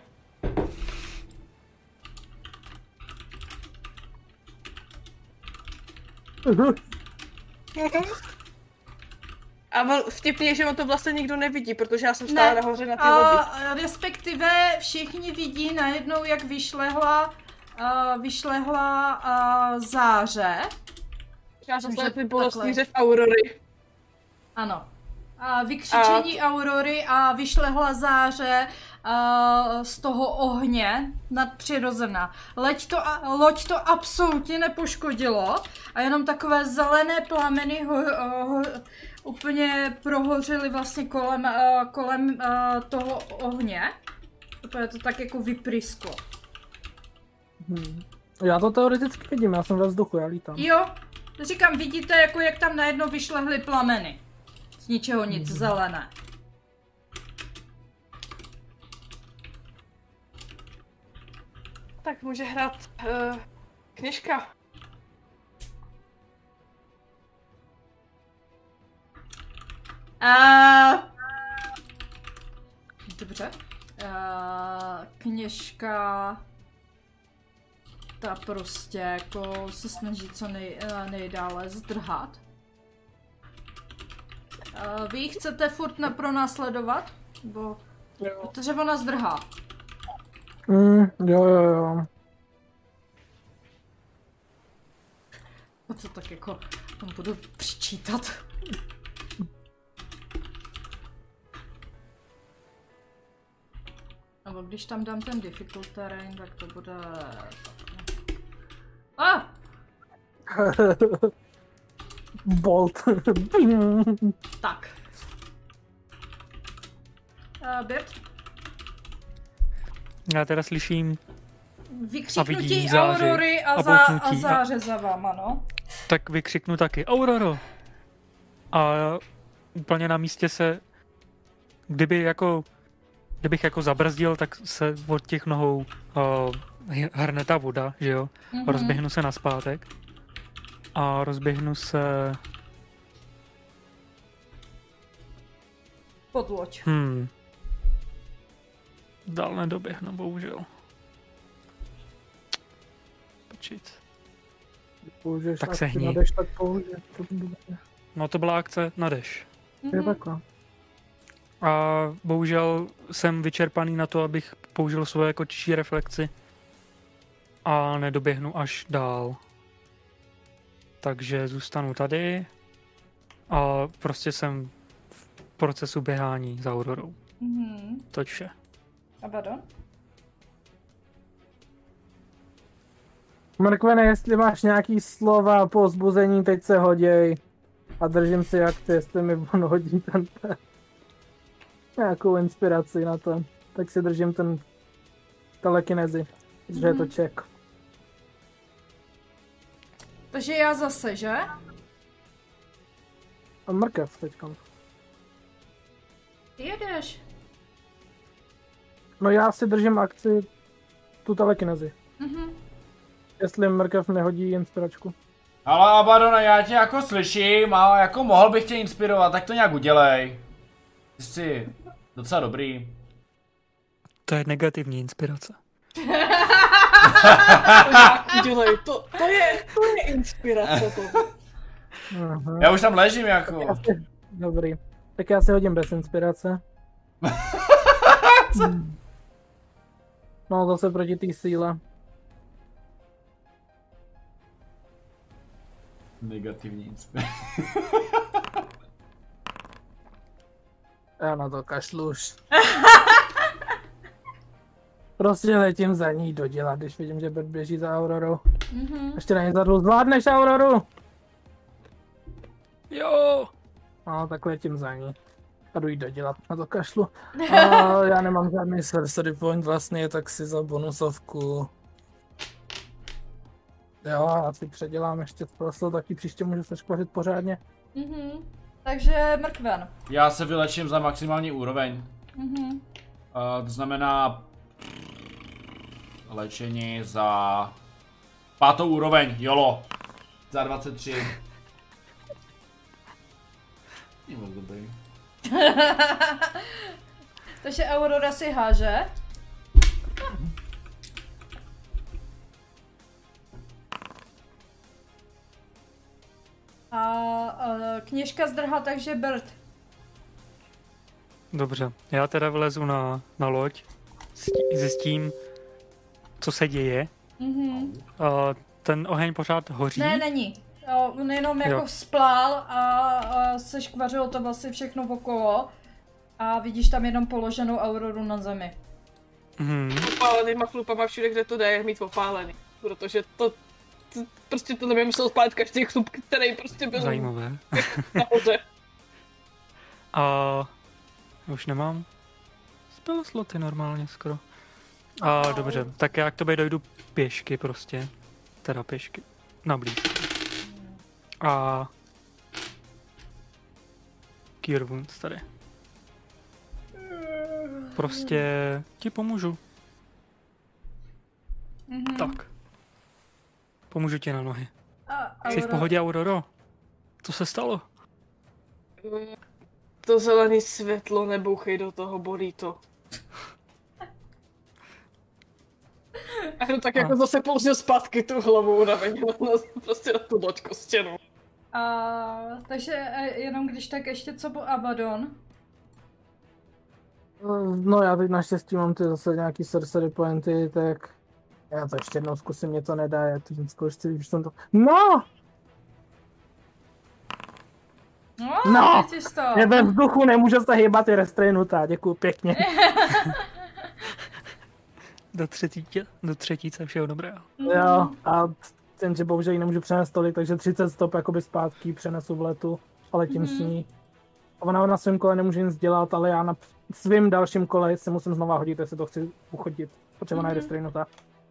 A vtipný je, že on to vlastně nikdo nevidí, protože já jsem stále ne, nahoře na té lodi. Respektive všichni vidí najednou, jak vyšlehla, uh, vyšlehla uh, záře. Já jsem slepý bolestný řev Aurory. Ano. A vykřičení a... Aurory a vyšlehla záře uh, z toho ohně nadpřirozená. Leď to, loď to absolutně nepoškodilo a jenom takové zelené plameny ho, ho, úplně prohořily vlastně kolem, uh, kolem uh, toho ohně. Úplně to tak jako vyprysklo. Hmm. Já to teoreticky vidím, já jsem ve vzduchu, já lítám. Jo, říkám, vidíte, jako jak tam najednou vyšlehly plameny. Z ničeho nic, hmm. zelené. Tak může hrát uh, kněžka. Uh, dobře. Uh, kněžka... Ta prostě jako se snaží co nej, nejdále zdrhat. Uh, vy ji chcete furt na pronásledovat? Bo... Protože ona zdrhá. Mm, jo, jo, jo. A co tak jako, tam budu přičítat. Nebo když tam dám ten difficult terrain, tak to bude... A! Ah! Bolt. Tak. Uh, Bert? Já teda slyším vykřiknutí Aurory a, a, za, a záře za váma, no. Tak vykřiknu taky Auroro. A úplně na místě se, kdyby jako, kdybych jako zabrzdil, tak se od těch nohou uh, hrne ta voda, že jo? Mm-hmm. Rozběhnu se nazpátek. A rozběhnu se... Pod loď. Hmm. Dál nedoběhnu, bohužel. Počít. Použiješ tak akci se hní. na dešť, tak použij. No to byla akce na dešť. Je takhle. A bohužel jsem vyčerpaný na to, abych použil svoje kočičí reflexy. A nedoběhnu až dál. Takže zůstanu tady. A prostě jsem v procesu běhání za Aurorou. Mm-hmm. Toť vše. Abaddon? Mrkvene, jestli máš nějaký slova po zbuzení, teď se hoděj. A držím si jak ty, jestli mi on hodí ten, ten nějakou inspiraci na to. Tak si držím ten telekinezi, že mm. je to check. Takže já zase, že? A mrkev teďka. Ty jedeš. No já si držím akci tu telekinezi. Mhm. Jestli mrkev nehodí inspiračku. Ale Abaddona, já tě jako slyším a jako mohl bych tě inspirovat, tak to nějak udělej. Jsi docela dobrý. To je negativní inspirace. Dělej, to, to, je, to je inspirace to. Aha. Já už tam ležím jako. Asi, dobrý. Tak já si hodím bez inspirace. Hmm. No zase proti té síle. Negativní inspirace. Já na to kašlu už. Prostě letím za ní dodělat, když vidím, že Bert běží za Aurorou. Mhm. Ještě na ně zadlu, zvládneš Auroru? Jo! No, tak letím za ní. A jdu jí dodělat, na to kašlu. A já nemám žádný sorcery point vlastně, tak si za bonusovku. Jo, já si předělám ještě prostě, taky příště můžu se škvařit pořádně. Mhm. Takže mrkven. Já se vylečím za maximální úroveň. Mhm. Uh, to znamená léčení za pátou úroveň, jolo. Za dvacet tři. Je moc dobrý. Takže Aurora si háže. A, a kněžka zdrhá, takže Bert. Dobře, já teda vlezu na, na loď, zjistí- zjistím, co se děje. Mhm. A ten oheň pořád hoří. Ne, není. Jo, on jenom jako Jo. splál a, a se škvařilo to vlastně všechno okolo. A vidíš tam jenom položenou Auroru na zemi. Mhm. Opálenýma chlupama všude, kde to jde, je mít opálený. Protože to, to prostě to nevím, musel spálit každý chlup, který prostě byl Zajímavé. nahoře. A už nemám spell sloty normálně skoro. A Au. dobře, tak já k tobě dojdu pěšky prostě. Teda pěšky. Na blízko. A... Cure Wounds tady. Prostě ti pomůžu. Mhm. Tak. Pomůžu ti na nohy. A Jsi v Aurora- pohodě, Auroro? Co se stalo? To zelený světlo, nebouchej do toho, bolí to. A no tak jako zase použil zpátky tu hlavu na mě, na, prostě na tu loďku stěnu. A, takže e, jenom když tak ještě co po Abaddon. No já teď naštěstí mám ty zase nějaký sorcery pointy, tak já to ještě jednou zkusím, mě to nedá, já to vždycky už chci, když jsem to... No! No, No! vidíš to. Je ve vzduchu, nemůže se hýbat, je restrainutá, děkuju pěkně. Do třetíce, do třetíce všeho dobrého. Jo, a ten, že bohužel ji nemůžu přenést tolik, takže třicet stop jakoby zpátky přenesu v letu a letím Mhm. s ní. A ona na svém kole nemůže nic dělat, ale já na svým dalším kole se musím znova hodit, jestli to chci uchodit, protože ona je Mhm. restrainutá.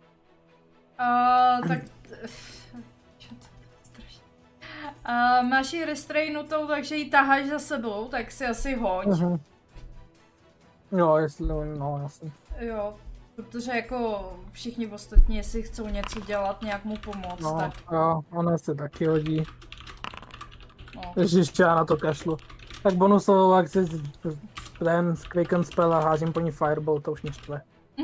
A, tak... Čo to je strašný. A, máš ji restrainutou, takže ji taháš za sebou, tak si asi hoď. Mhm. Jo, jestli, no jasně. Jo, protože jako všichni ostatní, jestli chcou něco dělat, nějak mu pomoct, No, tak jo, ona se taky hodí. no. Ježiš, já na to kašlu. Tak bonusovou akci z- ten z Quicken Spell a hážím po ní Fireball, to už mě štve.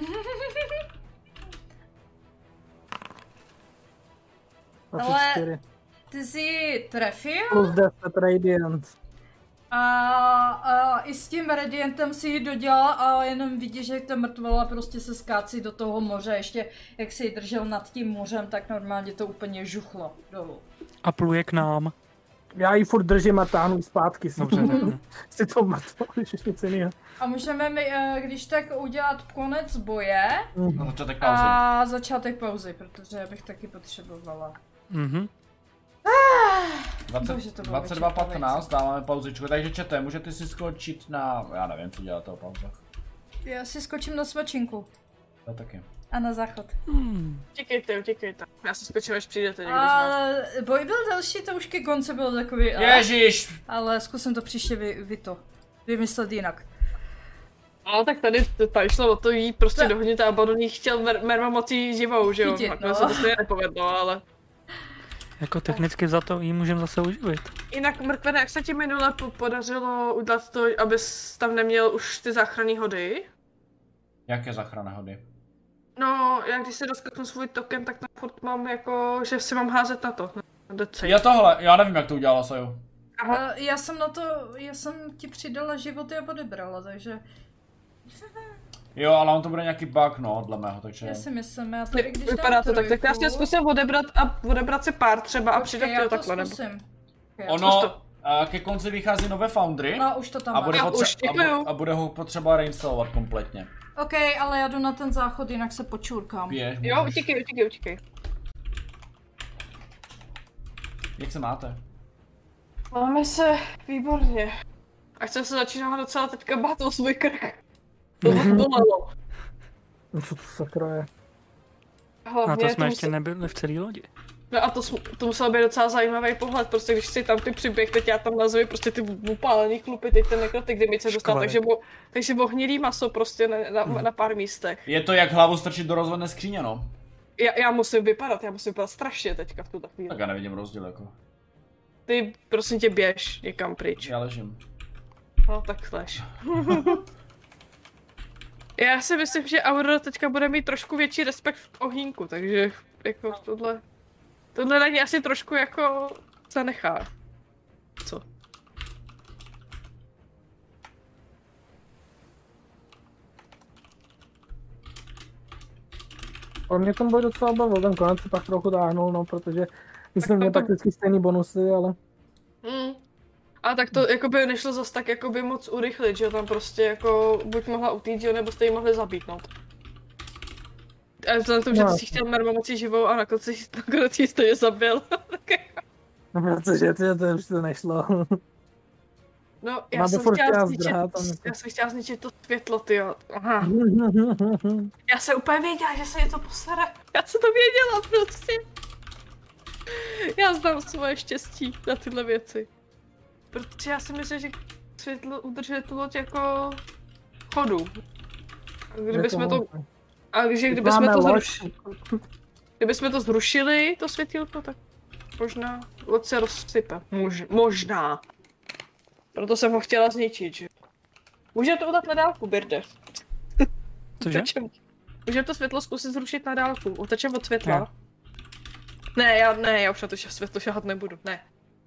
dvacet čtyři. Ty jsi trefil Plus deset Radiant. a, a i s tím Radientem si ji dodělal a jenom vidíš, že ta mrtvola prostě se skácí do toho moře, ještě jak si ji držel nad tím mořem, tak normálně to úplně žuchlo dolů. A pluje k nám. Já ji furt držím a táhnu ji zpátky. Dobře, dobře. Si to mrtvou, když už nic jiného. A můžeme mi, eh, když tak udělat konec boje Na začátek pauzy. a začátek pauzy, protože bych taky potřebovala. Mhm. dvacet, Bože, to bylo dvacet dva vyčerpávající. patnáct, dáváme pauzičku, takže čete, můžete si skočit na, já nevím, co děláte o pauzách. Já si skočím na svačinku Já taky. a na záchod. Hmm. Utíkejte, utíkejte. Já se skočím, až přijdete někdo z A vás. boj byl delší, to už ke konci byl takový, ale, Ježíš! ale zkusím to příště vy, vy to vymyslet jinak. No tak tady, tady šlo o to jí prostě To- dohodnit a Abaddon jí chtěl mer- merma mocí živou, že jo? Chytit, Nakonec no. se to stejně nepovedlo, ale... Jako technicky za to jí můžeme zase uživit. Jinak mrkvene, jak se ti minule po- podařilo udělat to, abys tam neměl už ty záchranné hody? Jaké záchranné hody? No, já když si doskaknu svůj token, tak tam furt mám jako, že si mám házet na to, na decy. Já tohle, já nevím, jak to udělala Saju. Aha. Já jsem na to, já jsem ti přidala životy a odebrala, takže... Jo, ale on to bude nějaký bug, no, dle mého, takže... Já si myslím, já tady když Vypadá dám to tak, tak já si trojku- zkusím odebrat a odebrat si pár třeba a přidat Počkej, já to to takhle, nebo... zkusím. Okay, Ono, a ke konci vychází nové Foundry No, už to tam a bude, máš. potře- už, potře- a, děkuju. bu- a bude ho potřeba reinstalovat kompletně. OK, ale já jdu na ten záchod, jinak se počurkám. Běž, Jo, můžeš. utíkej, utíkej, utíkej. Jak se máte? Máme se výborně. Ať jsem se začínala docela teďka bát o svůj krk. To Mhm. bolelo. No co to sakra je? A Hlavně to jsme to ještě musel... nebyli v celé lodi. No a to, sm- to musel být docela zajímavý pohled, prostě když si tam ty přiběh, teď já tam na zemi prostě ty upálený chlupy, teď ten nekrotik, kdy mi se dostal, Škvarek. takže, bo, takže bohnilý maso prostě na, na, Mhm. na pár místech. Je to jak hlavu strčit do rozvodné skříně, no. Já, já musím vypadat, já musím vypadat strašně teďka v tuto chvíli. Tak já nevidím rozdíl, jako. Ty prosím tě běž někam pryč. Já ležím. No tak lež. Já si myslím, že Aurora teďka bude mít trošku větší respekt k ohýnku, takže jako tohle... Tohle na ní asi trošku jako zanechá. Co? Ale mě ten boj docela bavil, ten konec se pak trochu dáhnul, no, protože my jsme Tak měli to- prakticky stejný bonusy, ale... Mm. A tak to jakoby nešlo zas tak jakoby moc urychlit, že jo, tam prostě jako buď mohla utýct, že jo, nebo jste ji mohli zabít, no. A vzhledem k tomu, že ty No. si chtěl mermomocí živou a nakonec jsi nakonec ji stejně zabil. No, protože to, to už to nešlo. No, já Máme jsem furt chtěla čas zničit, zdrhat a něco. já jsem chtěla zničit to světlo, tyjo. Aha. Já jsem úplně věděla, že se něco postará. Já jsem to věděla prostě. Já znám svoje štěstí na tyhle věci. Protože já si myslím, že světlo udržuje tu loď jako chodu. A kdybychom to, a že kdybychom Máme to, loď. zruš, kdybychom to zrušili, to světilko, tak možná loď se rozsype. Mož, možná. Proto jsem ho chtěla zničit, že? Můžeme to udělat na dálku, Birde. Cože? Utečem. Můžeme to světlo zkusit zrušit na dálku. Utečem od světla. Ne. Ne, já, ne, já už na to ša- světlo šahat nebudu, ne.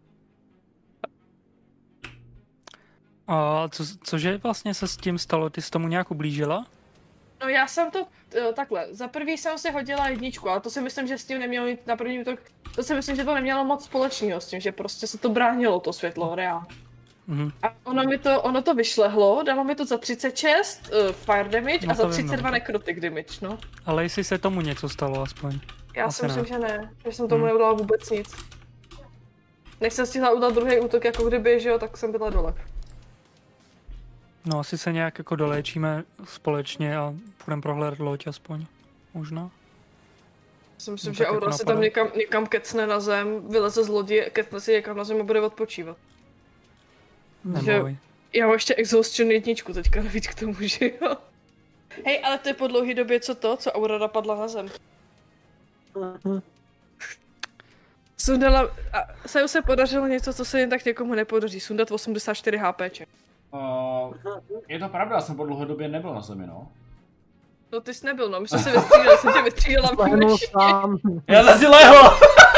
A co, cože vlastně se s tím stalo? Ty jsi tomu nějak ublížila? No já jsem to, jo, takhle, za prvý jsem si hodila jedničku, ale to si myslím, že s tím nemělo mít na první útok, to si myslím, že to nemělo moc společného s tím, že prostě se to bránilo, to světlo, reálně. Mhm. A ono mi to, ono to vyšlehlo, dalo mi to za třicet šest uh, fire damage No a za to vím, třicet dva no. necrotic damage, no. Ale jestli se tomu něco stalo aspoň. Já Asi si myslím, ne. že ne, že jsem tomu Hmm. neudělala vůbec nic. Než jsem stihla udělat druhý útok, jako kdyby, že jo, tak jsem byla dole. No asi se nějak jako doléčíme společně a budeme prohledat loď aspoň. Možná. Si myslím, No že tak jako Aurora se napadá. tam někam, někam kecne na zem, vyleze z lodi, kecne si někam na zem a bude odpočívat. Že- Neboj. Já mám ještě exhaustion jedničku teďka navíc k tomu, že jo. Hej, ale to je po dlouhé době co to, co Aurora padla na zem. Sundala, a Saju se podařilo něco, co se jen tak někomu nepodaří, sundat osmdesát čtyři HPček. Uh, je to pravda, já jsem po dlouhé době nebyl na zemi, no. No ty jsi nebyl, no, my jsme se vystřídali, jsem tě vystřídala Lehnul výjimečně. sám. Já jsem si lehl!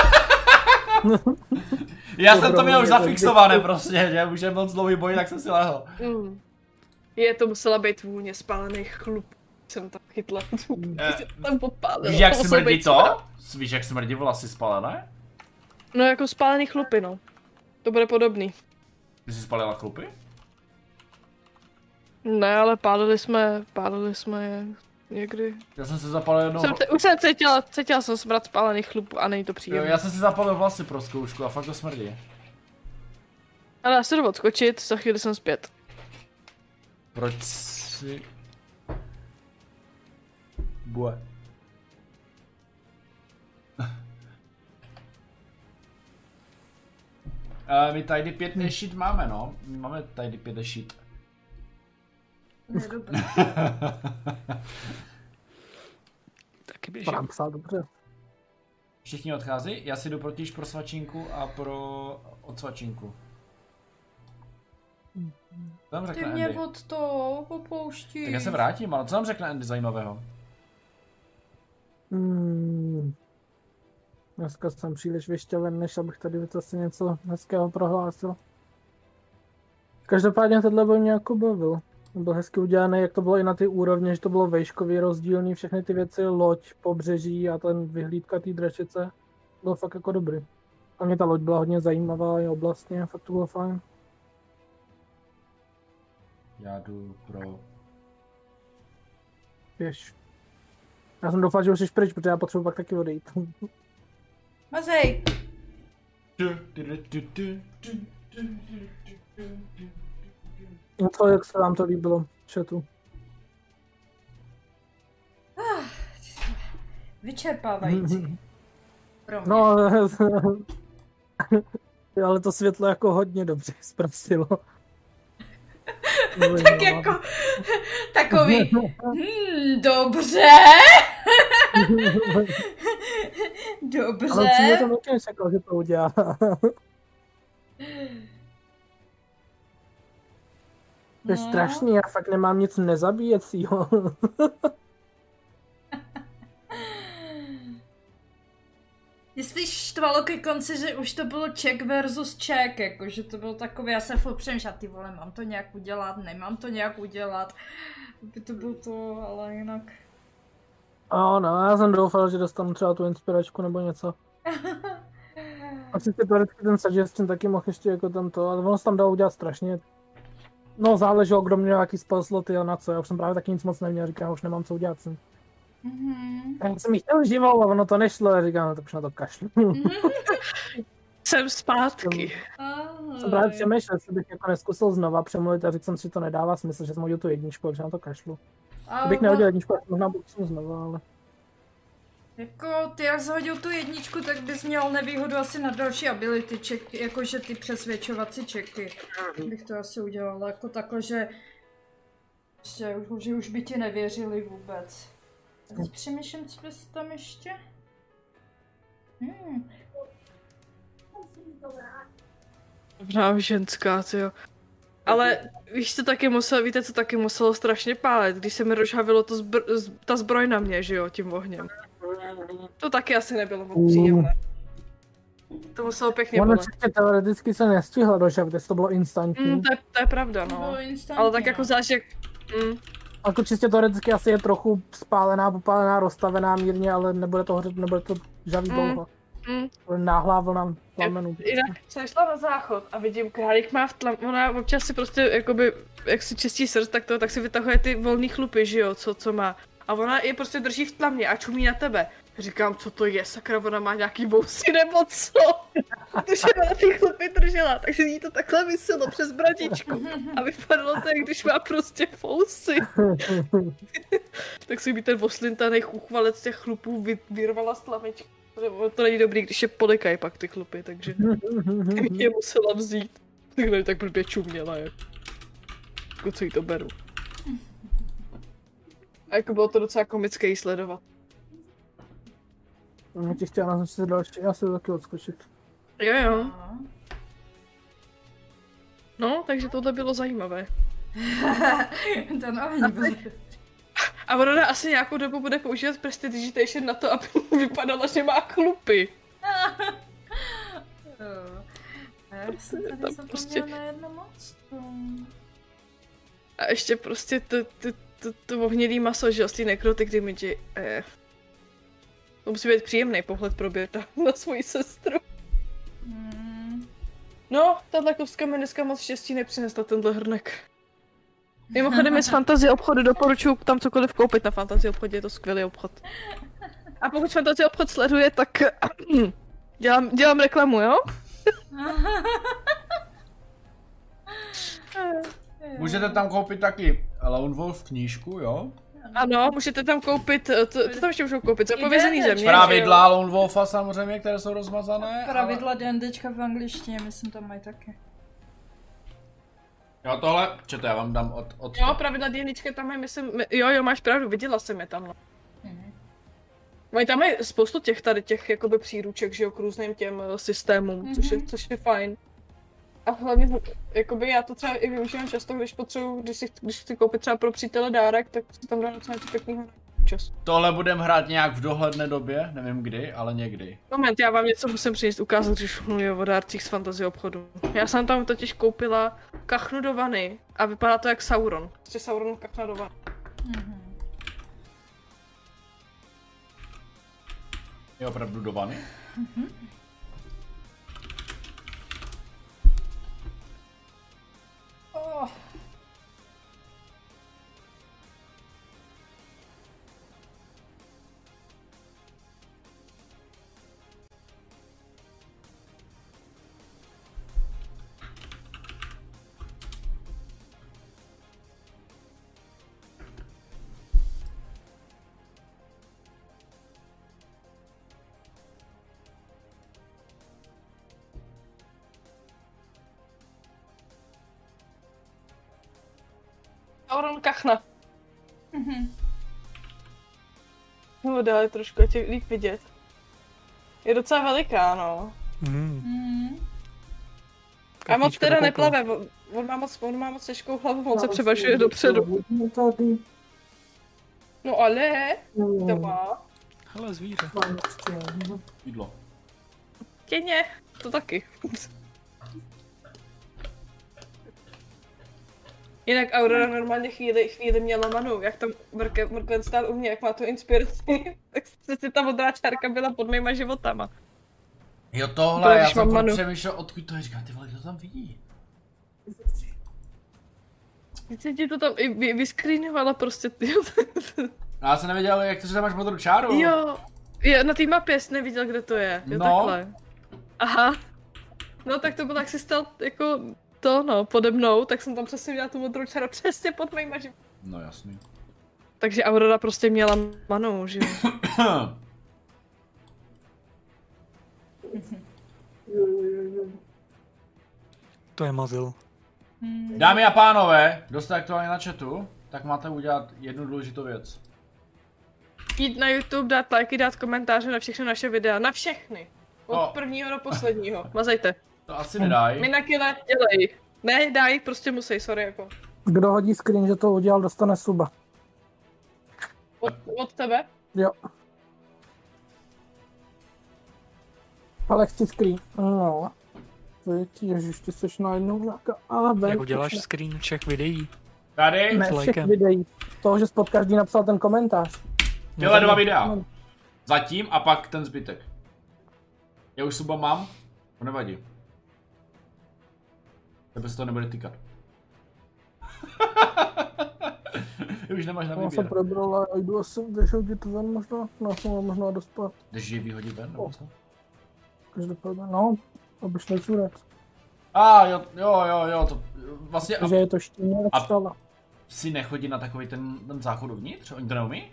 Já jsem to Dobro, měl už je to zafixované prostě, že už je moc dlouhý boj, tak jsem si lehl. Mm. Je, to musela být vůně spálených chlup. Jsem tam chytla. Eh, tam popálila. Víš, jak Musel smrdí být to? smrad. Víš, jak smrdí vlasy spalené? No jako spálený chlupy, no. To bude podobný. Ty jsi spalila chlupy? Ne, ale pálili jsme, pálili jsme je někdy. Já jsem si zapalil jednou... Jsem, už jsem cítila, cítila jsem smrad spálených chlupů a není to Jo, příjemné. já jsem si zapalil vlasy pro zkoušku a fakt to smrdí. Ale já se jdu odskočit, za chvíli jsem zpět. Proč si... Bue. Uh, my tady pět nešit máme, no. My máme tady pět nešit. Ne, dobrý. Taky běžím. Pán psal dobře. Všichni odchází, já si jdu protiž pro svačinku a pro odsvačinku. Co tam Ty řekne mě Andy? od to opouštíš. Tak já se vrátím, ale co tam řekne Andy zajímavého? Hmm. Dneska jsem příliš vyšťaven, než abych tady zase něco hezkého prohlásil. Každopádně tohle byl mě jako bavil. Byl hezky udělaný, jak to bylo i na ty úrovně, že to bylo vejškový, rozdílný, všechny ty věci, loď, pobřeží a ten vyhlídka té dračice. Bylo fakt jako dobrý. A mě ta loď byla hodně zajímavá i oblastně, fakt to bylo fajn. Já jdu pro... Běž. Já jsem doufal, že už jsi pryč, protože já potřebuji pak taky odejít. Mazej! No co, jak se vám to líbilo v chatu? Vyčerpávající. Pro mě. No, ale to světlo jako hodně dobře zprostilo. Tak jako takový, hmm, dobře. Dobře. Ale přijde to taky nečekal, že to udělá. To je No. strašný, já fakt nemám nic nezabíjecího. Mě spíš štvalo ke konci, že už to bylo Czech versus Czech, jako, že to bylo takové, já se furt přemýšlela, ty vole, mám to nějak udělat, nemám to nějak udělat, by to bylo to, ale jinak. Ano, já jsem doufal, že dostanu třeba tu inspiračku nebo něco. Asi si teoreticky ten suggestion taky mohl ještě jako tento, ale ono se tam dalo udělat strašně. No záleželo, kdo měl jaký spell sloty a na co, já už jsem právě taky nic moc neměl, říkám, už nemám co udělat s ním. Mhm. Já jsem jí chtěl živou a ono to nešlo, a říkám, no tak už na to kašlu. Jsem zpátky. Jsem právě přemýšlel, jestli bych jako neskusil znova přemluvit a řekl jsem si, že to nedává smysl, že jsem hodil tu jedničku, takže na to kašlu. Kdybych nehodil jedničku, tak možná pokusím znova, ale... Jako, ty jak zhodil tu jedničku, tak bys měl nevýhodu asi na další ability check, jakože ty přesvědčovací checky. Bych to asi udělala, jako takhle, že... Prostě, že už by ti nevěřili vůbec. Teď přemýšlím, co bys tam ještě? Hmm. Dobrá ženská, tyjo. Ale víš, co taky muselo, víte, co taky muselo strašně pálit, když se mi rozhavilo to zbr- z, ta zbroj na mě, že jo, tím ohněm. To taky asi nebylo moc příjemné. To muselo pěkně Ono bolet. čistě teoreticky se nestihlo dožavit, to bylo instantní. Mm, to, je, to je pravda, no. Bylo instantní, Ale tak jako no. záleží, jak... Mm, Jako čistě teoreticky asi je trochu spálená, popálená, rozstavená mírně, ale nebude to hořet, nebude to žavý Mm. dlouho. mm. Bude náhlá vlna plamenů. Jinak jsem šla na záchod a vidím, králík má v tlam, ona občas si prostě, jakoby, jak si čistí srdc, tak to, tak si vytahuje ty volný chlupy, že jo, co, co má. A ona je prostě drží v tlamě a čumí na tebe. Říkám, co to je, sakra, ona má nějaký vousy nebo co? Protože ona ty chlupy držela, takže jí to takhle vyselo přes bradičku. A vypadalo to, jak když má prostě fousy. Tak si mi ten oslintanej chuchvalec těch chlupů vy, vyrvala z tlamičky. To není dobrý, když je polikají pak ty chlupy, takže mě musela vzít. Tak ne, tak blbě čuměla, jak. Jako co jí to beru. A jako bylo to docela komické jí sledovat. Já ti chtěla naznačit další, já si to taky odskočit. Jo jo. No. No, takže tohle bylo zajímavé. Ten oheň byl. A ona asi nějakou dobu bude používat prestidigitation na to, aby mu vypadala, že má chlupy. A já jsem tady Tam zapomněla prostě- na jedno monstrum. A ještě prostě to, to, to, to ohnělý maso, že jo, z té necrotic damage. Eh. To musí být příjemný pohled pro Birda na svoji sestru. Hmm. No, tahle kostka mi dneska moc štěstí nepřinesla, tenhle hrnek. Mimochodem je z Fantasy obchodu, doporučuji tam cokoliv koupit na Fantasy obchodě, je to skvělý obchod. A pokud Fantasy obchod sleduje, tak dělám, dělám reklamu, jo? Můžete tam koupit taky Lone Wolf knížku, jo? Ano, můžete tam koupit, to, to tam ještě můžou koupit, zapovězený Jdete, země. Pravidla Lone Wolfa samozřejmě, které jsou rozmazané. Pravidla DNDčka v angličtině, myslím, tam mají taky. Jo, tohle, čete, já vám dám od... od Jo, pravidla D N D čka tam je, myslím, jo, jo, máš pravdu, viděla jsem je tam, no. Mhm. Mají tam je spoustu těch tady těch jakoby příruček, že jo, k různým těm uh, systémům, mm-hmm. což, je, což je fajn. A hlavně, jakoby já to třeba i využívám často, když potřebuji, když, si, když chci koupit třeba pro přítele dárek, tak si tam dám docela něco pěknýho čas. Tohle budeme hrát nějak v dohledné době, nevím kdy, ale někdy. Moment, já vám něco musím přinést ukázat, když mluvím o dárcích z fantasy obchodu. Já jsem tam totiž koupila kachnu do vany a vypadá to jak Sauron. Prostě Sauron kachna do vany. Mhm. Je opravdu do vany? Mhm. Oh. Sauron kachna. Mhm. No dále trošku, ať je líp vidět. Je docela veliká, no. Mm. Mhm. A moc Kachnička teda do koukla. neplave, on, on, má moc, on má moc těžkou hlavu, on se převažuje dopředu. Tady. No ale, to má. Hele, zvíře. Jídlo. Těně, to taky. Jinak Aurora normálně chvíli, chvíli měla manu, jak tam mrkev, mrkven stál u mě, jak má tu inspiraci, tak si ta modrá čárka byla pod mýma životama. Jo tohle, To, já když jsem mám manu. přemýšlel, odkud to je, říkám, ty vole, kdo to tam vidí? Teď se ti to tam i vy, vyscreenovala prostě, ty. No, já jsem nevěděl, jak to, že tam máš modrou čáru. Jo, jo, na té mapě jsi neviděl, kde to je, jo No. takhle. Aha. No tak to bylo, jak jsi stal jako to no, pode mnou, tak jsem tam přesně měla tu modrou čáru přesně pod mýma životama. No jasný. Takže Aurora prostě měla manu, že jo. To je mazil. Mhm. Dámy a pánové, kdo jste aktuálně na chatu, tak máte udělat jednu důležitou věc. Jít na YouTube, dát lajky, dát komentáře na všechny naše videa, na všechny. Od No. prvního do posledního. Mazejte. To asi nedají. Minakile, dělej. Ne, daj, prostě musí, sorry jako. Kdo hodí screen, že to udělal, dostane suba. Od, od tebe? Jo. Ale chci screen. No. Teď, ježiš, ty seš najednou nějaká... A ven. Jak uděláš screen všech videí? Tady, Ne s všech lajkem. videí. Toho, že jsi pod každý napsal ten komentář. tyhle dva videa. No. Zatím a pak ten zbytek. Já už suba mám, to nevadí. Tebe se to nebude týkat. Už nemáš na Já jsem výběr. probral a jdu asi, jdeš hodit ven možná? No, jsem možná dostat. Jdeš je vyhodit ven, nebo co? Každopádně, no, aby šli curet. A ah, jo, jo, jo, jo, to vlastně Že je to štěně, A- jak stala. si nechodí na takový ten, ten záchod uvnitř? Oni to neumí?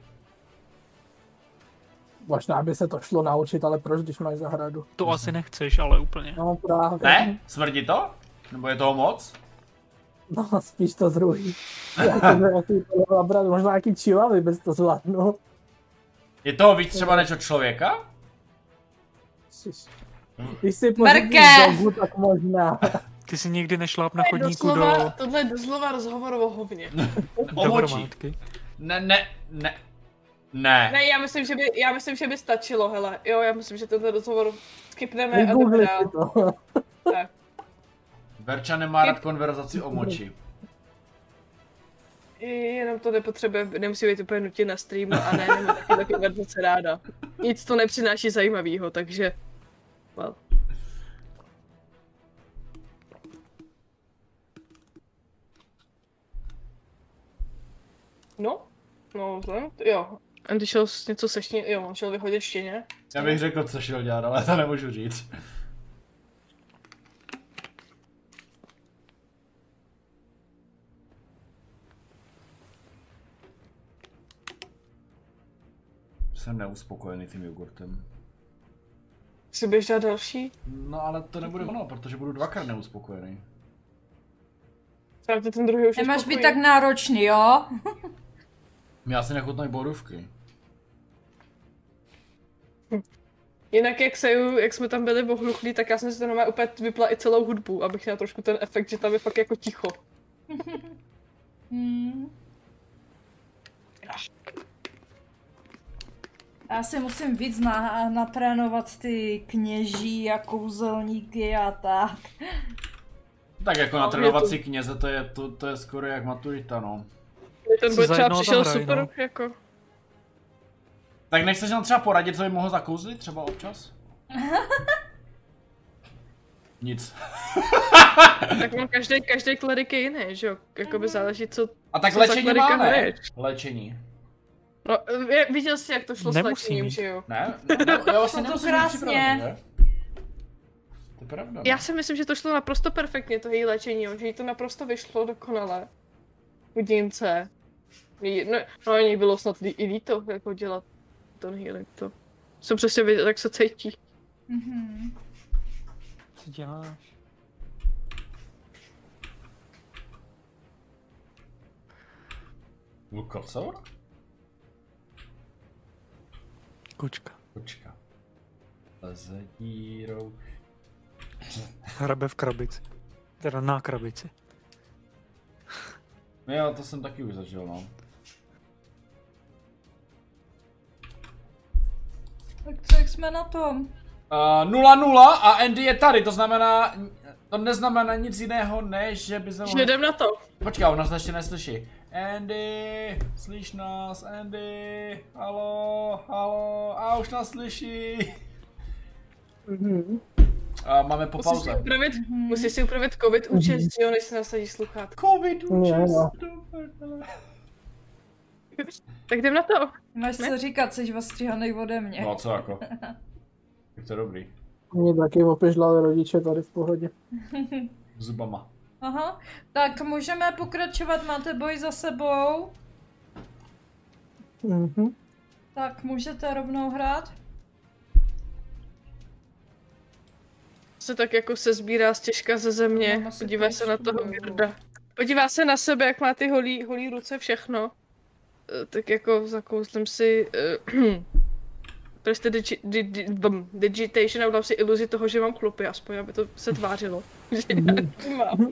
Možná by se to šlo naučit, ale proč, když máš zahradu? To asi nechceš, ale úplně. No právě. Ne? Smrdí to? Nebo je toho moc? No, spíš to druhý. Jaký to labrat, možná nějaký čivavy bez to zvládnu. Je toho víc třeba než od člověka? Když si Mrke! pořídíš dogu, tak možná. Ty jsi nikdy nešláp na To je chodníku doslova, do, tohle je doslova rozhovor o hovně. O do moči. hromádky. Ne, ne, ne. Ne. Ne, já myslím, že by, já myslím, že by stačilo, hele. Jo, já myslím, že tenhle rozhovor skipneme a jdeme Vygoogli dál. si to. Tak. Verča nemá rád konverzaci o moči. Jenom to nepotřebuje, nemusí být úplně nutně na streamu a ne, nemám taky taky konverzace ráda. Nic to nepřináší zajímavého, takže... Well. No, no, to, jo. Andy šel s- něco se štěně, jo, on šel vyhodit štěně. Já bych řekl, co šel dělat, ale to nemůžu říct. Jsem neuspokojený tím jogurtem. Si běž dát další? No ale to nebude ono, protože budu dvakrát neuspokojený. Třeba ty ten druhý už Nemáš uspokojí. být tak náročný, jo? Já si nechutnají borůvky. Jinak jak seju, jak jsme tam byli ohluchlí, tak já jsem si to normálně opět vypla i celou hudbu, abych měla trošku ten efekt, že tam je fakt jako ticho. Hmm. Já si musím víc na, natrénovat ty kněží a kouzelníky a tak. Tak jako na trénovací kněze, to je, to, to je skoro jak maturita, no. Ten boj třeba přišel super, no. Jako. Tak nechceš nám třeba poradit, co by mohl zakouzlit třeba občas? Nic. Tak on každý, každý klerik je jiný, že jo? Jakoby záleží, co. A tak co léčení má, ne? hraješ. Léčení. No, viděl jsi, jak to šlo Nemusí s léčením, mít. že jo? Ne? No, já vlastně To nemusím krásně. být připravený, ne? To je pravda. No. Já si myslím, že to šlo naprosto perfektně, to její léčení, že jí to naprosto vyšlo dokonale. Hudince. No, no ani bylo snad i líto, jako dělat ten healing, to. Jsem přesně věděl, jak se cítí. Mhm. Co děláš? Lukocour? Kočka. Kočka. Leze dírou. Hrabe v krabici. Teda na krabici. No jo, to jsem taky už zažil, no. Tak co, jak jsme na tom? Uh, nula nula a Andy je tady, to znamená, to neznamená nic jiného, než že by se Už jdem na to. Počkej, on nás ještě neslyší. Andy, slyš nás, Andy, halo, halo, a už nás slyší. Mhm. A máme po Musíš si pauze. upravit, musíš si upravit covid účest, jo, než si nasadíš sluchátko. Covid účest. no. Tak jdem na to. Máš co říkat, jsi ostříhanej ode mě. No co jako. Tak to je dobrý. Mě taky opežlali rodiče tady v pohodě. Zubama. Aha, tak můžeme pokračovat, máte boj za sebou. Mhm. Tak můžete rovnou hrát. Se tak jako se sbírá stěžka ze země, Mám asi podívá se na trošku- toho Gerda. Podívá se na sebe, jak má ty holí, holí ruce, všechno. Eh, Tak jako zakouzlím si... Uh, prostě digi, di, di, bum, digitation a udělám si iluzi toho, že mám chlupy, aspoň aby to se tvářilo. Že já mám.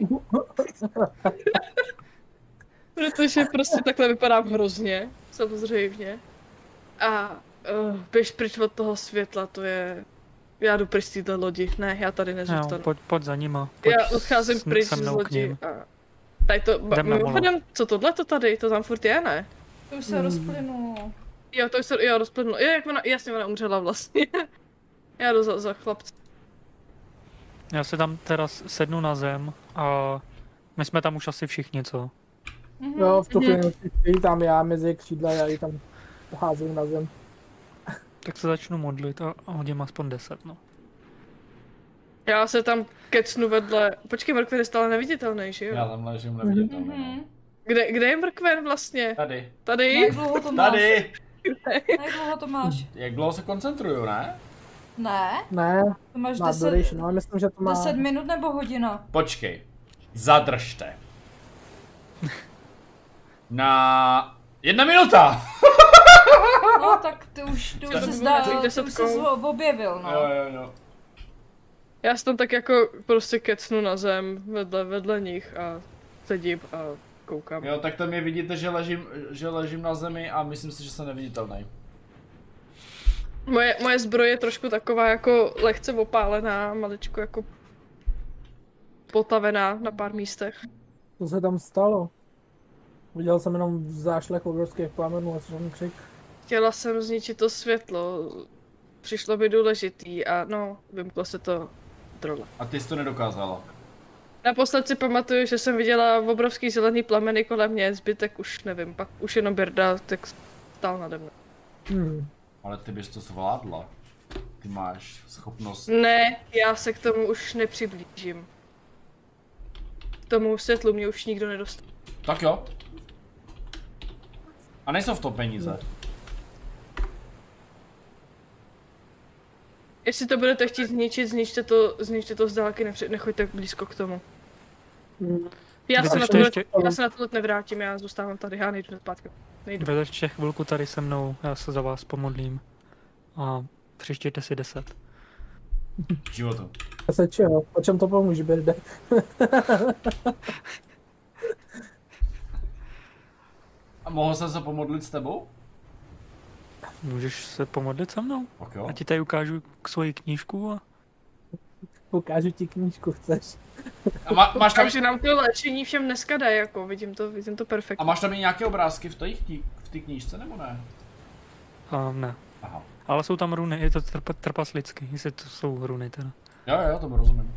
Protože prostě takhle vypadám hrozně, samozřejmě. A uh, běž pryč od toho světla, to je... Já jdu pryč z této lodi. Ne, já tady Jo, nezůstanu. pojď, pojď za nima. Pojď Já odcházím s- pryč se z mnou k lodi. nim. A... Tady to... Ba- Jdem na mimochodem, co tohle to tady? To tam furt je, ne? To už se rozplynulo. Jo, to už se... Jo, rozplynulo. Jo, jak ona... Jasně, ona umřela vlastně. Já jdu za, za chlapce. Já se tam teraz sednu na zem a my jsme tam už asi všichni, co? Mhm. Jo, v tu chvíli jí tam já mezi křídla, já ji tam házím na zem. Tak se začnu modlit a, a hodím aspoň deset, no. Já se tam kecnu vedle... Počkej, Mrkven je stále neviditelný, že jo? Já tam ležím neviditelný. no. Mhm. Kde, kde je Mrkven vlastně? Tady. Tady? Jak dlouho to máš? Tady. Jak dlouho to máš? Jak dlouho se koncentruju, ne? Ne, Ne, to máš má deset, duration, ale myslím, že to má... deset minut nebo hodina. Počkej. Zadržte. Na... Jedna minuta! No tak ty už, ty už Deset se minut, zdá, tak ty deset už se kol. objevil, no. Jo, jo, jo. Já se tam tak jako prostě kecnu na zem vedle, vedle nich a sedím a koukám. Jo, tak tam je vidíte, že ležím, že ležím na zemi a myslím si, že jsem neviditelný. Moje, moje zbroj je trošku taková jako lehce opálená, maličko jako potavená na pár místech. Co se tam stalo? Viděl jsem jenom zášlech obrovských plamenů a jsem křik. Chtěla jsem zničit to světlo, přišlo mi důležitý a no, vymklo se to drole. A ty jsi to nedokázala. Naposled si pamatuju, že jsem viděla obrovský zelený plameny kolem mě, zbytek už nevím, pak už jenom Berda tak stál nade mnou. Hmm. Ale ty bys to zvládla. Ty máš schopnost... Ne, já se k tomu už nepřiblížím. K tomu světlu mě už nikdo nedostane. Tak jo. A nejsou v tom peníze. Jestli to budete chtít zničit, zničte to, zničte to z dálky, nepři- nechoďte blízko k tomu. Hmm. Já se, na Vydržte tohle, ještě- já se na tohle nevrátím, já zůstávám tady, já nejdu zpátky. Nejdu. Vydržte chvilku tady se mnou, já se za vás pomodlím. A přištěte si deset. Životu. Se čeho? O čem to pomůže, Birde? A mohl jsem se pomodlit s tebou? Můžeš se pomodlit se mnou? Ok jo. A ti tady ukážu k svoji knížku a... Ukážu ti knížku, chceš? A má, máš tam, Takže nám to léčení všem dneska jde, jako, vidím to, vidím to perfektně. a máš tam i nějaké obrázky v té kni- v té knížce, nebo ne? a ne. Aha. Ale jsou tam runy, je to trpa, trpaslicky, jestli to jsou runy teda. Jo, jo, tomu rozumím.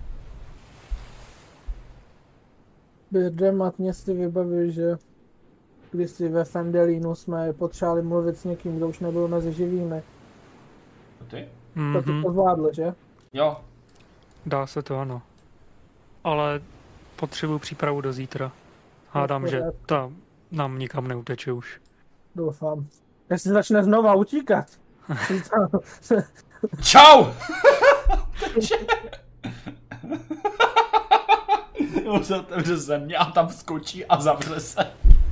Birde, matně si vybaví, že když si ve Fendelínu jsme potřebovali mluvit s někým, kdo už nebyl mezi živými. To ty? To ty Mhm, to zvládl, že? Jo. dá se to, ano. Ale potřebuji přípravu do zítra. Hádám, že ta nám nikam neuteče už. Doufám. Jestli začne znova utíkat. Čau! On se otevře země a tam skočí a zavře se.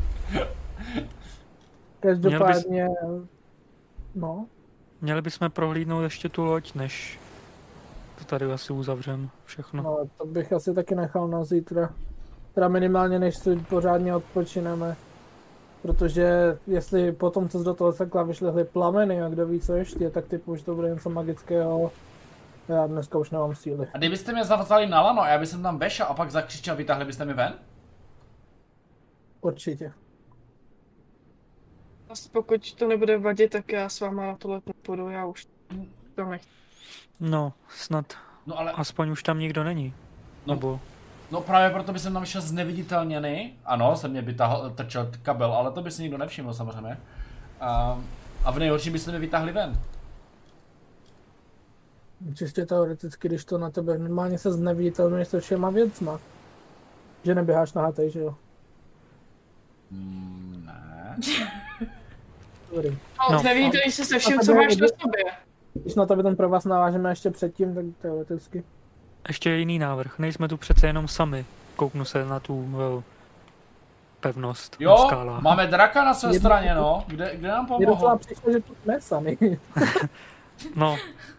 Každopádně... No. Měli bychom prohlídnout ještě tu loď, než to tady asi uzavřem všechno. No, to bych asi taky nechal na zítra. Teda minimálně, než si pořádně odpočineme. Protože jestli potom, co z do toho sekla vyšlehly plameny a kdo ví co ještě, tak typu, že to bude něco magického. Já dneska už nemám síly. A kdybyste mě zavazali na lano a já bych tam bešel a pak zakřičel, vytáhli byste mi ven? Určitě. Asi pokud to nebude vadit, tak já s váma na tohle nepůjdu, já už to nechci. No, snad No ale, aspoň už tam nikdo není. No. Nebo no právě proto by jsem tam šel zneviditelněný. Ano, se mě by tahal, trčel kabel, ale to by si nikdo nevšiml samozřejmě. A, a v nejhorším byste mě vytáhli ven. Čistě teoreticky, když to na tebe normálně se zneviditelnuješ se všema věcma. Že neběháš na hatej, že jo? Mm, ne. Dobrý. No, No. nevidíte, když se se vším, A co tebe- máš na sobě. Když na tebe ten provaz navážeme ještě předtím, tak teoreticky. ještě je jiný návrh. Nejsme tu přece jenom sami. Kouknu se na tu uh, pevnost na Jo, skálách. máme draka na své Jedno- straně, no. Kde, kde nám Je docela pomohl? přišlo, že tu jsme sami. No,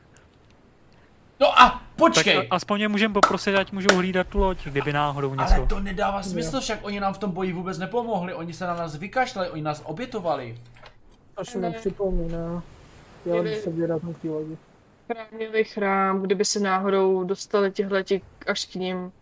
No a tak počkej! a, aspoň je můžeme poprosit, ať můžou hlídat tu loď, kdyby náhodou něco. Ale to nedává smysl, však oni nám v tom boji vůbec nepomohli, oni se na nás vykašlali, oni nás obětovali. Až mi Ne. připomíná. Já Kdyby- bych se vydat na té lodi. Chránili chrám, kdyby se náhodou dostali tihleti až k ním.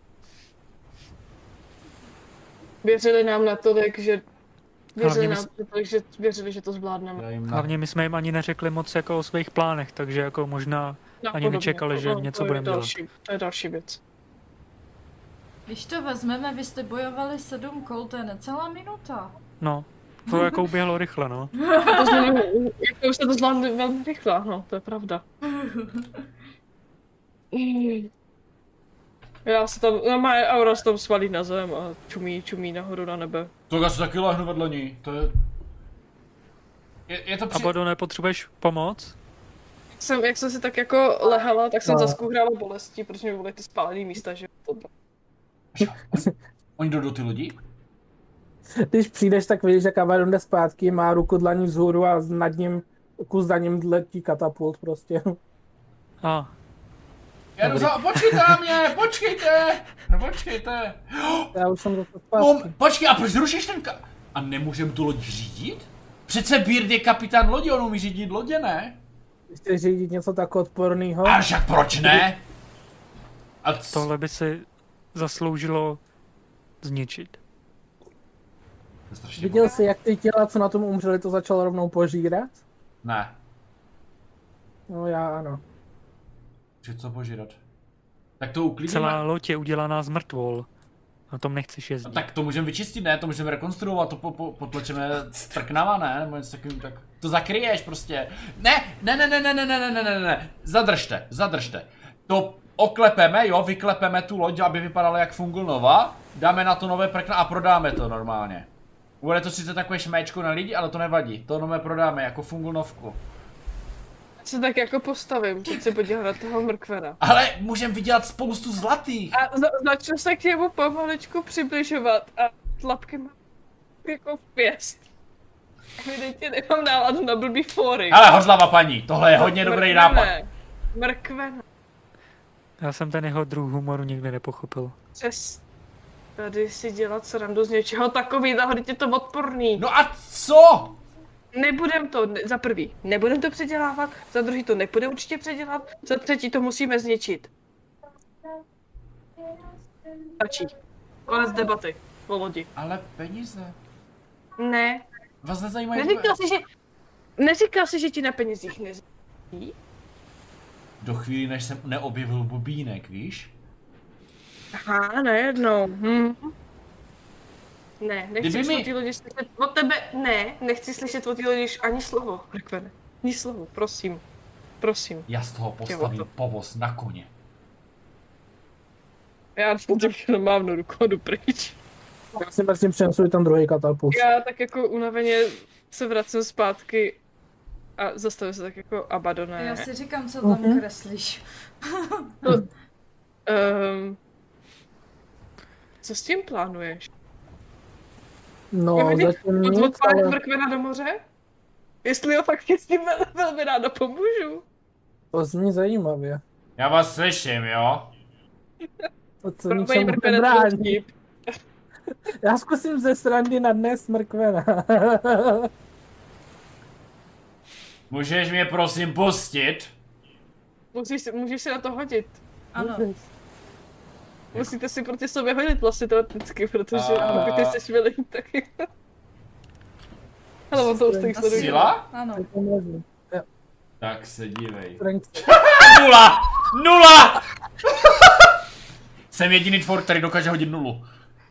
Věřili nám natolik, že... Věřili Hlavně nám mys- natolik, že věřili, že to zvládneme. Já jim na... Hlavně my jsme jim ani neřekli moc jako o svých plánech, takže jako možná No, ani podobně. nečekali, že To- něco to je budeme dělat. další- To je další věc. Když to vezmeme, vy jste bojovali sedm kol, to je necelá minuta. No, to jako uběhlo rychle, no. To znamená, jako už se to zvládli velmi rychle, no, to je pravda. Já se tam, no má aura se tam svalí na zem a čumí, čumí nahoru na nebe. To já si taky lehnu vedle ní, to je... Je, je to A při... Bodo, nepotřebuješ pomoc? Jsem, jak jsem si tak jako lehala, tak jsem No. zaskouhrála bolesti, protože mi byly ty spálený místa, že to Oni jdou do ty lodi? Když přijdeš, tak vidíš, že Kavadon jde zpátky, má ruku dlaní vzhůru a nad ním, kus za ním letí katapult prostě. A, Já jdu za... Počkejte na mě, počkejte! No počkejte. Já už jsem zase Mom, zpátky. počkej, a proč zrušíš ten ka... A nemůžem tu loď řídit? Přece Beard je kapitán lodi, on umí řídit lodě, ne? Chceš řídit něco tak odporného? A však proč ne? A c... tohle by si zasloužilo zničit. To je strašně Viděl jsi, jak ty těla, co na tom umřeli, to začalo rovnou požírat? Ne, No já ano. že co požírat? Tak to uklidíme. Celá loď je udělaná z mrtvol. Na tom nechceš No, jezdit. tak to můžeme vyčistit, ne? To můžeme rekonstruovat, to po, po, potlačíme strknama, ne? Nebo něco takovým, tak to zakryješ prostě. Ne, ne, ne, ne, ne, ne, ne, ne, ne, ne, zadržte, zadržte. To oklepeme, jo, vyklepeme tu loď, aby vypadala jak Funglnova, dáme na to nové prkna a prodáme to normálně. Bude to sice takové šméčko na lidi, ale to nevadí, to nové prodáme jako Funglnovku. se tak jako postavím, teď se podívám na toho mrkvena. Ale můžeme vydělat spoustu zlatých. A za, začnu se k němu pomaličku přibližovat a tlapky má jako v pěst. Evidentně nemám náladu na blbý fóry. Ale hořlava paní, tohle je hodně dobrý nápad. Mrkvena. Já jsem ten jeho druh humoru nikdy nepochopil. Přes tady si dělat srandu z něčeho takovýhle, hodně je to odporný. No a co? Nebudem to, ne, za prvý, nebudem to předělávat, za druhý to nepůjde určitě předělat, za třetí to musíme zničit. Stačí. Konec debaty o lodi. Ale peníze. Ne. Vás nezajímají Neříkal jsi, že... Neříkal jsi, že ti na penězích nezáleží? Do chvíli, než jsem neobjevil bubínek, víš? Aha, najednou. Hm. Ne, nechci Kdyby mi- mi... o té lodi slyšet od tebe, ne, nechci slyšet o té lodi ani slovo, Mrkvene. Ani slovo, prosím. Prosím. Já z toho postavím povoz na koně. Já to jenom mávnu ruku a jdu pryč. Já si vlastně přenesu tam druhý katapult. Já tak jako unaveně se vracím zpátky a zastavím se tak jako Abaddone. Já si říkám, co tam kreslíš. Um, co s tím plánuješ? No, Můžeš zatím nic, odpálit ale Mrkvena do moře? Jestli jo, tak ti s tím vel, velmi ráda pomůžu. to zní zajímavě. Já vás slyším, jo? To co Promiň, ničemu Mrkvene, nebrání. tvůj vtip. Já zkusím ze srandy na dnes mrkvena. Můžeš mě prosím pustit? Musíš, si- můžeš se na to hodit. Ano. Musíte si proti sobě hodit vlastně teoreticky, protože A- pokud ty jsi milý, tak... Ale on to ostatní sledují. Síla? Ano. Tak se dívej. Strength. Nula! Nula! Jsem jediný tvor, který dokáže hodit nulu.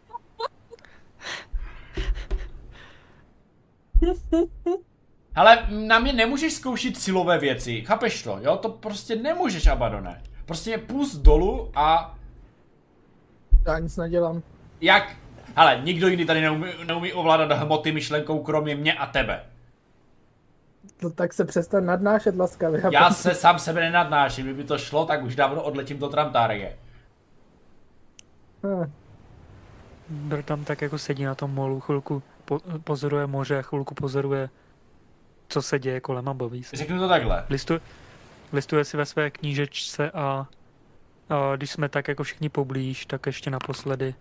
Ale na mě nemůžeš zkoušet silové věci, chápeš to, jo? To prostě nemůžeš, Abaddone. Prostě mě pust dolů a... Já nic nedělám. Jak? Hele, nikdo jiný tady neumí, neumí ovládat hmoty myšlenkou kromě mě a tebe. No, tak se přestaň nadnášet laskavě. Já se sám sebe nenadnáším, kdyby to šlo, tak už dávno odletím do Tramtárie. Hm. Byl tam tak jako sedí na tom molu, chvilku po, pozoruje moře a chvilku pozoruje, co se děje kolem a baví se. Řeknu to takhle. Listuje, listuje si ve své knížečce a, a když jsme tak jako všichni poblíž, tak ještě naposledy.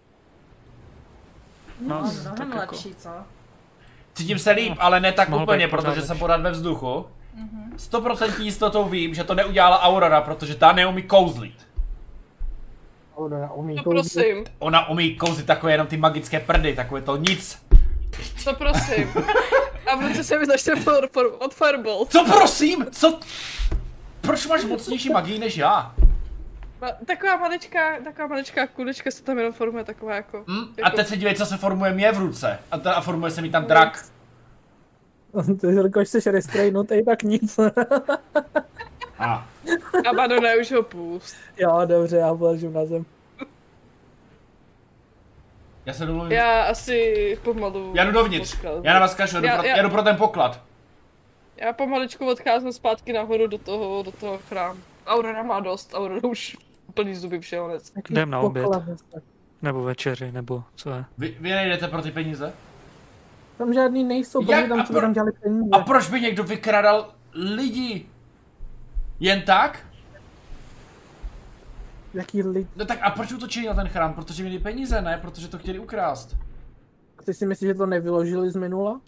No, Nás mnohem tak jako- lepší, co? Cítím se líp, ale ne tak Mohl úplně, být protože pořád jsem lepší. pořád ve vzduchu. Stoprocentní jistotou vím, že to neudělala Aurora, protože ta neumí kouzlit. Aurora umí To kouzlit. prosím, Ona umí kouzlit takové jenom ty magické prdy, takové to nic. to prosím. A v roce se mi začne for, for, od Fireball. Co prosím? Co? Proč máš mocnější magii než já? Ma- Taková maličká, taková maličká kulečka se tam jenom formuje, taková jako... Hm? A jako teď se dívej, co se formuje mě v ruce. A, ta, a formuje se mi tam drak. Ty, jelikož jsi restrainutej, tak nic. A. Abaddone, už ho pust. Jo, dobře, já položím na zem. Já se domluvím. Já asi pomalu... Já jdu dovnitř. odcházím. Já na vás kašlu, jdu Já- pro, já- já jdu pro ten poklad. Já pomaličku odcházím zpátky nahoru do toho, do toho chrámu. Aurora má dost, Aurora už plný zuby všeho nec. Jdem na oběd. Poklad. Nebo večeři, nebo co je. Vy, vy nejdete pro ty peníze? Tam žádný nejsou, Jak? protože tam A co pro- tam dělali peníze. A proč by někdo vykrádal lidi? Jen tak? Jaký lid... No tak a proč útočili na ten chrám? Protože měli peníze, ne? Protože to chtěli ukrást. Ty si myslíš, že to nevyložili z minula?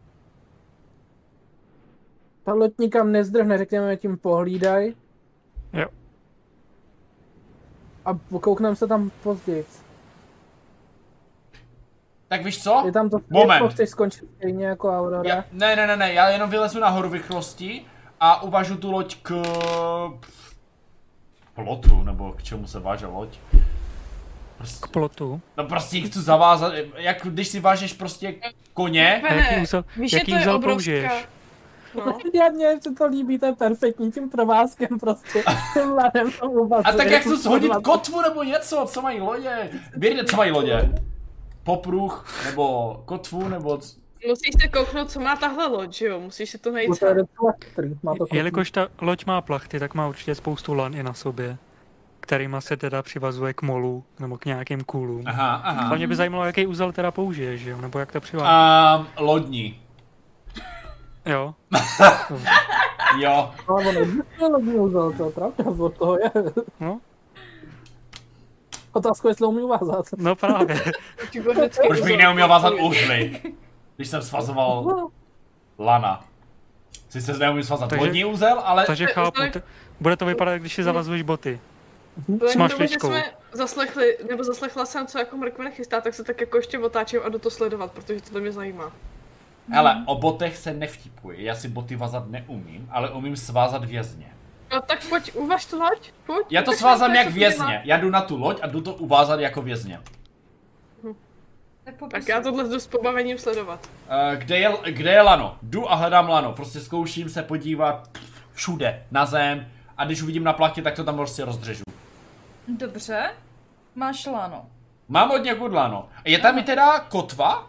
Ta loď nikam nezdrhne, řekněme tím pohlídaj. Jo. A pokoukneme se tam později. Tak víš co? Je tam to Moment. jako chceš skončit stejně jako Aurora. Já, ne, ne, ne, ne, já jenom vylezu nahoru v rychlosti a uvažu tu loď k... plotu, nebo k čemu se váže loď. Prostě, K plotu. no prostě ji chci zavázat, jak když si vážeš prostě koně. A jaký úzel, víš, že jaký to je úzel obrovská... použiješ? No. Já mně se to líbí, to je perfektní, tím provázkem prostě. Tím ladem to uvazuje. A tak jak chci shodit Kurva, kotvu nebo něco, co mají lodě? Běrně, co mají lodě? Popruh, nebo kotvu, nebo... c- Musíš se kouknout, co má tahle loď, že jo? Musíš si to najít To je sám. docela chytrý, má to kotvu. Jelikož ta loď má plachty, tak má určitě spoustu lan i na sobě, kterýma se teda přivazuje k molu, nebo k nějakým kůlům. Aha, aha. A mě by zajímalo, jaký úzel teda použiješ, že jo? Nebo jak to přivážíš. Um, lodní. Jo. Jo. Ale on existuje lodní úzel, to je pravda, od toho je. No, Otázka, jestli umí uvázat. no právě. Proč bych neuměl vázat uzly, když jsem svazoval lana? Sice neumím svazat Takže- lodní úzel, ale... Takže chápu. T- bude to vypadat, když si zavazuješ boty. Vzhledem S k tomu, že mašličkou. jsme zaslechli, nebo zaslechla jsem, co jako Mrkven chystá, tak se tak jako ještě otáčím a jdu to sledovat, protože to mě zajímá. Hele, o botech se nevtipuji, já si boty vazat neumím, ale umím svázat vězně. No tak pojď, uvaž tu loď, pojď. Já to ukaž svázám nám, jak co to vězně, dělá. já jdu na tu loď a jdu to uvázat jako vězně. Tak, popisuj. Tak já tohle jdu s pobavením sledovat. Uh, kde, je, kde je lano? Jdu a hledám lano, prostě zkouším se podívat všude, na zem a když uvidím na plachtě, tak to tam prostě rozdřežu. Dobře, máš lano. Mám od někud lano. Je tam i teda kotva?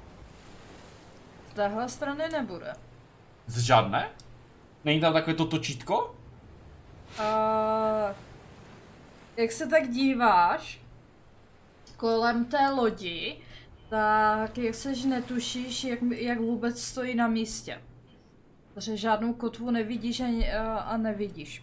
Z téhle strany nebude. Z žádné? Není tam takové to točítko? A jak se tak díváš kolem té lodi, tak jak seš netušíš, jak, jak vůbec stojí na místě. Takže žádnou kotvu nevidíš ani, a, a nevidíš.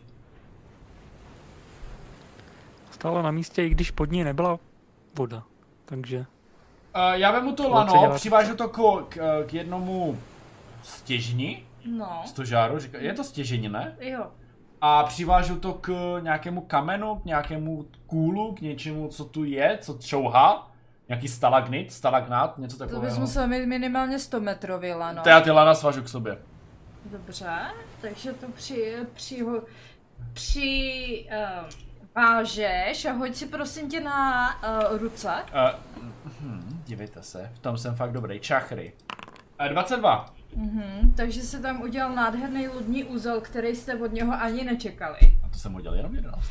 Stála na místě, i když pod ní nebyla voda. Takže Uh, já vemu to co lano, dělat? přivážu to k, k, k jednomu stěžni, No, stožáru, říká, je to stěžení, ne? jo. A přivážu to k nějakému kamenu, k nějakému kůlu, k něčemu, co tu je, co čouhá. Nějaký stalagnit, stalagnát, něco To bys takového. musel mít minimálně sto metrový lano. To já ty lana svažu k sobě. Dobře, takže to při, při, při uh, vážeš a hoď si prosím tě na uh, ruce. Uh, hm, dívejte se, v tom jsem fakt dobrý. Čachry. Uh, dvacet dva. Mhm, takže se tam udělal nádherný lodní úzel, který jste od něho ani nečekali. A to jsem udělal jenom jedenáct.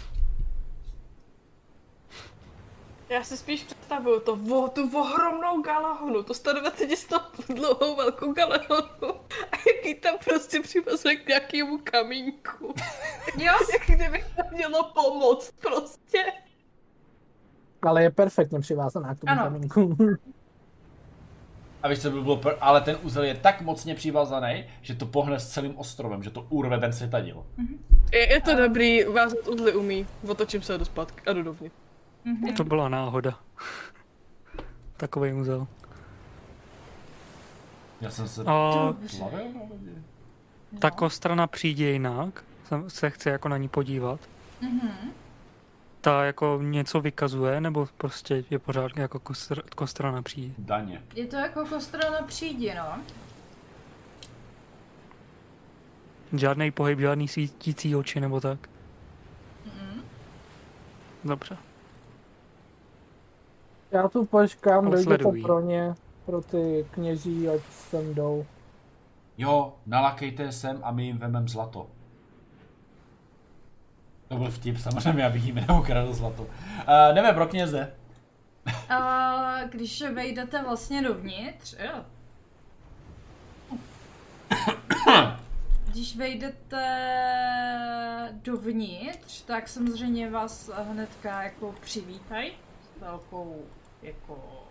Já si spíš představuju to, vo, tu ohromnou galahonu, tu sto dvacet stopů dlouhou velkou galahonu a jaký tam prostě přivazuje k nějakému kamínku. Jo? Jak kdyby to mělo pomoct prostě. Ale je perfektně přivázaná k tomu Ano. kamínku. A víš, co by bylo, pr- ale ten úzel je tak mocně přivázaný, že to pohne s celým ostrovem, že to urve ten světadíl. Je, je to dobrý, vázat uzly umí, otočím se a jdu zpátky a jdu dovnitř. Mhm. to byla náhoda. Takový úzel. Já jsem se A Dobře. plavil na lodi. ta kostrana přijde jinak, jsem- se chce jako na ní podívat. Mhm. Ta jako něco vykazuje, nebo prostě je pořád jako kostr, kostrana přijde. Daně. Je to jako kostra na přídi, no. Žádný pohyb, žádný svítící oči nebo tak. Mhm. Dobře. Já tu počkám, dojde to Sledují. pro ně, pro ty kněží, ať sem jdou. Jo, nalakejte sem a my jim vemem zlato. To byl vtip, samozřejmě, abych jim neukradl zlato. Uh, jdeme pro kněze. A když vejdete vlastně dovnitř, jo. Když vejdete dovnitř, tak samozřejmě vás hnedka jako přivítají s velkou, jako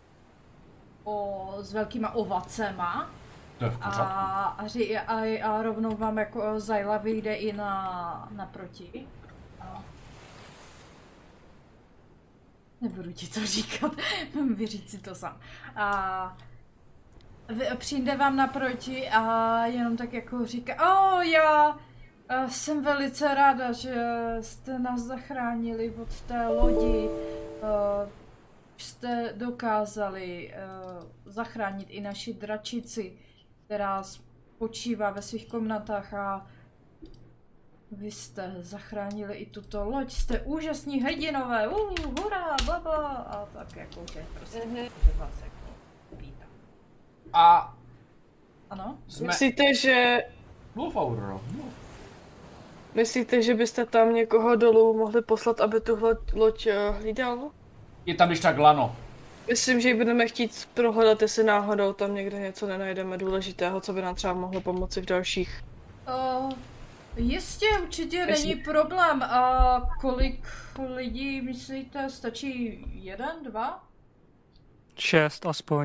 o, s velkýma ovacema To je v a, pořádku. a, ři- a, a rovnou vám jako Zajla vyjde i na, naproti. A... Nebudu ti to říkat, vyříct si to sám. A vy- přijde vám naproti a jenom tak jako říká, o já eh, jsem velice ráda, že jste nás zachránili od té lodi. eh, Jste dokázali eh, zachránit i naši dračici, která spočívá ve svých komnatách a vy jste zachránili i tuto loď, jste úžasní hrdinové, uh, hurá, blabla, a tak jako, že prostě, Mhm. že vás jako vítám. A Ano? jsme... Myslíte, že Mluv, Aurora, mluv. Myslíte, že byste tam někoho dolů mohli poslat, aby tu loď, loď eh, hlídal? Je tam když tak lano. Myslím, že ji budeme chtít prohledat, jestli náhodou tam někde něco nenajdeme důležitého, co by nám třeba mohlo pomoci v dalších. Uh, jistě, určitě Jestli- není problém. A kolik lidí myslíte, stačí jeden, dva? Šest aspoň.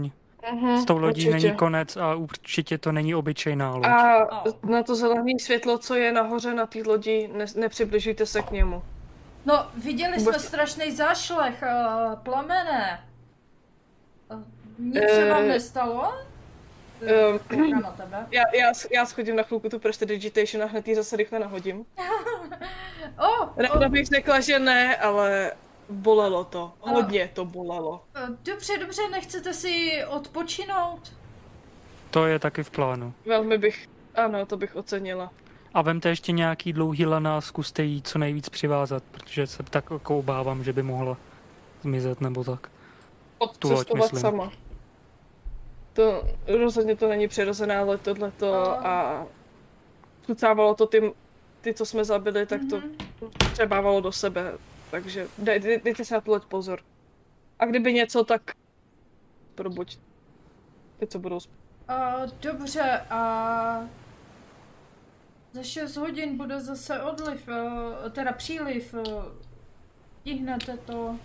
Mhm, S tou lodí určitě. není konec a určitě to není obyčejná loď. A na to zelené světlo, co je nahoře na té lodi, ne, nepřibližujte se k němu. No, viděli Vůbec- jsme strašný zášlech, uh, plamene. Uh, nic Eh, se vám nestalo? ehm, Koukám na tebe. Já, já, já schodím na chvilku tu prestidigitation a hned ji zase rychle nahodím. Oh, Ráda oh, bych řekla, že ne, ale bolelo to. Hodně to bolelo. uh, dobře, dobře, nechcete si odpočinout? To je taky v plánu. Velmi bych, ano, to bych ocenila. A vemte ještě nějaký dlouhý lana a zkuste jí co nejvíc přivázat, protože se tak jako obávám, že by mohla zmizet nebo tak. Odcestovat myslím. sama. To rozhodně to není přirozená, ale tohleto A- a vcucávalo to ty, ty, co jsme zabili, tak to Mhm. třebávalo do sebe. Takže dej, dej, dejte si na tu loď pozor. A kdyby něco, tak probuď. Ty, co budou spát. Uh, dobře, a za šest hodin bude zase odliv, uh, teda příliv. Uh, stihnete to,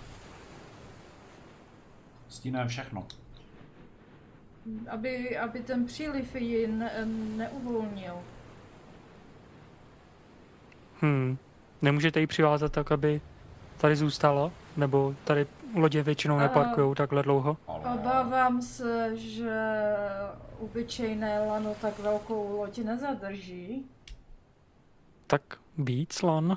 Stínujeme všechno. aby, aby ten příliv ji ne, neuvolnil. Hmm. Nemůžete ji přivázat tak, aby tady zůstala? Nebo tady lodě většinou A- neparkujou takhle dlouho? Ale... Obávám se, že obyčejné lano tak velkou loď nezadrží. Tak víc lan?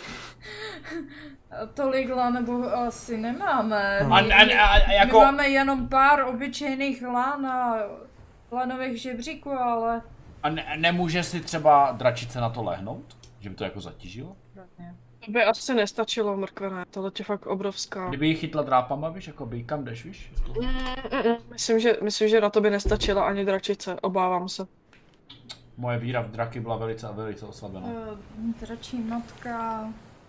Tolik lan asi nemáme. Hmm. A, My, a, a, a my jako... máme jenom pár obyčejných lan a lanových žebříků, ale... A ne, nemůže si třeba dračice na to lehnout? Že by to jako zatížilo? To by asi nestačilo, mrkvené, ta loď je fakt obrovská. Kdyby ji chytla drápama, víš, jako by kam jdeš, víš? Mm, mm, mm. Myslím, že, myslím, že na to by nestačila ani dračice, obávám se. Moje víra v draky byla velice a velice oslabená. Uh, dračí matka...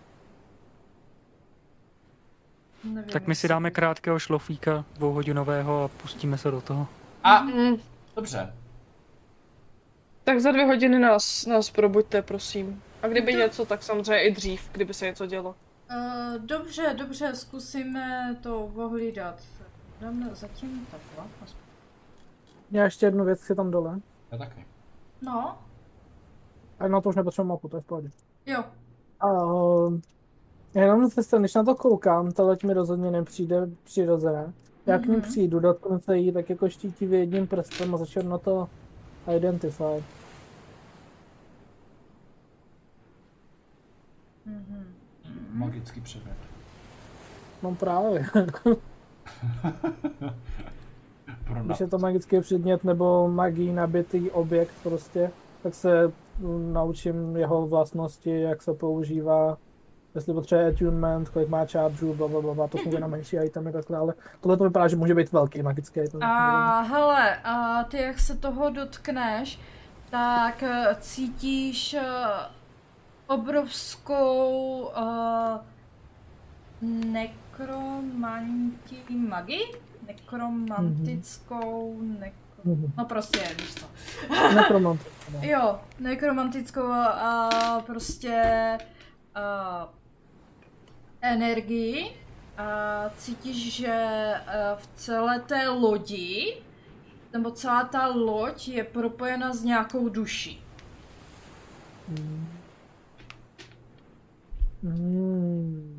Nevím, Tak my si jestli- dáme krátkého šlofíka dvouhodinového a pustíme se do toho. A, Mm. dobře. Tak za dvě hodiny nás, nás probuďte, prosím. A kdyby To- něco, tak samozřejmě i dřív, kdyby se něco dělo. Uh, dobře, dobře, zkusíme to ohlídat. Dáme zatím takhle. aspoň. Já ještě jednu věc si tam dole. Já taky. No, A na to už nepotřebuji mapu, to je v pohodě. jo. A jenom se, když na to koukám, ta loď mi rozhodně nepřijde přirozené. Já k ní Mhm. přijdu, dotknu se jí, tak jako štítivě jedním prstem a začnu na to identify. Mhm. Magický předmět. No právě. Pro Když je to magický předmět nebo magií nabitý objekt prostě, tak se mm, naučím jeho vlastnosti, jak se používá, jestli potřebuje attunement, kolik má chargeů, bla, bla, bla, bla, to funguje na menší itemy takhle, ale tohle to vypadá, že může být velký magický item. A hele, a ty jak se toho dotkneš, tak eh, cítíš eh, obrovskou uh, nekromantí magii? Nekromantickou, nekro... Mhm. no prostě, víš co. Nekromant. no. Jo, nekromantickou a prostě a, energii a cítíš, že a, v celé té lodi, nebo celá ta loď je propojena s nějakou duší. Hmm.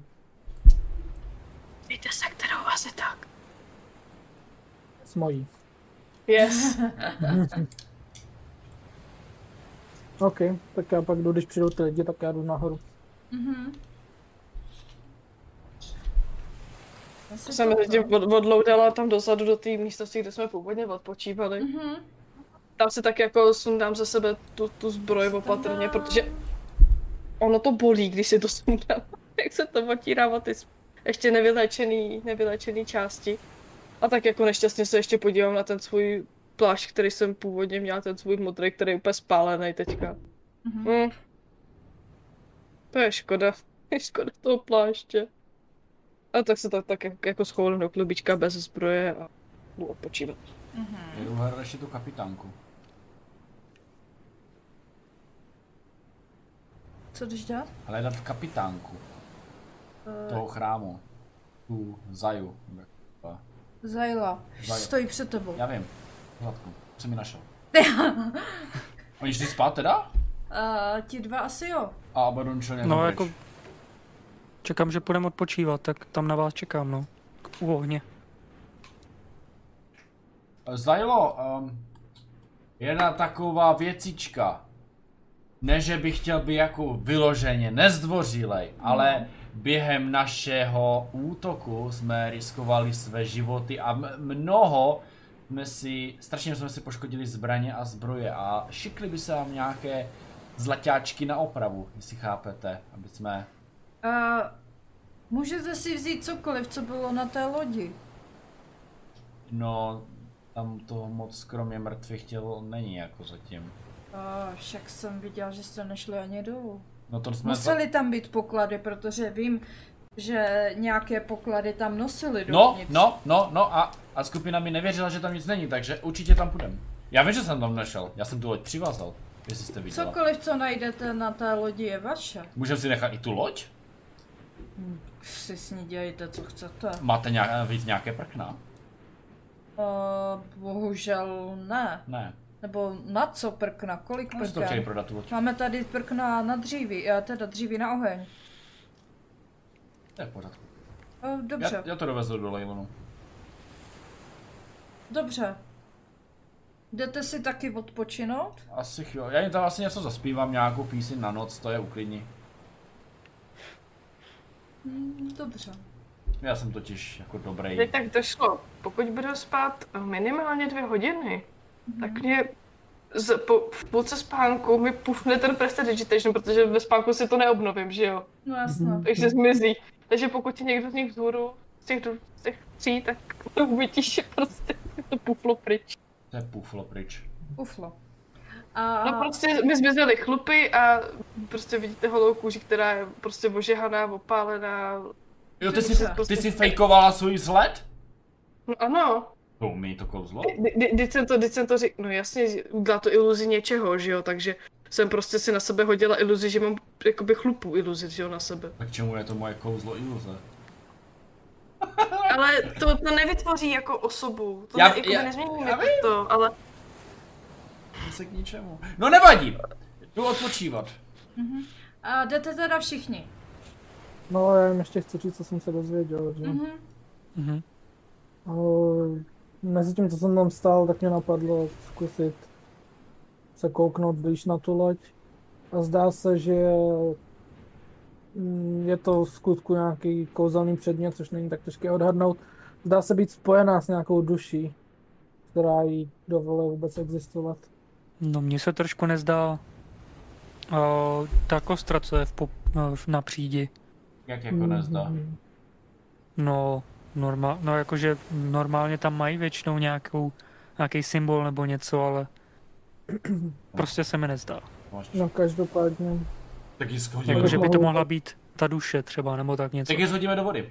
Víte se, kterou asi tak. S mojí. Yes. OK, tak já pak jdu, když přijdou ty lidi, tak já jdu nahoru. Mhm. Já si Jsem to- zatím od, odloudala tam dozadu do té místnosti, kde jsme původně odpočívali. Mhm. Tam si tak jako sundám ze sebe tu, tu zbroj opatrně, protože ono to bolí, když si to sundám. Jak se to otírá o ty s- ještě nevylečený, nevylečený části. A tak jako nešťastně se ještě podívám na ten svůj plášť, který jsem původně měla, ten svůj modrý, který je úplně spálený teďka. Mhm. Hm. To je škoda. Je škoda toho pláště. A tak se tak, tak jak- jako schovám do klubička bez zbroje a jdu odpočívat. Mhm. Jdu hledat ještě tu kapitánku. Co jdeš dělat? Hledat kapitánku Eh, toho chrámu. Tu Zaju. nebo jak to byla. Zajla. Zajla. Stojí před tebou. Já vím. Zlatku, co mi našel? Oni šli spát teda? Uh, ti dva asi jo. A Abaddon šel nějak No pryč. jako... Čekám, že půjdeme odpočívat, tak tam na vás čekám, no. U ohně. Zajlo, um, jedna taková věcička. Ne, že bych chtěl být jako vyloženě nezdvořilej, no. Ale během našeho útoku jsme riskovali své životy a mnoho jsme si, strašně jsme si poškodili zbraně a zbroje a šikli by se nám nějaké zlaťáčky na opravu, jestli chápete, aby jsme... Uh, můžete si vzít cokoliv, co bylo na té lodi. No, tam toho moc kromě mrtvých těl není jako zatím. Uh, však jsem viděl, že jste nešli ani dolů. No to jsme... Museli tam být poklady, protože vím, že nějaké poklady tam nosili No, dovnitř. no, no, no a, a skupina mi nevěřila, že tam nic není, takže určitě tam půjdem. Já vím, že jsem tam nešel, já jsem tu loď přivázal, jestli jste viděla. Cokoliv, co najdete na té lodi, je vaše. Můžeme si nechat i tu loď? Hm, si s ní dělejte, co chcete. Máte nějak, víc nějaké prkna? Uh, bohužel ne. Ne. Nebo na co prkna? Kolik Můžete to chtěli prken? prodat tu loď. Máme tady prkna na dříví, uh, teda dříví na oheň. To je v pořádku. Uh, dobře, Já, já to dovezu do Leilonu. dobře. Jdete si taky odpočinout? Asi jo, já jim tam vlastně něco zaspívám, nějakou píseň na noc, to je uklidní. Hm, dobře. Já jsem totiž jako dobrý. Teď tak došlo. Pokud budu spát minimálně dvě hodiny, mm-hmm. tak mě z, po, v půlce spánku mi pufne ten prestidigitation, protože ve spánku si to neobnovím, že jo? No jasně. Takže zmizí. Takže pokud je někdo z nich vzhůru, z těch, z těch tří, tak to vytiše prostě to puflo pryč. To je puflo pryč. Uflo. A... No prostě mi zmizely chlupy a prostě vidíte holou kůži, která je prostě ožehaná, opálená. Jo, ty jsi, Dobře. ty jsi fejkovala svůj vzhled? No ano. To umí to kouzlo? Když jsem to, jsem to řík, no jasně, udělá to iluzi něčeho, že jo, takže jsem prostě si na sebe hodila iluzi, že mám jakoby chlupu iluzi, že jo, na sebe. Tak čemu je to moje kouzlo iluze? Ale to, to nevytvoří jako osobu, to Já- ne, jakoby já- nezměníme já vím. to, ale Se k ničemu. No nevadí, jdu odpočívat. Mhm. A jdete teda všichni? No, já jim ještě chci říct, co jsem se dozvěděl, že? Mhm. Mhm. Uh, mezi tím, co jsem tam stál, tak mě napadlo zkusit se kouknout blíž na tu loď. A zdá se, že mm, je to v skutku nějaký kouzelný předmět, což není tak těžké odhadnout. Zdá se být spojená s nějakou duší, která jí dovoluje vůbec existovat. No mně se trošku nezdá uh, ta kostra, co je v pop, uh, na přídi. Jak jako nezdá? Mhm. No, norma, no jakože normálně tam mají většinou nějakou, nějaký symbol nebo něco, ale prostě se mi nezdá. No každopádně. Tak ji shodíme. Jako, bych že by to mohl- mohla být ta duše třeba, nebo tak něco. Tak ji shodíme do vody.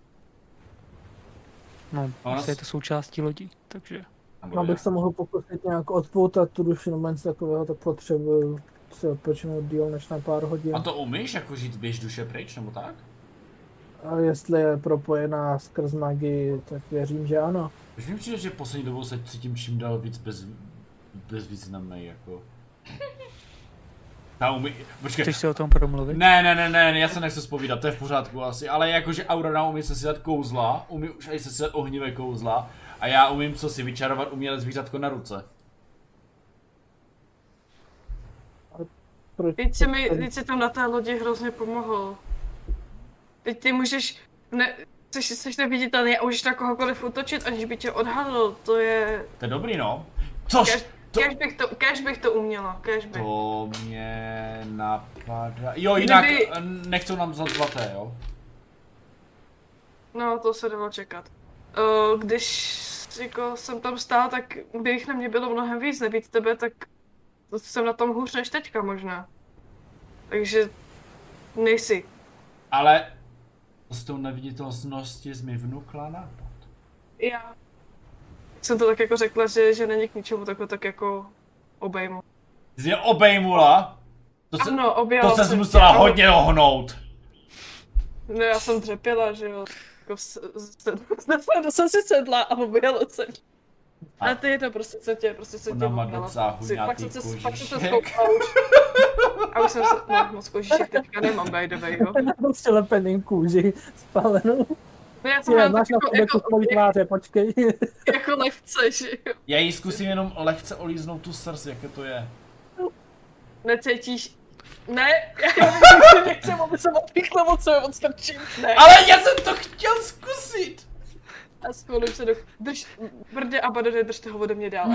No, ona asi je s- to součástí lodí, takže... Nebo Abych se mohl pokusit nějak odpoutat tu duši nebo něco takového, tak potřebuji si odpočinout díl než na pár hodin. A to umíš, jako žít běž duše pryč, nebo tak? A jestli je propojená skrz magii, tak věřím, že ano. Už mi přijde, že poslední dobou se cítím čím dál víc bez, bezvýznamnej, jako. Ta umí... Počkej. Chceš si o tom promluvit? Ne, ne, ne, ne, já se nechci zpovídat, to je v pořádku asi, ale jakože Aurora umí se si dát kouzla, umí už i se si dát ohnivé kouzla a já umím co si vyčarovat uměle zvířatko na ruce. Proč? teď si, mi, teď si tam na té lodi hrozně pomohl. Teď ty můžeš, ne, jsi, jsi neviditelný a můžeš na kohokoliv útočit, aniž by tě odhadl, to je... To je dobrý, no. Což Kež, to, kež, bych to, kež bych to uměla, kež bych. to mě napadá. Jo, jinak Kdyby- Kdyby... nechcou nám vzat zlaté, jo. No, to se dalo čekat. Uh, když jako jsem tam stál, tak bych na mě bylo mnohem víc, nebýt tebe, tak jsem na tom hůř než teďka možná. Takže nejsi. Ale s tou neviditelností jsi mi vnukla nápad. Já jsem to tak jako řekla, že, že není k ničemu, tak ho tak jako obejmu. Ty jsi mě obejmula? To se, Ano, objela to jsem se musela tě, hodně ohnout. No já jsem dřepěla, že jo. jako s, s, s, jsem si sedla a objela jsem. A ty je to prostě, co tě, prostě co tě Ona má objela. docela Pak jsem se, huňatý pak jsem se kožíšek. skoupila už. A už jsem se, no moc kožíšek teďka nemám, by the way, jo. Přelepený kůži, spálenou. No já jsem Je, mám máš tak na jako, sobě jako, kus mojí tváře, počkej. jako lehce, že jo. Já jí zkusím jenom lehce olíznout tu srst, jaké to je. Necítíš? Ne, já nechcem, aby se odpíchla moc, co je odstrčím, ne. Ale já jsem to chtěl zkusit! A skvělím se do... Drž, brdě a badode, držte ho ode mě dál.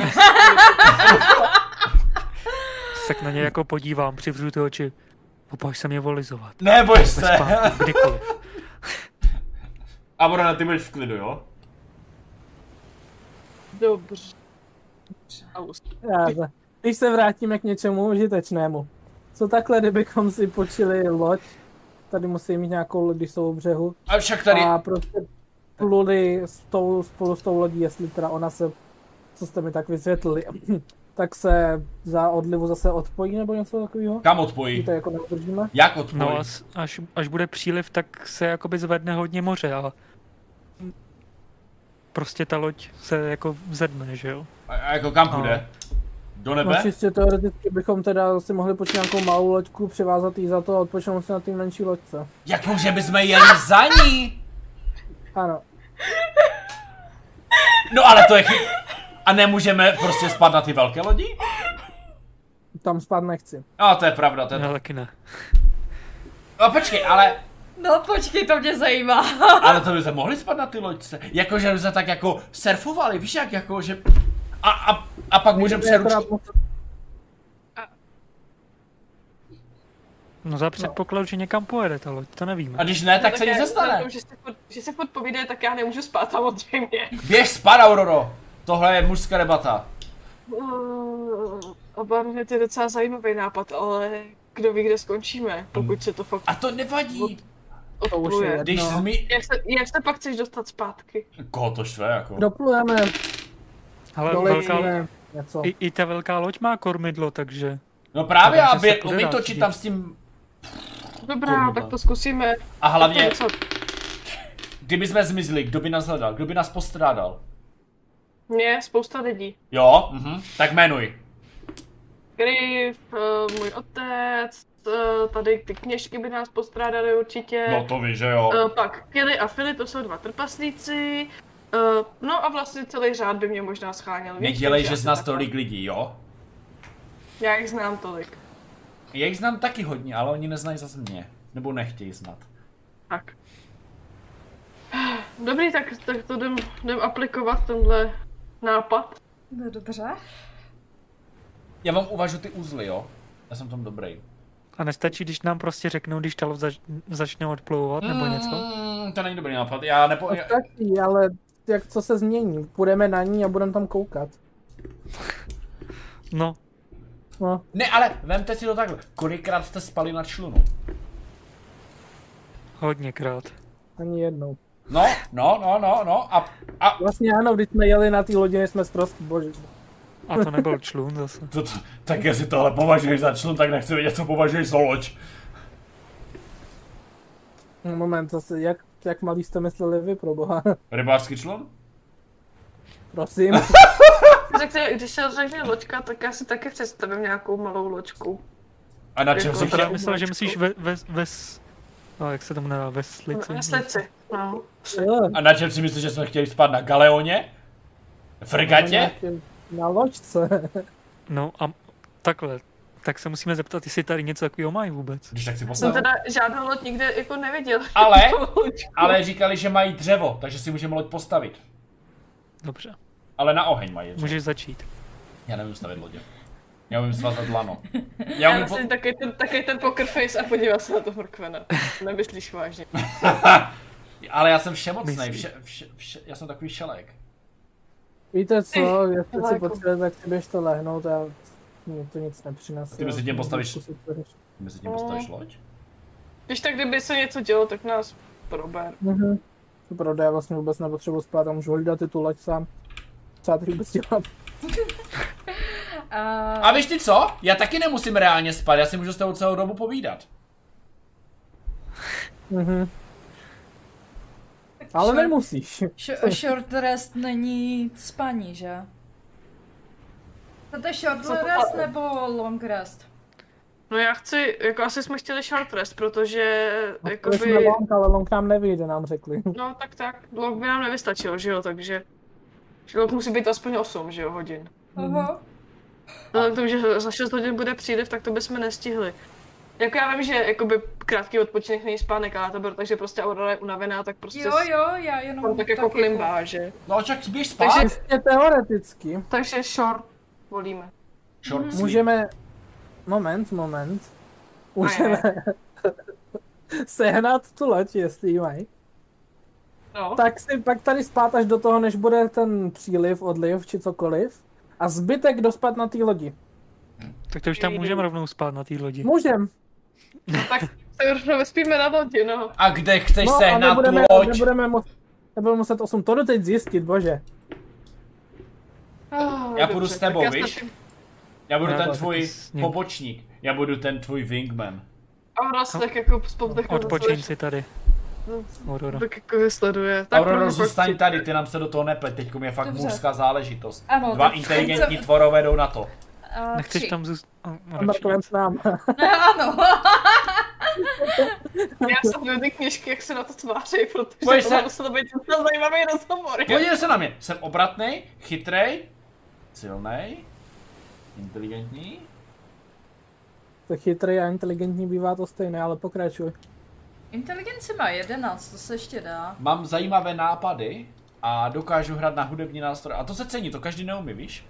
Tak na ně jako podívám, přivřu ty oči. Popaž se mě volizovat. Neboj Bez se! spánku, kdykoliv. A Brona, ty budeš v klidu, jo? Dobře. Aus. Já, když se vrátíme k něčemu užitečnému. Co takhle, kdybychom si počili loď, tady musí mít nějakou loď, když jsou u břehu. A však tady... A prostě pluli s tou, spolu s tou lodí, jestli teda ona se, co jste mi tak vysvětlili, tak se za odlivu zase odpojí nebo něco takového? Kam odpojí? To jako neudržíme? Jak odpojí? No až, až, až bude příliv, tak se jakoby zvedne hodně moře a prostě ta loď se jako zedne, že jo? A, a jako kam půjde? Do nebe? No čistě teoreticky bychom teda si mohli počít nějakou malou loďku, přivázat jí za to a odpočinout si na té menší loďce. Jak že bychom jeli za ní? Ano. No ale to je chyb... A nemůžeme prostě spát na ty velké lodi? Tam spát nechci. No to je pravda, to je... Já taky ne. No počkej, ale... No počkej, to mě zajímá. Ale to by se mohli spát na ty loďce. Jakože by se tak jako surfovali, víš jak, jako že... A, a, a pak můžeme přeručit... No za předpokladu, že někam pojede ta loď, to nevíme. A když ne, tak No, se nic já- nestane. na tom, Že se, furt, že se furt povíde, tak já nemůžu spát samozřejmě. Běž spát, Auroro. Tohle je mužská debata. Uh, Obarvně to je docela zajímavý nápad, ale kdo ví, kde skončíme, pokud se to fakt A to nevadí. už je odpluje. jedno. Když No. zmi... Jak se, jak se pak chceš dostat zpátky? Koho to štve, jako? Doplujeme, Ale dolečíme velká, něco. i, i ta velká loď má kormidlo, takže... No právě, Takže aby se bude umí dát točit vidět. tam s tím... Dobrá, Kurva. tak to zkusíme. A hlavně, Co? kdyby jsme zmizli, kdo by nás hledal, kdo by nás postrádal? Mě, spousta lidí. Jo, mhm, tak jmenuj. Griff, uh, můj otec, uh, tady ty kněžky by nás postrádali určitě. No to víš, že jo. Uh, pak Kili a Filip, to jsou dva trpaslíci. Uh, no a vlastně celý řád by mě možná scháněl. víš, Nedělej, takže že asi z nás takhle. tolik lidí, jo? Já jich znám tolik. Já jich znám taky hodně, ale oni neznají zase mě. Nebo nechtějí znát. Tak. Dobrý, tak, tak to jdem, jdem aplikovat tenhle nápad. No dobře. Já vám uvažu ty uzly, jo? Já jsem tam dobrý. A nestačí, když nám prostě řeknou, když ta loď zač, začne odplouvat nebo něco? Mm, to není dobrý nápad, já nepo... To Já... taky, ale jak co se změní? Půjdeme na ní a budeme tam koukat. No, No, Ne, ale vemte si to takhle. Kolikrát jste spali na člunu? hodněkrát. ani jednou. No, no, no, no, no, a, a Vlastně ano, když jsme jeli na té lodi, jsme strost, bože. A to nebyl člun zase. to, to, tak jestli tohle považuješ za člun, tak nechci vědět, co považuješ za loď. Moment, zase, jak, jak malý jste mysleli vy, pro boha? Rybářský člun? Prosím. Řekne, když se řekne loďka, tak já si taky představím nějakou malou loďku. A na čem Jako si Jsem to- teda chtěl? myslel, že myslíš ve, ve, ve, no, jak se tomu jmenuje, veslici? Na slici, no. Jo, A na čem si myslíš, že jsme chtěli spát na Galeoně? Fregatě? nějaký- Na loďce. No a takhle, tak se musíme zeptat, jestli tady něco takového mají vůbec. Když tak si Jsem postav. teda žádnou loď nikde jako neviděl. Ale, Loďku. ale říkali, že mají dřevo, takže si můžeme loď postavit. Dobře, Ale na oheň mají dřevo. můžeš začít. Já nevím stavit lodě. Já umím svázat lano. Já Já umím myslím taky ten, taky ten poker face a podíval se na to Morkvena. Nemyslíš vážně. po... Ale já jsem všemocnej, Myslí. vše, vše, vše, já jsem takový šelek. Víte co, jestli si Daleko. potřebujete, tak si běžte lehnout a mě to nic nepřinese. Ty mezi tím postavíš- Zkusit to řešit. Ty mi si tím postavíš loď? Když tak kdyby se něco dělo, tak nás prober. Mhm. To pravda, já vlastně vůbec nepotřebuji spát a můžu hlídat i tu loď sám. Co já teď vůbec dělat? A... A víš ty co? Já taky nemusím reálně spát, já si můžu s tebou celou dobu povídat. Mhm. Tak Ale Short- nemusíš. sh- short rest není spaní, že? Chcete short Co to rest pa- nebo long rest? No já chci, jako asi jsme chtěli short rest, protože No, jakoby... jsme long, ale long nám nevyjde, nám řekli. No tak tak, long by nám nevystačil, že jo, takže... že long musí být aspoň osm, že jo, hodin. Aha. Vzhledem k tomu, že za šest hodin bude příliv, tak to bychom nestihli. Jako já vím, že jakoby krátký odpočinek není spánek, ale to bylo tak, že prostě Aurora je unavená, tak prostě Jo, jo, já jenom tam tak jako klimbá, že? No čak běž spát. Takže- Čistě teoreticky. Takže short volíme. Short sleep. Můžeme... Moment, moment. Můžeme sehnat tu loď, jestli ji mají. No. Tak si pak tady spát až do toho, než bude ten příliv, odliv či cokoliv. A zbytek dospat na té lodi. Tak to už tam můžeme rovnou spát na té lodi. Můžem. No tak se rovnou vyspíme na lodi, no. A kde chceš No a sehnat tu nebudeme, loď? nebudeme, mus, nebudeme muset osm, to jdu teď zjistit, bože. Oh, Já půjdu dobře, s tebou, tak já víš? snad- Já budu Já ten taky tvůj s ním. pobočník. Já budu ten tvůj wingman. Aurora se tak jako spolu tak Odpočíň si tady, No, Aurora. tak jako vysleduje. Tak Aurora, rovnou zůstaň pak- tady, ty nám se do toho neplet, teďko mi je fakt Dobře. mužská záležitost. Ano, Dva tak inteligentní co- tvorové jdou na to. Uh, Nechceš tři. tam zůstat? A Markovem s náma. Ano. Já jsem ty knížky, jak se na to tváří, protože Pojď to se- má muselo být docela zajímavý rozhovor. Podívej se na mě, jsem obratnej, chytrej, silnej, inteligentní. To chytrý a inteligentní bývá to stejné, ale pokračuj. Inteligenci má jedenáct, to se ještě dá. Mám zajímavé nápady a dokážu hrát na hudební nástroje. A to se cení, to každý neumí, víš?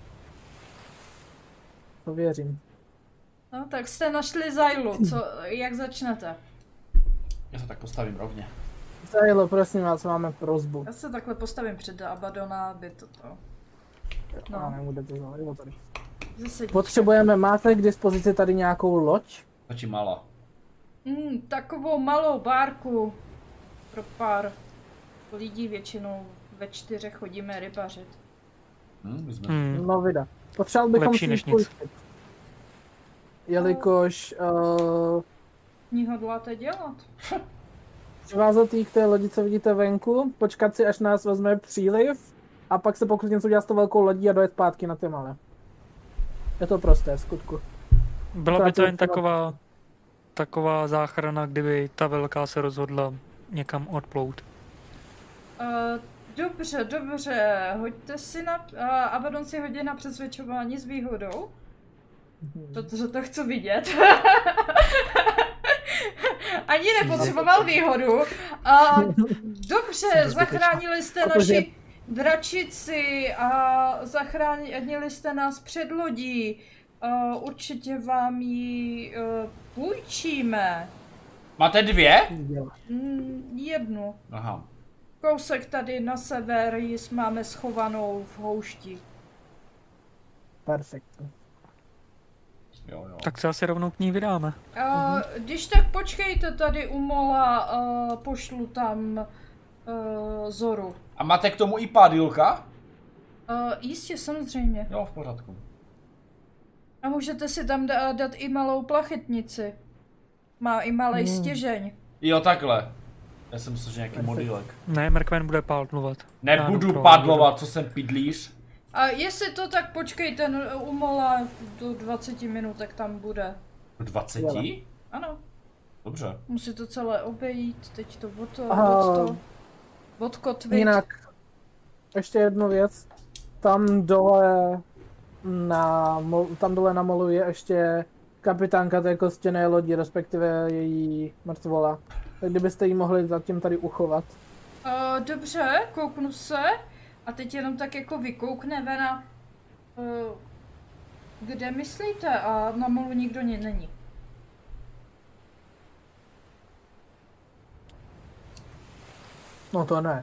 To věřím. No tak jste našli Zailu, co, jak začnete? Já se tak postavím rovně. Zajelo, prosím vás, máme prosbu. Já se takhle postavím před Abadona, aby toto. No. A No, nebude to zajelo tady. zase Potřebujeme, máte k dispozici tady nějakou loď? Stačí malá. mm, takovou malou bárku pro pár lidí, většinou ve čtyřech chodíme rybařit. Hm, my jsme... Hmm. No vida. Potřeboval bychom Lepší si než ji nic. půjčit. Jelikož uh, Ní hodláte dělat? přivázat jí k té lodi, co vidíte venku, počkat si, až nás vezme příliv a pak se pokusit něco dělat s tou velkou lodí a dojet zpátky na ty malé. Je to prosté, v skutku. Byla by to jen Akorát- taková, taková záchrana, kdyby ta velká se rozhodla někam odplout. Uh, dobře, dobře, hoďte si na... Uh, Abaddon si hodí na přesvědčování s výhodou. Protože to chci vidět. Ani nepotřeboval výhodu. Uh, dobře, zachránili jste Protože- naši dračici a zachránili jste nás před lodí. Uh, určitě vám ji uh, půjčíme. Máte dvě? Mm, jednu. Aha. Kousek tady na sever ji máme schovanou v houšti. Perfektní. Jo, jo. Tak se asi rovnou k ní vydáme. Uh, když tak počkejte tady u mola, uh, pošlu tam uh, Zoru. A máte k tomu i pádilka? Uh, jistě, samozřejmě. Jo, v pořádku. A můžete si tam da- dát i malou plachetnici. Má i malý Hmm. stěžeň. Jo, takhle. Já jsem myslel, že nějaký modílek. Ne, Merkven bude pádlovat. Já jdu Nebudu pro padlovat, co jsem pidlíř. A jestli to tak počkejte, no, u mola do dvacet minutek tam bude. Do dvaceti? Ano, Dobře. musí to celé obejít, teď to od to, Aha. od to, odkotvit. Jinak, ještě jednu věc. Tam dole na, mol- tam dole na molu je ještě kapitánka té kostěné lodi, respektive její mrtvola. Tak kdybyste ji mohli zatím tady uchovat. Uh, dobře, kouknu se. A teď jenom tak jako vykoukne Vena. Uh, kde myslíte? A na molu nikdo ni- není. No to ne.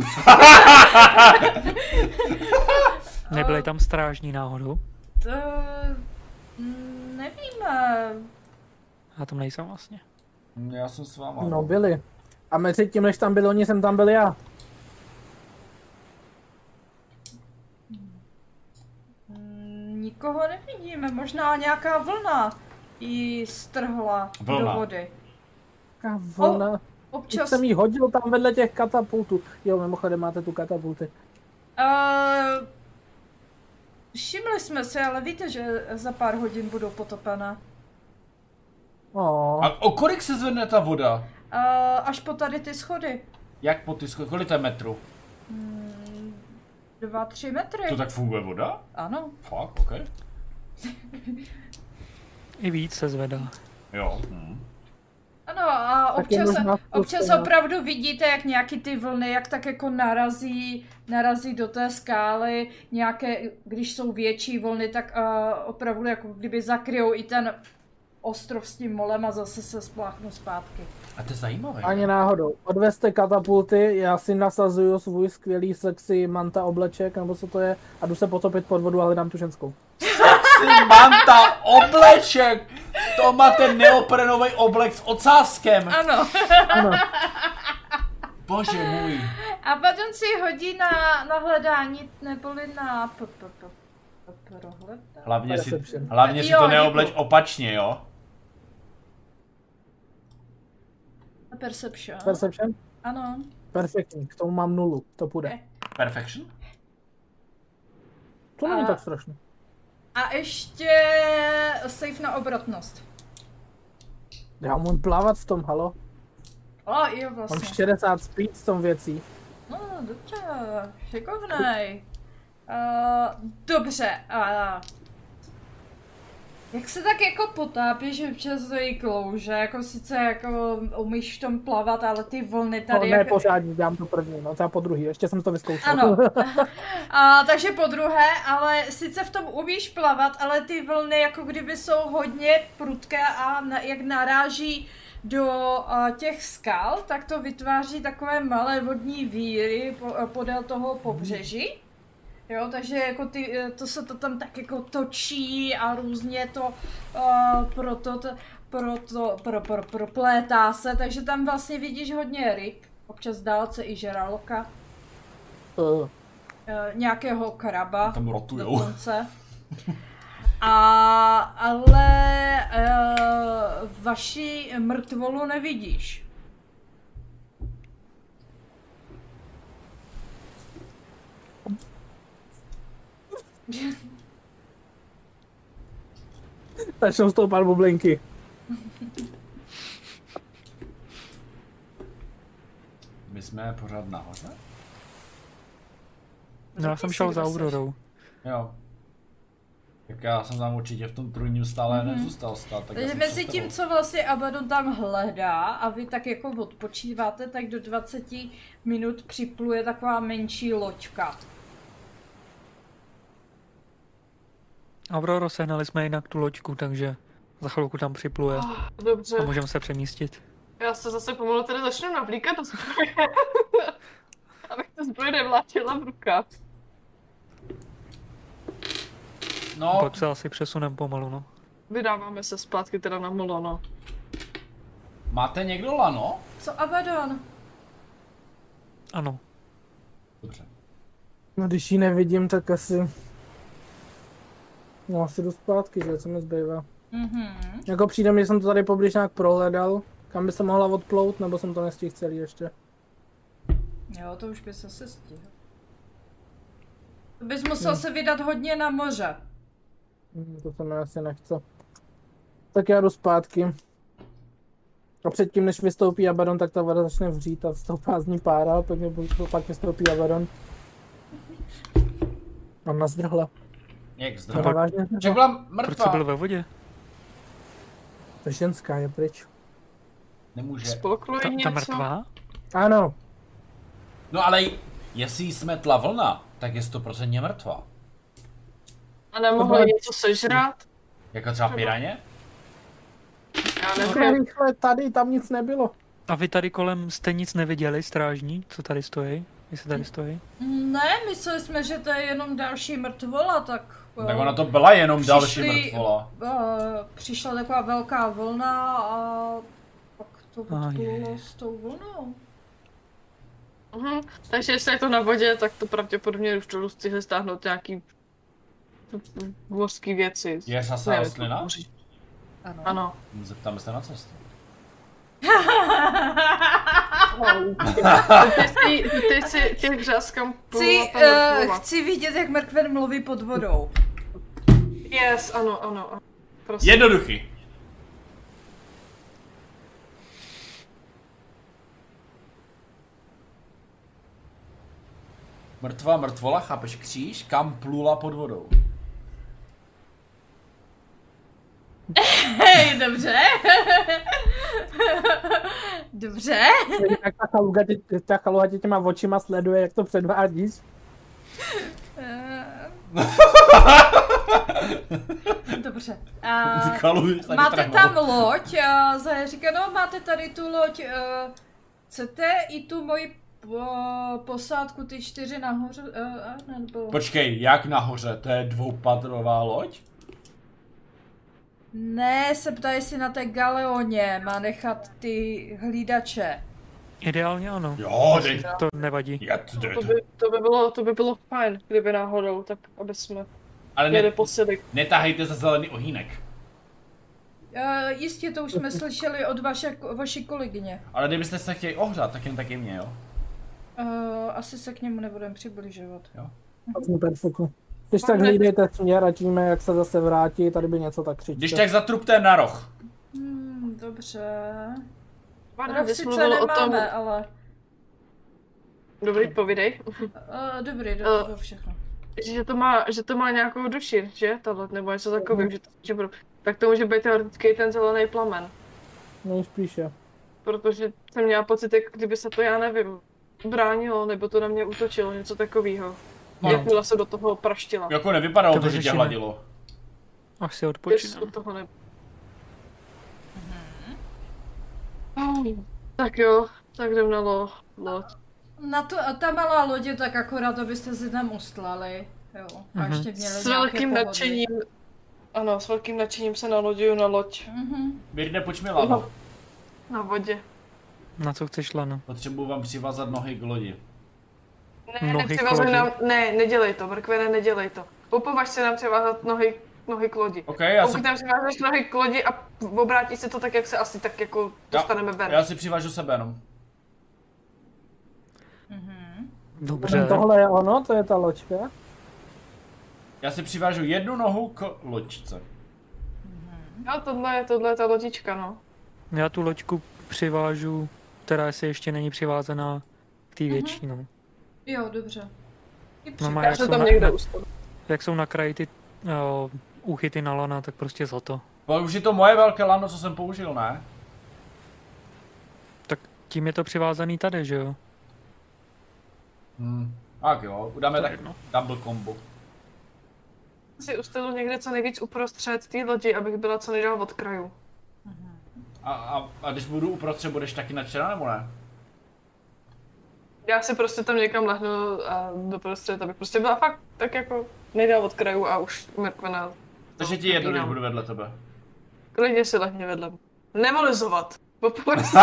Nebyli tam strážní náhodou? To... mm, nevíme. Já tam nejsem vlastně. Já jsem s váma. No byli. A mezi tím, než tam byli oni, jsem tam byl já. Mm, nikoho nevidíme. Možná nějaká vlna jí strhla Vlna. do vody. Jaká vlna. Občas... jsem jí hodil tam vedle těch katapultů. Jo, mimochodem máte tu katapulty. Uh, všimli jsme si, ale víte, že za pár hodin budou potopené. Oh. A o kolik se zvedne ta voda? Uh, až po tady ty schody. Jak po ty schody? Kolik to je metru? Hmm, dva, tři metry. To tak funguje voda? Ano. Fakt, ok. I víc se zvedá. Jo. Hm. Ano, a Tak je občas, možná občas zkusit, no. opravdu vidíte, jak nějaký ty vlny, jak tak jako narazí, narazí do té skály, nějaké, když jsou větší vlny, tak uh, opravdu jako kdyby zakryjou i ten ostrov s tím molem a zase se spláchnou zpátky. A to je zajímavé. Ani náhodou. Odvezte katapulty, já si nasazuju svůj skvělý sexy manta obleček, nebo co to je, a jdu se potopit pod vodu a hledám tu ženskou. Sexy manta obleček! To má ten neoprenový oblek s ocáskem. Ano. Ano. Bože můj. A potom si hodí na, na hledání, neboli na p, p, p, p, prohled. Hlavně si, Perception. hlavně si Jo, to neobleč děkuju. opačně, jo? Na Perception. Perception? Ano. Perfektní, k tomu mám nulu, to půjde. Perfection? To není A- tak strašné. A ještě save na obratnost. Já můžu plavat v tom, halo? O, jo, Mám vlastně. šedesát speed s tom věcí. No, dobře, šikovnej. Uh, dobře, a jak se tak jako potápíš občas do její klouže, jako sice jako umíš v tom plavat, ale ty vlny No, tady ne, jako... pořádně, dělám to první, no, třeba po druhý, ještě jsem to vyzkoušel. Ano. A, takže po druhé, ale sice v tom umíš plavat, ale ty vlny jako kdyby jsou hodně prudké a na, jak naráží do a, těch skal, tak to vytváří takové malé vodní víry po, a, podél toho pobřeží. Jo, takže jako ty, to se to tam tak jako točí a různě to uh, proto, to, proto pro, pro, proplétá se, takže tam vlastně vidíš hodně ryb, občas v dálce i žraloka. Uh, Uh, nějakého kraba Tam rotujou. dokonce. A, ale uh, vaši mrtvolu nevidíš. Začnou stoupat bublinky. My jsme pořád nahoře? No, já jsem šel za Aurorou. Jo. Tak já jsem tam určitě v tom trůním stále Mhm. nezůstal stát. Tak já Takže jsem mezi šel tím, sebou. co vlastně Abaddon tam hledá a vy tak jako odpočíváte, tak do dvacet minut připluje taková menší loďka. Auroro, sehnali jsme jinak tu loďku, takže za chvilku tam připluje Dobře, a můžeme se přemístit. já se zase pomalu tady začnu navlíkat do zbroje. Abych to zbroje nevlátila v rukách. No, Pak se asi přesunem pomalu, no. Vydáváme se zpátky teda na Molono. máte někdo lano? Co Abaddon? Ano. Dobře. No když ji nevidím, tak asi... No asi jdu zpátky, že co mi zbývá. Mhm. Jako přijde mi, že jsem to tady poblíž nějak prohledal, kam by se mohla odplout, nebo jsem to nestihl celý ještě. Jo, to už by se se stihl. To bys musel se vydat hodně na moře. Hm, To se mi asi nechce. Tak já jdu zpátky. A předtím, než vystoupí Abaddon, tak ta voda začne vřít a vstoupá z ní pára, pak, mě, pak vystoupí Abaddon. Ona zdrhla. Jak A zdroj? pak- Vážně Že zdrhla. byla Proč jsi mrtvá. byl ve vodě? Ta ženská je pryč. Nemůže. Spolkluji Ta, něco. ta mrtvá? Ano, No ale jestli jí smetla vlna, tak je sto procent mrtvá. A nemohli To bylo- něco sežrat? Jako třeba piraně? Já rychle, nevím. rychle, tady, tam nic nebylo. A vy tady kolem jste nic neviděli, strážní, co tady stojí? Jestli tady stojí? Ne, mysleli jsme, že to je jenom další mrtvola, tak... Tak eh, ona to byla jenom další přišli- mrtvola. eh, přišla taková velká vlna a pak to A odplulo je. s tou vlnou. Mhm. Takže jestli je to na vodě, tak to pravděpodobně už to stihli stáhnout nějaký mořský věci. Je řasa Nevím, rostlina? moři. Ano. Ano. Zeptáme se na cestu. Teď si těch vřáskám Chci, uh, chci vidět, jak mrkven mluví pod vodou. Yes, ano, ano. Prosím. Jednoduchý. Mrtvá mrtvola, chápeš, kříž, kam plula pod vodou. Hej, dobře. Dobře. Tak ta chaluga tě, ta chaluga tě těma očima sleduje, jak to předvádíš. Dobře. A máte trhnou. tam loď a Zaja říká, no máte tady tu loď, uh, chcete i tu moji po, posádku, ty čtyři nahoře, uh, nebo... Počkej, jak nahoře? To je dvoupatrová loď? Ne, se ptá, jestli na té galeoně má nechat ty hlídače. Ideálně ano. Jo, teď. To nevadí. Já to, to, To by, to by bylo, to by bylo fajn, kdyby náhodou, tak aby jsme ale měli ne, posily. netahejte za zelený ohýnek. Uh, jistě, to už jsme slyšeli od vaše, vaší kolegyně. Ale kdybyste se chtěli ohřát, tak jen tak jemně, jo? Uh, asi se k němu nebudeme přibližovat. Jo. Když tak hlídejte směr a víme, jak se zase vrátí, tady by něco tak křičte. Když tak zatrupte na roh. Hmm, dobře. Pane, Roh ty jsi sice mluvil nemáme, o tom... ale... Dobrý, povídej. Uh, dobrý, dobrý, Uh, to všechno. Že to má, že to má nějakou duši, že? Tahle, nebo něco takového, že to, že pro... Tak to může být teoreticky ten zelený plamen. No spíše. Protože jsem měla pocit, jak kdyby se to, já nevím, bránilo, nebo to na mě útočilo, něco takového. No. Jakmile se do toho praštila. Jako nevypadalo To to, že tě vyřešíme. hladilo. Až si Když odpočínám. od toho ne... Tak jo, tak jdem na lo, loď. Na to, a ta malá loď je tak akorát, abyste si tam ustlali. Jo, a Mhm. ještě měli S nějaké velkým pohody. nadšením, ano, s velkým nadšením se naloďuju na loď. Mhm. Birne, pojď mi lano. Na vodě. Na co chceš, Lano? Potřebuju vám přivázat nohy k lodi. Ne, Nohy k nepřivazuj lodi. nám, ne, nedělej to, mrkvene, nedělej to. Popovaž se nám přivázat nohy, nohy k lodi. OK, já si, Pokud tam přivážeš nohy k lodi a obrátí se to tak, jak se asi tak jako dostaneme ven. já si přivážu sebe jenom. Mhm. Dobře. Tohle je ono, to je ta loďka. Já si přivážu jednu nohu k loďce. Jo, tohle je, tohle je ta lodička, no. Já tu loďku přivážu, která se ještě není přivázaná k té větší, no. Jo, dobře. I No má Já jak se jsou, tam na, někde na, ustanu. jak jsou na kraji ty uh, úchyty na lana, tak prostě za to. Ale už je to moje velké lano, co jsem použil, ne? Tak tím je to přivázaný tady, že jo? Hmm. Tak jo, udáme To tak jedno. double combo. Si ustanu někde co nejvíc uprostřed té lodi, abych byla co nejdál od kraju. A, a, a když budu uprostřed, budeš taky nadšená, nebo ne? Já si prostě tam někam lehnu a doprostřed, abych prostě byla fakt tak jako nejdál od kraju a už mrkvená. Takže ti jedno, když budu vedle tebe. Klidně si lehně vedle. Nevolizovat. Popovaž se.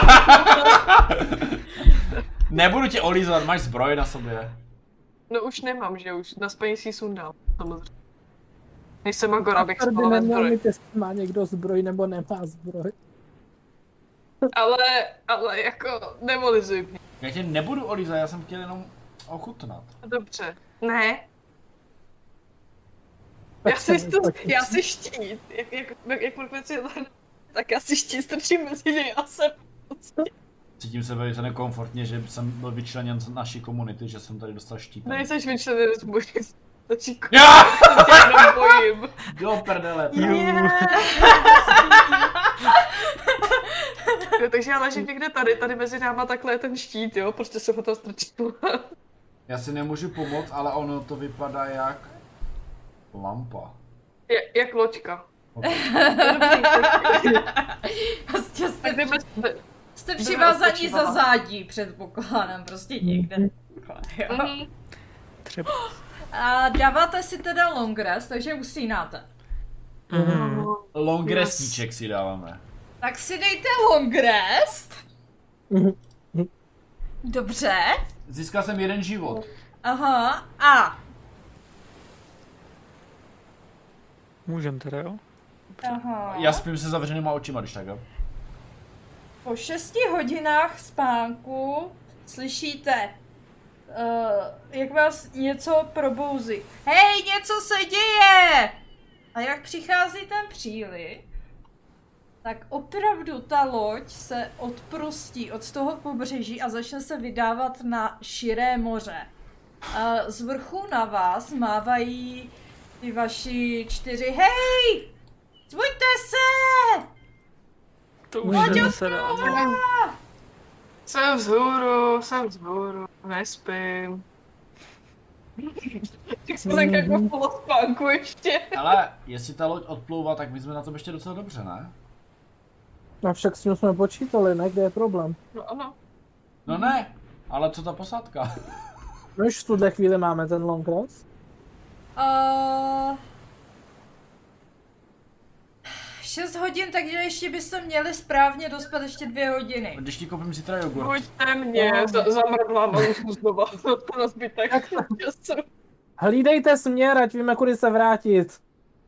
Nebudu tě olízovat, máš zbroj na sobě. No už nemám, že už. Na spaní si ji sundám, samozřejmě. Nejsem Agor, abych Tady spala ve neměl zbroj. mít, jestli má někdo zbroj nebo nemá zbroj. Ale, ale jako nevolizuj mě. Já tě nebudu olízat, já jsem chtěl jenom ochutnat. Dobře. Ne. Já si, to, já si štít, jak, jak, jak, jak mrkvenci tak já si štít strčím mezi ně, já jsem... Cítím se velice nekomfortně, že jsem byl vyčleněn z naší komunity, že jsem tady dostal štítem. Nejseš vyčleněný z boží stačí Já! tě jenom bojím. Do prdele. Jo, takže já ležím někde tady, tady mezi náma takhle je ten štít, jo, prostě se ho tam strčím. Já si nemůžu pomoct, ale ono to vypadá jak lampa. Je, jak loďka. Okay. Prostě Tak jste, jdeme, jste jdeme přivázaní odpočívat. za zádí, předpokládám, prostě někde. Takhle, jo. Mhm. Třeba. A dáváte si teda long rest, takže usínáte. Mhm. Long restíček si dáváme. Tak si dejte long rest. Dobře. Získal jsem jeden život. Aha. A. Můžem teda, jo? Aha. Já spím se zavřenýma očima, když tak jo. V po šesti hodinách spánku slyšíte, uh, jak vás něco probouzí. Hej, něco se děje! A jak přichází ten příliv, tak opravdu ta loď se odprostí od toho pobřeží a začne se vydávat na širé moře. Uh, z vrchu na vás mávají ty vaši čtyři. Hej! Zbuďte se! To už Loď je se dá. Jsem vzhůru, jsem vzhůru, nespím. Tak jsme tak jako v polospánku ještě. Ale jestli ta loď odplouvá, tak my jsme na tom ještě docela dobře, ne? No však s tím jsme počítali, ne? Kde je problém? No ano. No ne, ale co ta posádka? No už v tuhle chvíli máme ten long rest. Uh, šest hodin, takže ještě byste měli správně dospat ještě dvě hodiny. Když ti koupím zítra jogurt. Hoďte mě, za- zamrdlám a musím znova na zbytek času. Hlídejte směr, ať víme, kudy se vrátit.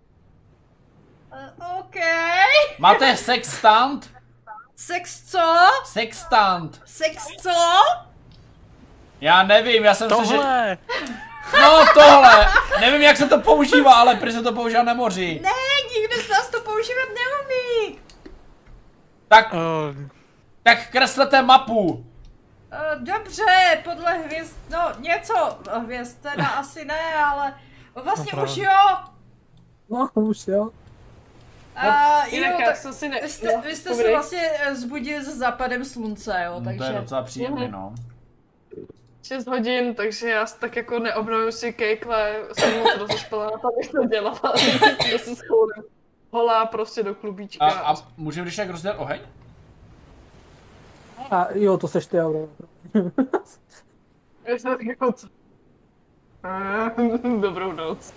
Uh, OK. Máte sextant? Sex co? Sextant. Sex co? Já nevím, já jsem se, že... Tohle! No tohle! Nevím, jak se to používá, ale prý se to používá na moři. Ne, nikdo z nás to používat neumí. Tak, Uh, tak kreslete mapu. Uh, dobře, podle hvězd, no něco, hvězd teda asi ne, ale vlastně No už právě. jo. No už jo. Uh, Jinak jo, já tak jsem si ne... vy jste, no, vy jste se povídej. vlastně eh, zbudili s západem slunce, jo, No, to je takže... docela příjemný, no. šest hodin, takže já si tak jako neobnovím si kejkle, jsem moc rozespala na to, abych to dělala, já si schoudem holá prostě do klubíčka. A, a můžeme když tak rozdělat oheň? A jo, to seš ty, Aurora. Já jsem tak jako co? Dobrou noc.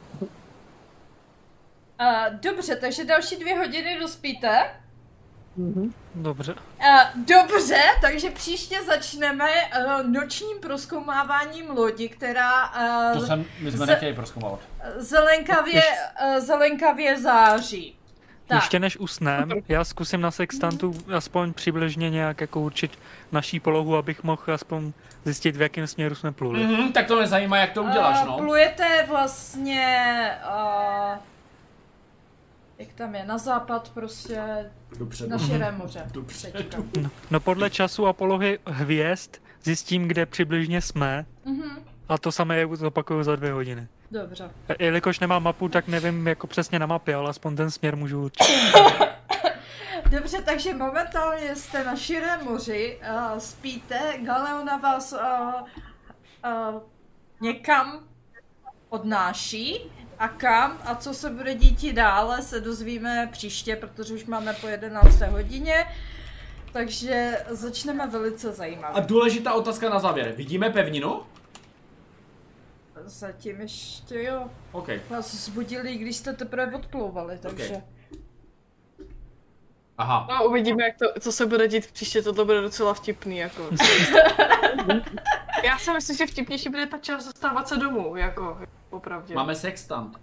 Uh, dobře, takže další dvě hodiny dospíte. Mhm. dobře. Uh, dobře, takže příště začneme uh, nočním prozkoumáváním lodi, která uh, To jsem, my jsme se- nechtěli prozkoumávat. zelenkavě, uh, zelenkavě září. Tak, Ještě než usnem, já zkusím na sextantu aspoň přibližně nějak jako určit naší polohu, abych mohl aspoň zjistit, v jakém směru jsme pluli. Mhm, tak to mě zajímá, jak to uděláš, uh, no. plujete vlastně... Uh, jak tam je? Na západ prostě Dobře, na širé moře. Dobře. teďka. No, no podle času a polohy hvězd zjistím, kde přibližně jsme Mhm, a to samé zopakuju za dvě hodiny. dobře. E- Jelikož nemám mapu, tak nevím jako přesně na mapě, ale aspoň ten směr můžu určit. Dobře, takže momentálně jste na širém moři, uh, spíte, Galeona vás uh, uh, někam odnáší a kam a co se bude dít dále se dozvíme příště, protože už máme po jedenácté hodině, takže začneme velice A zajímavě. důležitá otázka na závěr. Vidíme pevninu? Zatím ještě jo, OK. vás zbudili, když jste teprve odplouvali, takže... Aha. No uvidíme, jak to, co se bude dít příště, toto bude docela vtipný, jako. Já si myslím, že vtipnější bude ta část dostávat se domů, jako, popravdě. Máme sextant.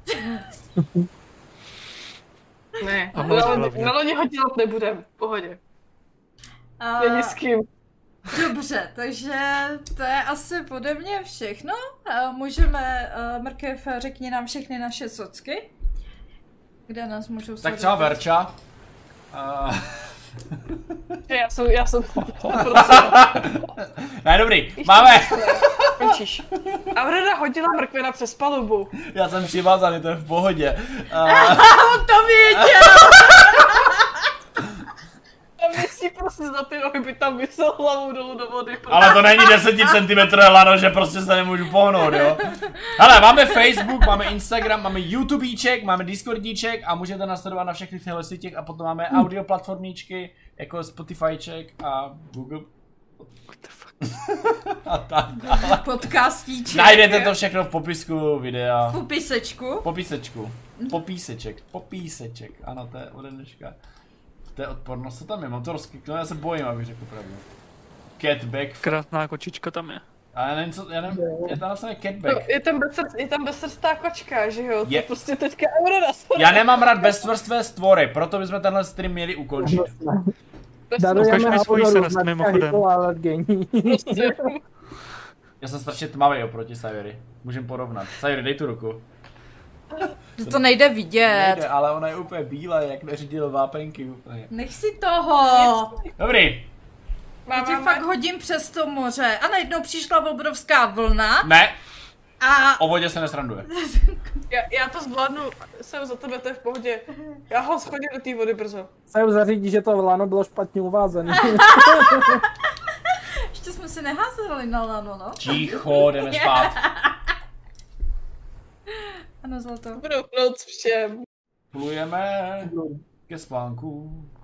Ne, A na, moc lodi- hlavně. na lodi ho dělat nebudem, v pohodě. A... Není s kým. Dobře, takže to je asi pode mě všechno. A můžeme, uh, Mrkev, řekni nám všechny naše socky. Kde nás můžou Tak sledovat. třeba Verča. Uh... Já jsem, já jsem, prostě, Ne, dobrý. Máme. končíš. Aurora hodila mrkvina přes palubu. Já jsem přivázaný, to je v pohodě. Uh... On to věděl! A my si prostě za ty nohy by tam vysel hlavou dolů do vody. Ale to není deset centimetrů lano, že prostě se nemůžu pohnout, jo. Hele, máme Facebook, máme Instagram, máme YouTubíček, máme Discordíček a můžete nás sledovat na všech těchto sítích a potom máme audio platformíčky, jako Spotifyček a Google. What the fuck? A tak dále. Podcastíček. Najdete to všechno v popisku videa. Popisečku. Popisečku. Popíseček. Popíseček. Ano, to je ode dneška. To je odpornost, co tam je? Mám to rozkliknout, já se bojím, abych řekl pravdu. Catback. Krásná kočička tam je. A já nevím, co, já nevím, je tam napsané No, catback. je tam bezsrst, je tam bezsrstá kočka, že jo? To Je. prostě teďka Aurora. Já nemám rád beztvrstvé stvory, proto bychom tenhle stream měli ukončit. Ukaž mi svoji srast, mimochodem. Já jsem strašně tmavý oproti Sayori. Můžem porovnat. Sayori, dej tu ruku. To nejde vidět. Nejde, ale ona je úplně bílá, jak neřídil vápenky úplně. Nech si toho. Dobrý. Já tě fakt hodím přes to moře. A najednou přišla obrovská vlna. Ne. A... O vodě se nesranduje. Já, já to zvládnu, jsem za tebe, to je v pohodě. Já ho schodím do té vody brzo. Se zařídí, že to lano bylo špatně uvázané. Ještě jsme si neházeli na lano, no. Ticho, jdeme spát. Ano, zlato. Dobrou noc všem. Plujeme ke spánku.